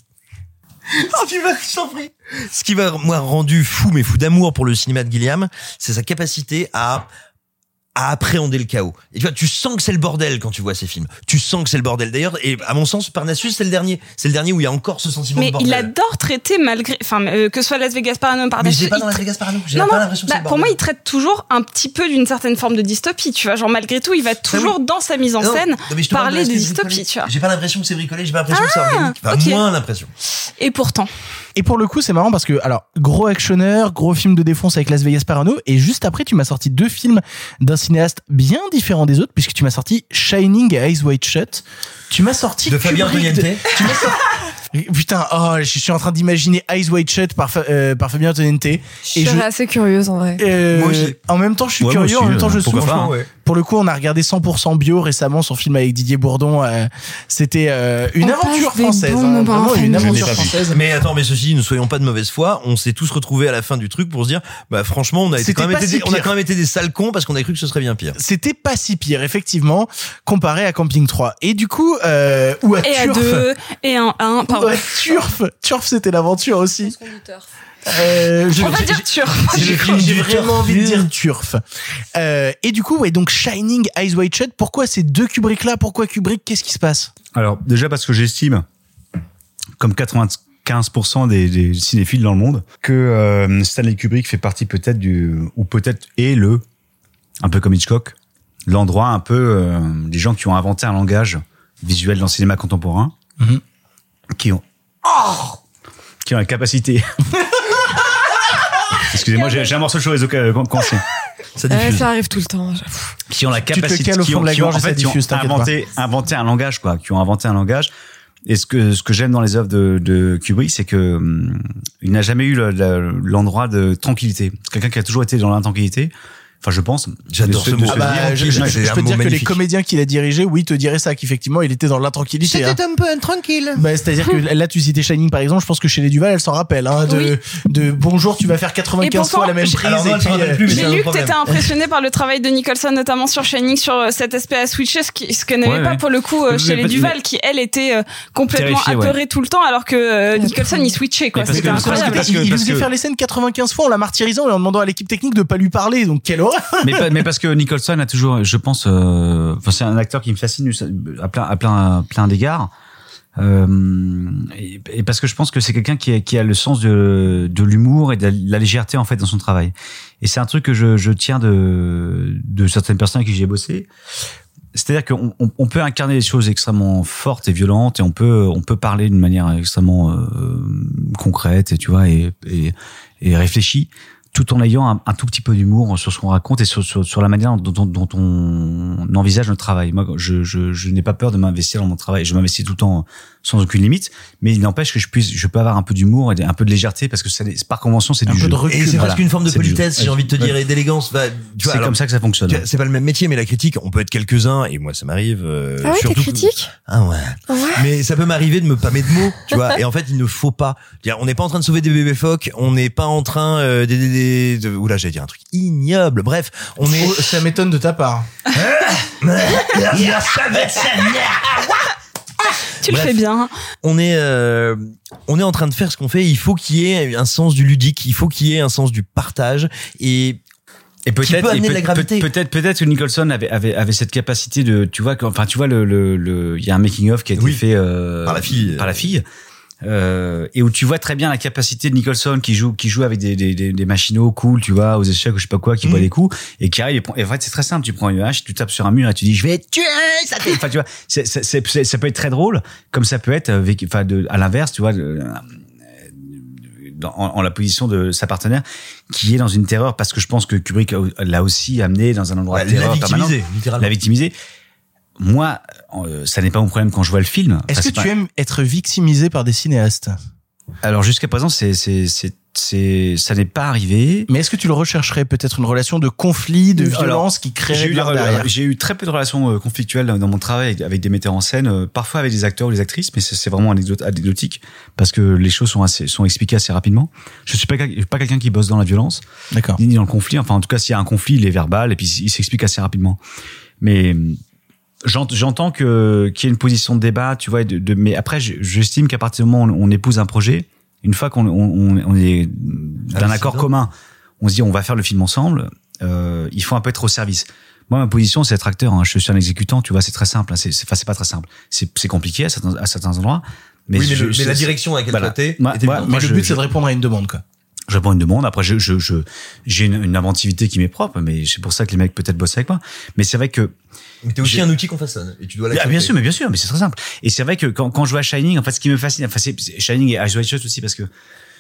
oh, tu vas, je t'en prie. Ce qui m'a, moi, rendu fou, mais fou d'amour pour le cinéma de Gilliam, c'est sa capacité à, à appréhender le chaos. Et tu vois, tu sens que c'est le bordel quand tu vois ces films. Tu sens que c'est le bordel. D'ailleurs, et à mon sens, Parnassus, c'est le dernier. C'est le dernier où il y a encore ce sentiment mais de bordel. Mais il adore traiter malgré, enfin, euh, que ce soit Las Vegas Parano, Parnassus. Mais j'ai pas dans Las Vegas Parano. J'ai non, pas non, l'impression que bah, c'est le bordel. Pour moi, il traite toujours un petit peu d'une certaine forme de dystopie, tu vois. Genre, malgré tout, il va toujours, oui. dans sa mise en non, scène, non, parler de dystopie, tu vois. J'ai pas l'impression que c'est bricolé, j'ai pas l'impression ah, que c'est organique. Enfin, okay. moins l'impression. Et pourtant. Et pour le coup, c'est marrant parce que, alors, gros actionneur, gros film de défonce avec Las Vegas Parano, et juste après, tu m'as sorti deux films d'un cinéaste bien différent des autres, puisque tu m'as sorti Shining et Eyes Wide Shut. Tu m'as sorti de Fabien Antoniente. De... Tu m'as sorti... Putain, oh, je suis en train d'imaginer Eyes Wide Shut par, euh, par Fabien Antoniente. Je serais je... assez curieuse en vrai. Euh, moi aussi. En même temps, je suis ouais, curieux, aussi, en même temps, je souffre. Pas, ouais. Pour le coup, on a regardé cent pour cent bio récemment, son film avec Didier Bourdon. Euh, c'était euh, une on aventure française. Bon hein, vraiment une aventure française. Mais attends, mais ceci, ne soyons pas de mauvaise foi. On s'est tous retrouvés à la fin du truc pour se dire, bah franchement, on a, été quand, même été si des, on a quand même été des sales cons parce qu'on a cru que ce serait bien pire. C'était pas si pire, effectivement, comparé à Camping trois. Et du coup, euh, ou à et Turf. À deux, et un, un, pardon. Ou à Turf. Turf, c'était l'aventure aussi. Euh, je, on va dire turf. J'ai, j'ai vraiment envie de dire turf. Euh, et du coup, ouais, donc Shining, Eyes Wide Shut. Pourquoi ces deux Kubrick là? Pourquoi Kubrick? Qu'est-ce qui se passe? Alors déjà parce que j'estime, comme quatre-vingt-quinze pour cent des, des cinéphiles dans le monde, que euh, Stanley Kubrick fait partie peut-être du, ou peut-être est le, un peu comme Hitchcock, l'endroit un peu euh, des gens qui ont inventé un langage visuel dans le cinéma contemporain, mm-hmm. qui ont, oh, qui ont la capacité. Excusez-moi, j'ai, j'ai un morceau de chaud conscient. Ça diffuse. Euh, ça arrive tout le temps. Qui ont la capacité, qui ont, qui ont, en fait, qui ont inventé, inventé un langage, quoi, qui ont inventé un langage. Et ce que ce que j'aime dans les œuvres de, de Kubrick, c'est que hum, il n'a jamais eu le, le, l'endroit de tranquillité. C'est quelqu'un qui a toujours été dans l'intranquillité. Enfin, je pense. J'adore ce mot. Ah bah, je, je, je, je peux te dire que les comédiens qu'il a dirigés, oui, te diraient ça, qu'effectivement, il était dans l'intranquillité. C'était hein. un peu intranquille. Bah, c'est-à-dire que là, tu citais Shining, par exemple, je pense que chez les Duval, elle s'en rappelle, hein, de, oui. de bonjour, tu vas faire quatre-vingt-quinze fois la même prise. Alors, et puis, euh, plus, j'ai lu que t'étais impressionné par le travail de Nicholson, notamment sur Shining, sur cet aspect à switcher, ce, qui, ce que n'avait ouais, pas ouais. pour le coup euh, chez les Duval, qui, elle, était euh, complètement apeurée ouais. tout le temps, alors que euh, Nicholson, il switchait, quoi. C'était incroyable. Il faisait faire les scènes quatre-vingt-quinze fois en la martyrisant et en demandant à l'équipe technique de pas lui parler, donc quelle horreur. Parce que Nicholson a toujours, je pense, euh, enfin c'est un acteur qui me fascine à plein, à plein, à plein d'égards, euh, et, et parce que je pense que c'est quelqu'un qui a, qui a le sens de, de l'humour et de la, la légèreté en fait dans son travail. Et c'est un truc que je, je tiens de, de certaines personnes avec qui j'ai bossé. C'est-à-dire qu'on on, on peut incarner des choses extrêmement fortes et violentes, et on peut, on peut parler d'une manière extrêmement euh, concrète, et tu vois, et, et, et réfléchie, tout en ayant un, un tout petit peu d'humour sur ce qu'on raconte et sur, sur, sur la manière dont, dont, dont on envisage notre travail. Moi, je, je, je n'ai pas peur de m'investir dans mon travail. Je m'investis tout le temps sans aucune limite, mais il n'empêche que je puisse, je peux avoir un peu d'humour et un peu de légèreté parce que c'est, par convention, c'est un du peu jeu. De recul, et c'est voilà. presque une forme de c'est politesse, j'ai envie de te dire, ouais. et d'élégance. Bah, tu vois, c'est alors, comme ça que ça fonctionne. C'est pas le même métier, mais la critique, on peut être quelques-uns, et moi, ça m'arrive. Euh, ah ouais, surtout t'es critique? Ah ouais. Ah ouais. Mais ça peut m'arriver de me pâmer de mots, tu vois. Et en fait, il ne faut pas. On n'est pas en train de sauver des bébés phoques, on n'est pas en train euh, des, des, des, de, oula, j'allais dire un truc ignoble. Bref, on est. Oh, ça m'étonne de ta part. Tu le Bref, fais bien. On est, euh, on est en train de faire ce qu'on fait. Il faut qu'il y ait un sens du ludique. Il faut qu'il y ait un sens du partage. Et Et peut-être, peut amener et de peut- la gravité. peut- peut-être, peut-être que Nicholson avait, avait, avait cette capacité de, tu vois, que- enfin, tu vois, le, le, le, il y a un making of qui a été Oui. fait euh, Par la fille. par la fille, euh, et où tu vois très bien la capacité de Nicholson qui joue, qui joue avec des, des, des, des machinaux cool, tu vois, aux échecs ou je sais pas quoi, qui Mhm. boit des coups et qui arrive. Et, prend- et en fait, c'est très simple. Tu prends une hache, tu tapes sur un mur et tu dis, je vais te tuer. Ça fait, enfin, tu vois, c'est, c'est, c'est, c'est- ça peut être très drôle, comme ça peut être, avec, enfin, de, à l'inverse, tu vois. De, dans, en, en la position de sa partenaire qui est dans une terreur parce que je pense que Kubrick a- l'a aussi amené dans un endroit Ouais, de terreur la victimiser, permanente. littéralement. La victimiser. Moi, euh, ça n'est pas mon problème quand je vois le film. Est-ce Enfin, que c'est tu pas- aimes être victimisé par des cinéastes? Alors jusqu'à présent, c'est c'est c'est c'est ça n'est pas arrivé. Mais est-ce que tu le rechercherais peut-être une relation de conflit, de Alors, violence qui J'ai créerait eu, de l'art la- derrière? j'ai eu très peu de relations euh, conflictuelles dans mon travail avec, avec des metteurs en scène, euh, parfois avec des acteurs ou des actrices, mais c'est c'est vraiment anecdote- anecdotique parce que les choses sont assez sont expliquées assez rapidement. Je suis pas quel- pas quelqu'un qui bosse dans la violence, D'accord. ni dans le conflit. Enfin, en tout cas, s'il y a un conflit, il est verbal et puis il s'explique assez rapidement. Mais j'ent- j'entends que qu'il y a une position de débat, tu vois. De, de mais après, je- j'estime qu'à partir du moment où on, on épouse un projet, une fois qu'on on, on est d'un Ah, accord c'est bien. commun, on se dit on va faire le film ensemble. Euh, il faut un peu être au service. Moi, ma position, c'est être acteur. Hein. Je suis un exécutant, tu vois. C'est très simple. Hein. C'est, c'est, enfin, c'est pas très simple. C'est, c'est compliqué à certains, à certains endroits. oui, mais, je- le- mais je- la direction à laquelle voilà. toi t'es Moi- était moi- évidente. moi, Mais je- le but, je- c'est de répondre à une demande, quoi. je réponds à une demande. Après, je, je, je, j'ai une, une inventivité qui m'est propre, mais c'est pour ça que les mecs peut-être bossent avec moi. Mais c'est vrai que Mais t'es aussi j'ai- un outil qu'on façonne et tu dois bien, l'accepter. bien sûr, mais bien sûr, mais c'est très simple. Et c'est vrai que quand, quand je vois Shining, en fait, ce qui me fascine, enfin, c'est c'est Shining et Eyes Wide Shut aussi parce que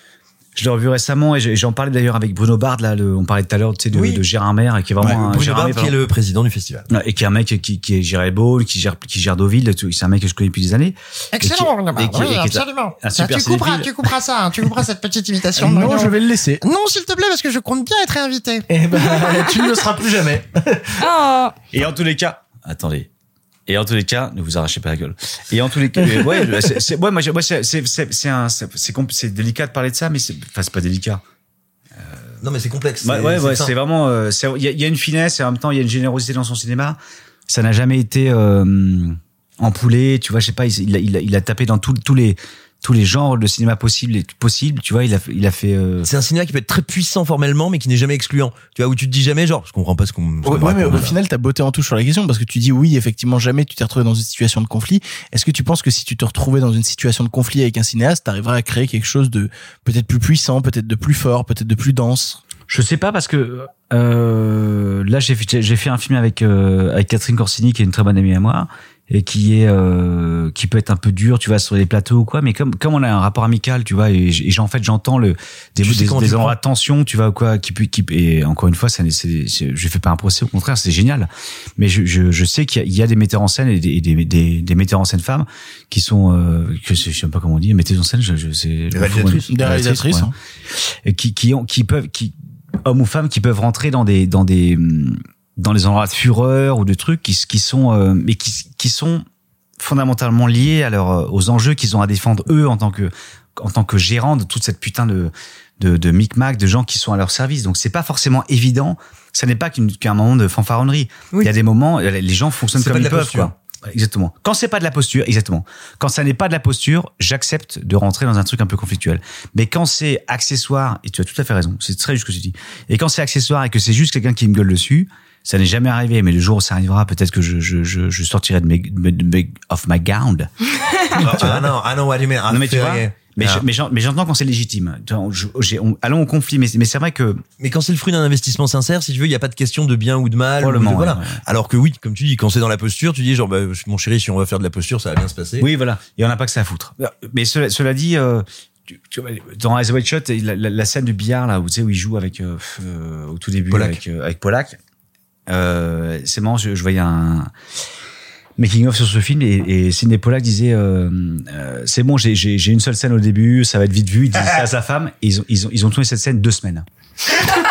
je l'ai revu récemment et j'ai- j'en parlais d'ailleurs avec Bruno Bard, là, le, on parlait tout à l'heure, tu sais, de, Oui. de Gérard Mer, et qui est vraiment Ouais, un Bruno Gérard Bard, Mer, qui est le président du festival. Ouais, et qui est un mec qui, qui est géré Ball, qui gère, qui gère Deauville, tout. C'est un mec que je connais depuis des années. Excellent, Et qui- Bruno et Bard. qui- Oui, et qui est un- absolument. un Ça, super tu couperas, cinéphile. tu couperas ça, hein, tu couperas cette petite imitation. de Non, Bruno. je vais le laisser. Non, s'il te plaît, parce que je compte bien être invité. Eh ben, tu ne le seras plus jamais. Oh. Et en tous les cas, attendez. Et en tous les cas, ne vous arrachez pas la gueule. Et en tous les cas, euh, ouais, c'est, c'est, ouais, moi, j'ai- moi, c'est, c'est, c'est, c'est un, c'est, c'est, compl- c'est délicat de parler de ça, mais c'est, enfin, c'est pas délicat. Non, mais c'est complexe. Ouais, c'est- ouais, c'est ouais, fin. c'est vraiment, euh, c'est, il y a, il y a une finesse et en même temps, il y a une générosité dans son cinéma. Ça n'a jamais été, euh, empoulé, tu vois, je sais pas, il, il, a, il, a, il a tapé dans tous, tous les, tous les genres de cinéma possibles et possibles, tu vois, il a, il a fait, euh... C'est un cinéma qui peut être très puissant formellement, mais qui n'est jamais excluant. Tu vois, où tu te dis jamais, genre, je comprends pas ce qu'on. ce qu'on Ouais, me ouais, mais raconte, au là. final, t'as botté en touche sur la question parce que tu dis oui, effectivement, jamais tu t'es retrouvé dans une situation de conflit. Est-ce que tu penses que si tu te retrouvais dans une situation de conflit avec un cinéaste, t'arriverais à créer quelque chose de peut-être plus puissant, peut-être de plus fort, peut-être de plus dense? Je sais pas parce que euh, là j'ai fait j'ai fait un film avec euh, avec Catherine Corsini qui est une très bonne amie à moi et qui est euh, qui peut être un peu dur, tu vois, sur les plateaux ou quoi, mais comme comme on a un rapport amical, tu vois, et, j- et j'ai- en fait j'entends le des Tu sais des, comment des tu endroits prends. de tension, tu vois, ou quoi, qui peut qui et encore une fois ça n'est- c'est c'est- je fais pas un procès, au contraire c'est génial, mais je je, je sais qu'il y a, il y a des metteurs en scène et des des des, des metteurs en scène femmes qui sont euh, que je sais pas comment on dit, metteuses en scène, je, je sais Des réalisatrices. Des réalisatrices, ouais. hein. Et qui qui ont qui peuvent qui hommes ou femmes qui peuvent rentrer dans des dans des dans des endroits de fureur ou de trucs qui qui sont euh, mais qui qui sont fondamentalement liés à leur aux enjeux qu'ils ont à défendre eux en tant que en tant que gérants de toute cette putain de de de micmac de gens qui sont à leur service. Donc c'est pas forcément évident, ça n'est pas qu'une, qu'un moment de fanfaronnerie. Oui. Il y a des moments les gens fonctionnent C'est comme pas de ils la peuvent posture. quoi. Exactement. Quand c'est pas de la posture, exactement. Quand ça n'est pas de la posture, j'accepte de rentrer dans un truc un peu conflictuel. Mais quand c'est accessoire, et tu as tout à fait raison, c'est très juste ce que tu dis. Et quand c'est accessoire et que c'est juste quelqu'un qui me gueule dessus, ça n'est jamais arrivé. Mais le jour où ça arrivera, peut-être que je je je, je sortirai de mes, de mes of my gown. Ah non, I know what you mean. Non mais tu vois. Mais, Ah. je- mais, j'en- mais j'entends quand c'est légitime. Tu vois, je- j'ai- on- allons au conflit, mais, mais c'est vrai que Mais quand c'est le fruit d'un investissement sincère, si tu veux, il y a pas de question de bien ou de mal. Ou de, Probablement, voilà. ouais, ouais. Alors que oui, comme tu dis, quand c'est dans la posture, tu dis genre, bah, mon chéri, si on va faire de la posture, ça va bien se passer. oui, voilà. Et on n'a pas que ça à foutre. Mais cela, cela dit, euh, tu, tu vois, dans Eyes Wide Shut, la, la, la scène du billard là où tu sais où il joue avec euh, euh, au tout début Pollack. avec euh, avec Pollack, euh, c'est marrant. Je, je voyais un making of sur ce film et, et Sidney Pollack disait euh, euh, c'est bon, j'ai j'ai j'ai une seule scène au début, ça va être vite vu. Il disait ça à sa femme et ils ont ils ont ils ont tourné cette scène deux semaines.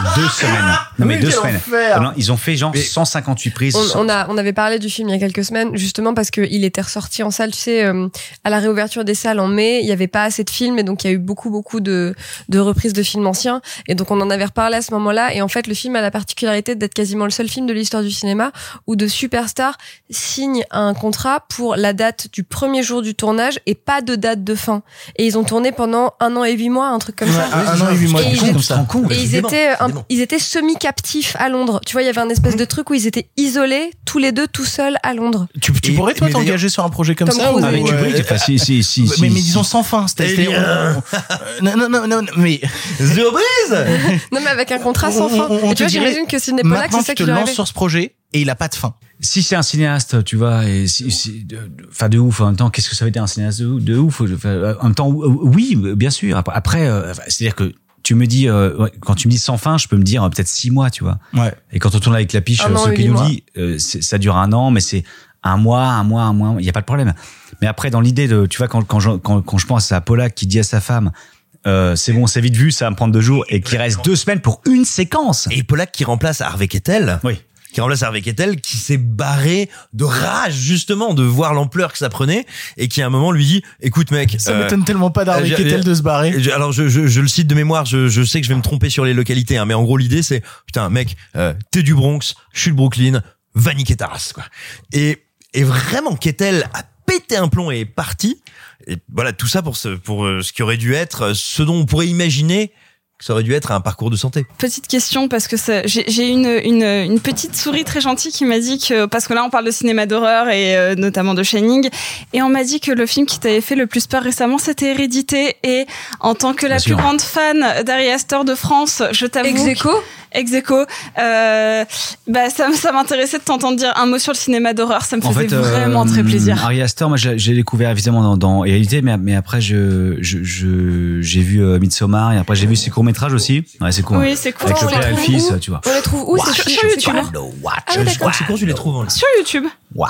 deux semaines. Non, mais Oui, deux quel semaines. enfer. Non, ils ont fait genre cent cinquante-huit prises. On, on a, on avait parlé du film il y a quelques semaines, justement parce qu'il était ressorti en salle, tu sais, euh, à la réouverture des salles en mai, il y avait pas assez de films et donc il y a eu beaucoup, beaucoup de, de reprises de films anciens. Et donc on en avait reparlé à ce moment-là. Et en fait, le film a la particularité d'être quasiment le seul film de l'histoire du cinéma où de superstars signent un contrat pour la date du premier jour du tournage et pas de date de fin. Et ils ont tourné pendant un an et huit mois, un truc comme Ouais, ça. un an et huit mois, Et du ils coup, étaient- comme ça. Et ils étaient, un- ils étaient semi-captifs à Londres. Tu vois, il y avait un espèce de truc où ils étaient isolés, tous les deux, tout seuls à Londres. Tu, tu pourrais toi t'engager sur un projet comme Tom ça Cruise, ou avec ou, Kubrick, euh, enfin, si, si, si, mais, si, mais si. disons sans fin, c'est-à-dire Eh bien. non non non non non, mais Surprise. Non, mais avec un contrat sans fin. On- on- on Et te tu vois, dirait, j'imagine que Sidney Pollack, maintenant c'est ça tu te qui lui lances arrivait. sur ce projet et il a pas de fin. Si c'est un cinéaste, tu vois, et si, si, de, de- enfin de ouf. En même temps, qu'est-ce que ça veut dire un cinéaste de, de ouf enfin, en même temps, oui, bien sûr. Après, après euh, c'est-à-dire que tu me dis, euh, ouais, quand tu me dis sans fin, je peux me dire euh, peut-être six mois, tu vois. Ouais. Et quand on tourne avec la piche, Un euh, an ce et qu'il huit nous mois. dit, euh, c'est- ça dure un an, mais c'est un mois, un mois, un mois. Il y a pas de problème. Mais après, dans l'idée de, tu vois, quand quand je, quand, quand je pense à Pollack qui dit à sa femme. Euh, c'est bon, c'est vite vu, ça va me prendre deux jours, et qu'il reste deux semaines pour une séquence. Et Pollack qui remplace Harvey Keitel. Oui. Qui remplace Harvey Keitel, qui s'est barré de rage, justement, de voir l'ampleur que ça prenait, et qui à un moment lui dit, écoute mec. Ça euh, m'étonne tellement pas d'Harvey euh, Keitel de se barrer. je- Alors je, je, je le cite de mémoire, je, je sais que je vais me tromper sur les localités, hein, mais en gros l'idée c'est, putain mec, euh, t'es du Bronx, je suis de Brooklyn, va niquer ta race, quoi. Et, et vraiment Keitel a pété un plomb et est parti. Et voilà, tout ça pour ce, pour euh, ce qui aurait dû être, ce dont on pourrait imaginer que ça aurait dû être un parcours de santé. Petite question, parce que ça- j'ai j'ai une, une, une petite souris très gentille qui m'a dit que, parce que là on parle de cinéma d'horreur et euh, notamment de Shining, et on m'a dit que le film qui t'avait fait le plus peur récemment c'était Hérédité, et en tant que la Bien plus sûr. grande fan d'Ari Aster de France, je t'avoue... Ex aequo Ex aequo, euh, bah ça, ça m'intéressait de t'entendre dire un mot sur le cinéma d'horreur, ça me En faisait fait, vraiment euh, très plaisir. Ari Aster, moi, j'ai j'ai découvert évidemment dans, dans Hérédité, mais, mais après, je, je, je, j'ai vu euh, Midsommar, et après, j'ai vu ses courts-métrages aussi. Ouais, c'est cool. Oui, c'est cool. Avec On le les père et le trouve fils, où tu vois. On les trouve où Sur, c'est sur YouTube. Ah oui, d'accord. C'est court, tu les trouves. hein. Sur YouTube. Waouh!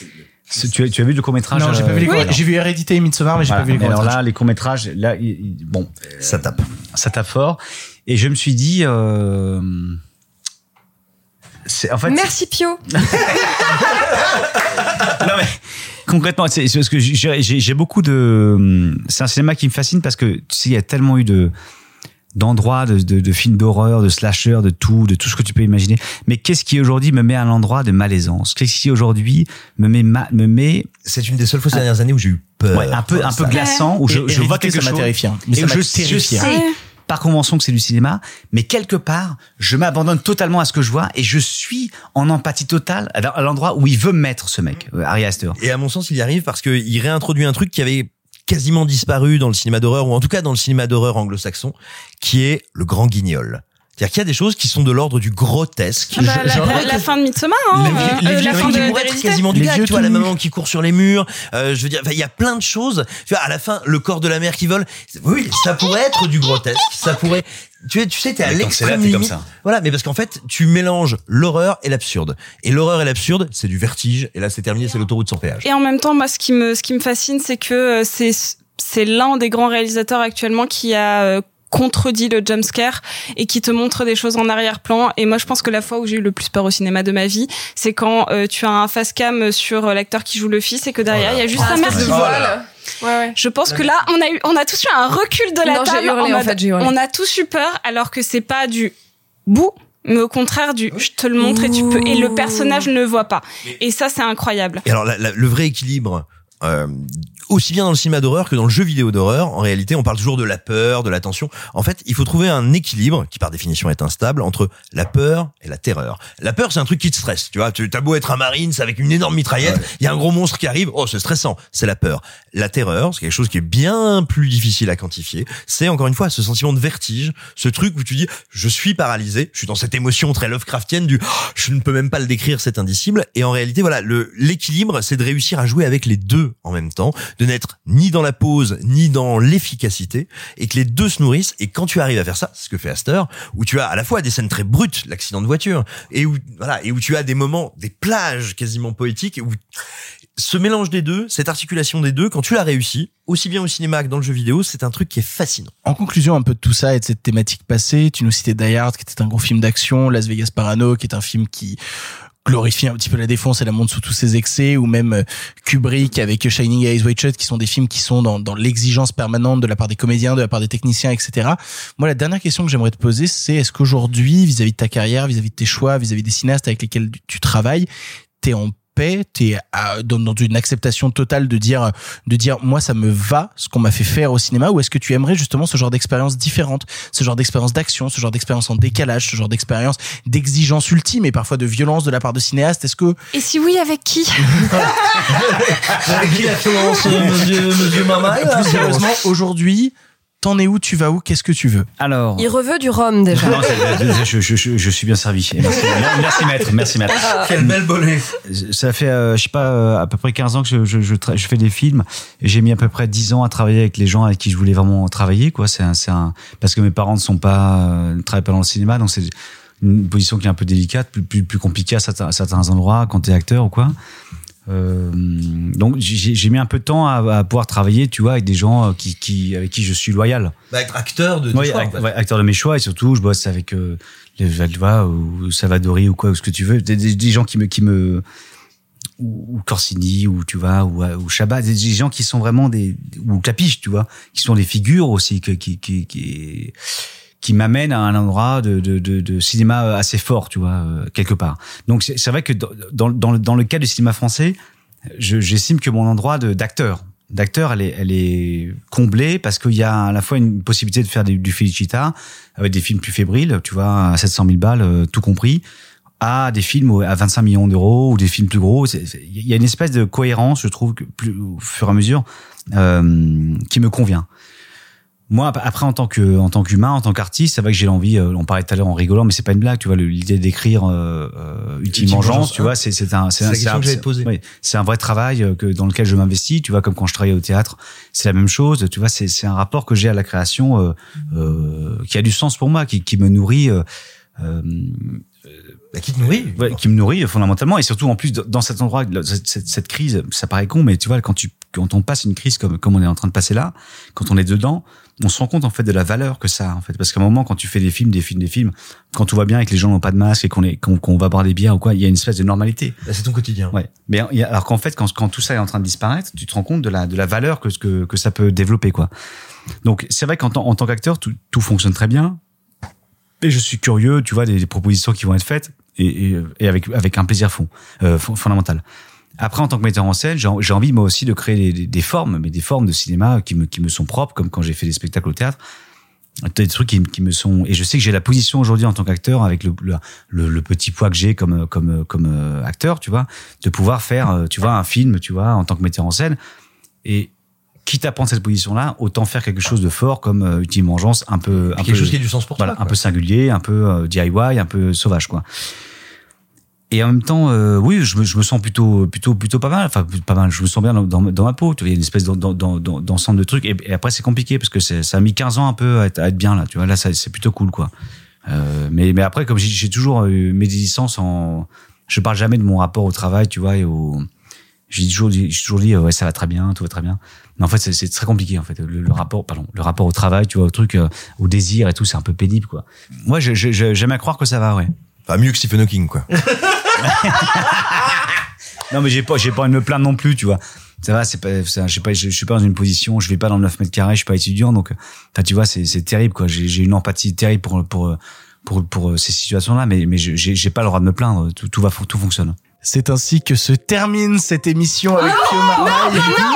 Tu as, tu as vu le court-métrage? Non, j'ai pas vu les euh, courts- alors. J'ai vu Hérédité et Midsommar, mais j'ai Voilà. pas vu les Mais alors courts-métrages. là, les courts-métrages, là, il- il- bon, Ça tape. ça tape fort. Et je me suis dit, euh, c'est, en fait, Merci Pio. non mais concrètement, c'est c'est parce que j'ai j'ai- j'ai beaucoup de. C'est un cinéma qui me fascine parce que tu sais, il y a tellement eu de d'endroits, de, de, de films d'horreur, de slashers, de tout, de tout ce que tu peux imaginer. Mais qu'est-ce qui aujourd'hui me met à l'endroit de malaisance? Qu'est-ce qui aujourd'hui me met ma, me met C'est une des seules fois ces dernières années où j'ai eu peur. ouais, un peu un peu Ça- glaçant où je, Et- je vois Hérédité, quelque ça m'a chose terrifié, hein. Mais et ça m'a je, je terrifié. sais Ouais. par convention que c'est du cinéma, mais quelque part, je m'abandonne totalement à ce que je vois et je suis en empathie totale à à l'endroit où il veut me mettre ce mec, euh, Ari Aster. Et à mon sens, il y arrive parce qu'il réintroduit un truc qui avait quasiment disparu dans le cinéma d'horreur, ou en tout cas dans le cinéma d'horreur anglo-saxon, qui est le grand guignol. C'est-à-dire qu'il y a des choses qui sont de l'ordre du grotesque. Ah bah, la, Genre- la- la fin de Midsommar, hein, Les- euh, les euh, vieux la fin qui de pourraient être d'Hérédité. quasiment du Les gag, vieux tu vois, la tout nus. maman qui court sur les murs, euh, je veux dire, enfin, il y a plein de choses. Tu vois, à la fin, le corps de la mère qui vole, oui, ça pourrait être du grotesque, ça pourrait, tu sais, tu sais, t'es à Mais quand c'est là, l'extrême t'es comme limite. ça. Voilà, mais parce qu'en fait, tu mélanges l'horreur et l'absurde. Et l'horreur et l'absurde, c'est du vertige, et là, c'est terminé, c'est l'autoroute sans péage. Et en même temps, moi, ce qui me, ce qui me fascine, c'est que euh, c'est, c'est l'un des grands réalisateurs actuellement qui a euh, contredit le jumpscare et qui te montre des choses en arrière-plan. Et moi, je pense que la fois où j'ai eu le plus peur au cinéma de ma vie, c'est quand euh, tu as un face cam sur euh, l'acteur qui joue le fils et que derrière, il y a juste Ah, sa mère espèce qui de vole. voile. Ouais, ouais. Je pense que là, on a eu, on a tous eu un recul de la Non, j'ai table. hurlé, en mode, fait, j'ai hurlé. On a tous eu peur, alors que c'est pas du bout, mais au contraire du je te le montre et tu peux, et le personnage ne le voit pas. Et ça, c'est incroyable. Et alors, la- la- le vrai équilibre, euh, aussi bien dans le cinéma d'horreur que dans le jeu vidéo d'horreur, en réalité, on parle toujours de la peur, de la tension. En fait, il faut trouver un équilibre, qui par définition est instable, entre la peur et la terreur. La peur, c'est un truc qui te stresse, tu vois. Tu as beau être un marine, c'est avec une énorme mitraillette, il y a un gros monstre qui arrive, oh, c'est stressant, c'est la peur. La terreur, c'est quelque chose qui est bien plus difficile à quantifier. C'est encore une fois ce sentiment de vertige, ce truc où tu dis, je suis paralysé, je suis dans cette émotion très Lovecraftienne du, oh, je ne peux même pas le décrire, c'est indicible. Et en réalité, voilà, le l'équilibre, c'est de réussir à jouer avec les deux en même temps, de n'être ni dans la pause, ni dans l'efficacité, et que les deux se nourrissent. Et quand tu arrives à faire ça, c'est ce que fait Aster, où tu as à la fois des scènes très brutes, l'accident de voiture, et où, voilà, et où tu as des moments, des plages quasiment poétiques, où ce mélange des deux, cette articulation des deux, quand tu l'as réussi, aussi bien au cinéma que dans le jeu vidéo, c'est un truc qui est fascinant. En conclusion un peu de tout ça et de cette thématique passée, tu nous citais Die Hard, qui était un gros film d'action, Las Vegas Parano, qui est un film qui glorifie un petit peu la défonce et la montre sous tous ses excès, ou même Kubrick avec Shining et Eyes Wide Shut, qui sont des films qui sont dans, dans l'exigence permanente de la part des comédiens, de la part des techniciens, et cetera. Moi, la dernière question que j'aimerais te poser, c'est est-ce qu'aujourd'hui, vis-à-vis de ta carrière, vis-à-vis de tes choix, vis-à-vis des cinéastes avec lesquels tu travailles, t'es en paix, t'es à, dans, dans une acceptation totale de dire, de dire, moi, ça me va, ce qu'on m'a fait faire au cinéma, ou est-ce que tu aimerais justement ce genre d'expérience différente, ce genre d'expérience d'action, ce genre d'expérience en décalage, ce genre d'expérience d'exigence ultime et parfois de violence de la part de cinéastes? Est-ce que... Et si oui, avec qui? Avec qui la violence, monsieur, monsieur Mama? Plus sérieusement, aujourd'hui, t'en es où, tu vas où, qu'est-ce que tu veux? Alors. Il reveut du rhum, déjà. Non, c'est, je, je, je, je suis bien servi. Merci, merci maître, merci maître. Quel bel bonnet. Ça fait, euh, je sais pas, euh, à peu près quinze ans que je, je, je, tra- je fais des films et j'ai mis à peu près dix ans à travailler avec les gens avec qui je voulais vraiment travailler, quoi. C'est un, c'est un, parce que mes parents ne sont pas, euh, ne travaillent pas dans le cinéma, donc c'est une position qui est un peu délicate, plus, plus, plus compliquée à certains, à certains endroits quand t'es acteur ou quoi. Euh, donc j'ai, j'ai mis un peu de temps à, à pouvoir travailler, tu vois, avec des gens qui, qui, avec qui je suis loyal. Bah, être acteur de, oui, choix, act, ouais, acteur de mes choix, et surtout je bosse avec euh, les Valdois ou Salvadori ou quoi, ou ce que tu veux, des, des, des gens qui me, qui me, ou, ou Corsini ou tu vois, ou, ou Chabat, des, des gens qui sont vraiment des, ou Clapiche, tu vois, qui sont des figures aussi, que, qui, qui, qui qui m'amène à un endroit de, de, de, de cinéma assez fort, tu vois, euh, quelque part. Donc c'est, c'est vrai que dans, dans, dans le cas du cinéma français, je, j'estime que mon endroit de, d'acteur, d'acteur, elle est, elle est comblée parce qu'il y a à la fois une possibilité de faire des, du Felicita avec des films plus fébriles, tu vois, à sept cent mille balles, euh, tout compris, à des films à vingt-cinq millions d'euros ou des films plus gros. Il y a une espèce de cohérence, je trouve, que plus, au fur et à mesure, euh, qui me convient. Moi, après, en tant que, en tant qu'humain, en tant qu'artiste, c'est vrai que j'ai l'envie, euh, on parlait tout à l'heure en rigolant, mais c'est pas une blague, tu vois, l'idée d'écrire, euh, euh, Ultime Vengeance, tu vois, c'est, c'est un, c'est, c'est un, la question c'est un, que j'allais te poser. Oui, c'est un vrai travail que, dans lequel je m'investis, tu vois, comme quand je travaillais au théâtre, c'est la même chose, tu vois, c'est, c'est un rapport que j'ai à la création, euh, euh, qui a du sens pour moi, qui, qui me nourrit, euh, euh, Bah, qui te nourrit, ouais, qui me nourrit fondamentalement, et surtout en plus dans cet endroit, cette, cette crise, ça paraît con, mais tu vois, quand tu, quand on passe une crise comme comme on est en train de passer là, quand on est dedans, on se rend compte en fait de la valeur que ça a, en fait, parce qu'à un moment quand tu fais des films, des films, des films, quand tout va bien et que les gens n'ont pas de masque et qu'on est, qu'on, qu'on va boire des bières ou quoi, il y a une espèce de normalité. Bah, c'est ton quotidien. Ouais. Mais alors qu'en fait, quand quand tout ça est en train de disparaître, tu te rends compte de la de la valeur que que que ça peut développer, quoi. Donc c'est vrai qu'en tant en tant qu'acteur, tout tout fonctionne très bien. Et je suis curieux, tu vois, des, des propositions qui vont être faites, et, et, et avec avec un plaisir fond, euh, fondamental. Après, en tant que metteur en scène, j'ai, j'ai envie moi aussi de créer des, des formes, mais des formes de cinéma qui me qui me sont propres, comme quand j'ai fait des spectacles au théâtre, des trucs qui, qui me sont. Et je sais que j'ai la position aujourd'hui en tant qu'acteur, avec le le, le, le petit poids que j'ai comme comme comme euh, acteur, tu vois, de pouvoir faire, tu vois, un film, tu vois, en tant que metteur en scène, et quitte à prendre cette position-là, autant faire quelque chose de fort comme euh, Ultime Vengeance, un peu, un quelque peu, chose qui a du sens pour voilà, toi, un peu singulier, un peu euh, D I Y, un peu sauvage, quoi. Et en même temps, euh, oui, je me, je me sens plutôt, plutôt, plutôt pas mal. Enfin, pas mal. Je me sens bien dans, dans, dans ma peau. Tu vois, il y a une espèce d'en, d'en, d'en, d'ensemble de trucs. Et, et après, c'est compliqué parce que c'est, ça a mis quinze ans un peu à être, à être bien là. Tu vois, là, ça, c'est plutôt cool, quoi. Euh, mais, mais après, comme j'ai, j'ai toujours eu mes licences en, je parle jamais de mon rapport au travail, tu vois, et au, j'ai toujours dit, j'ai toujours dit, ouais, ça va très bien, tout va très bien. Mais en fait, c'est, c'est très compliqué, en fait. Le, le rapport, pardon, le rapport au travail, tu vois, au truc, euh, au désir et tout, c'est un peu pénible, quoi. Moi, je, je, je, j'aime à croire que ça va, ouais. Enfin, mieux que Stephen Hawking, quoi. Non, mais j'ai pas, j'ai pas envie de me plaindre non plus, tu vois. Ça va, c'est pas, ça, je sais pas, je, je suis pas dans une position, je vais pas dans le neuf mètres carrés, je suis pas étudiant, donc, enfin, tu vois, c'est, c'est terrible, quoi. J'ai, j'ai une empathie terrible pour, pour, pour, pour ces situations-là, mais, mais j'ai, j'ai pas le droit de me plaindre. Tout, tout va, tout fonctionne. C'est ainsi que se termine cette émission avec oh, Pio Marmaille. Non, non,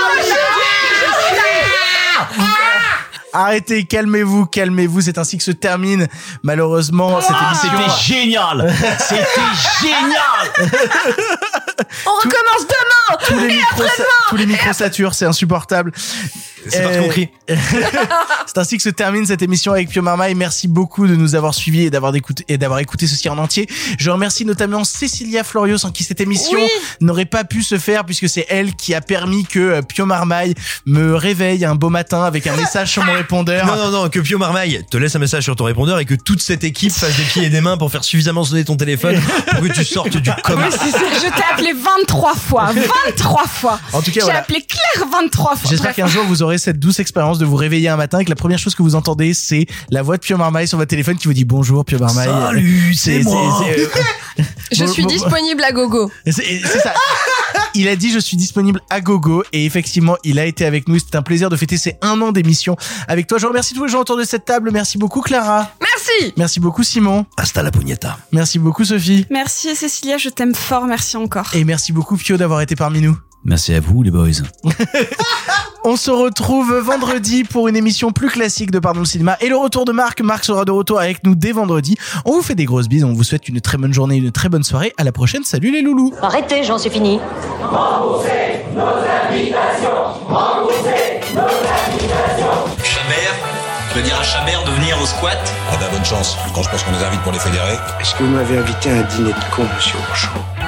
Arrêtez, calmez-vous, calmez-vous. C'est ainsi que se termine, malheureusement, cette ah, émission. C'était génial. C'était génial. On recommence demain. Tous les micros, tous les micros saturent, c'est insupportable. C'est parce qu'on crie. C'est ainsi que se termine cette émission avec Pio Marmaille. Merci beaucoup de nous avoir suivis et d'avoir écouté, et d'avoir écouté ceci en entier. Je remercie notamment Cécilia Florio, sans qui cette émission oui. n'aurait pas pu se faire, puisque c'est elle qui a permis que Pio Marmaille me réveille un beau matin avec un message sur mon répondeur. Non, non, non, que Pio Marmaille te laisse un message sur ton répondeur et que toute cette équipe fasse des pieds et des mains pour faire suffisamment sonner ton téléphone pour que tu sortes du coma. Oui, c'est ça. Je t'ai appelé vingt-trois fois. vingt-trois fois. En tout cas, j'ai voilà. appelé Claire vingt-trois fois. J'espère qu'un jour vous aurez cette douce expérience de vous réveiller un matin et que la première chose que vous entendez, c'est la voix de Pio Marmaille sur votre téléphone qui vous dit bonjour Pio Marmaille. Salut, c'est, c'est moi. C'est, c'est, je bon, suis bon, disponible à gogo. C'est, c'est ça. Il a dit je suis disponible à gogo et effectivement il a été avec nous. C'était un plaisir de fêter ces un an d'émission avec toi. Je remercie tous les gens autour de cette table. Merci beaucoup Clara. Merci. Merci beaucoup Simon. Hasta la puñeta. Merci beaucoup Sophie. Merci Cécilia, je t'aime fort. Merci encore. Et merci beaucoup Pio d'avoir été parmi nous. Merci à vous les boys. On se retrouve vendredi pour une émission plus classique de Pardon le cinéma et le retour de Marc. Marc sera de retour avec nous dès vendredi. On vous fait des grosses bises, on vous souhaite une très bonne journée, une très bonne soirée. À la prochaine, salut les loulous. Arrêtez, Jean, c'est fini. Remboursez nos invitations. Remboursez nos invitations. Chabert, tu veux dire à Chabert de venir au squat? Ah bah bonne chance, quand je pense qu'on les invite pour les fédérer. Est-ce que vous m'avez invité à un dîner de con, monsieur Rochon?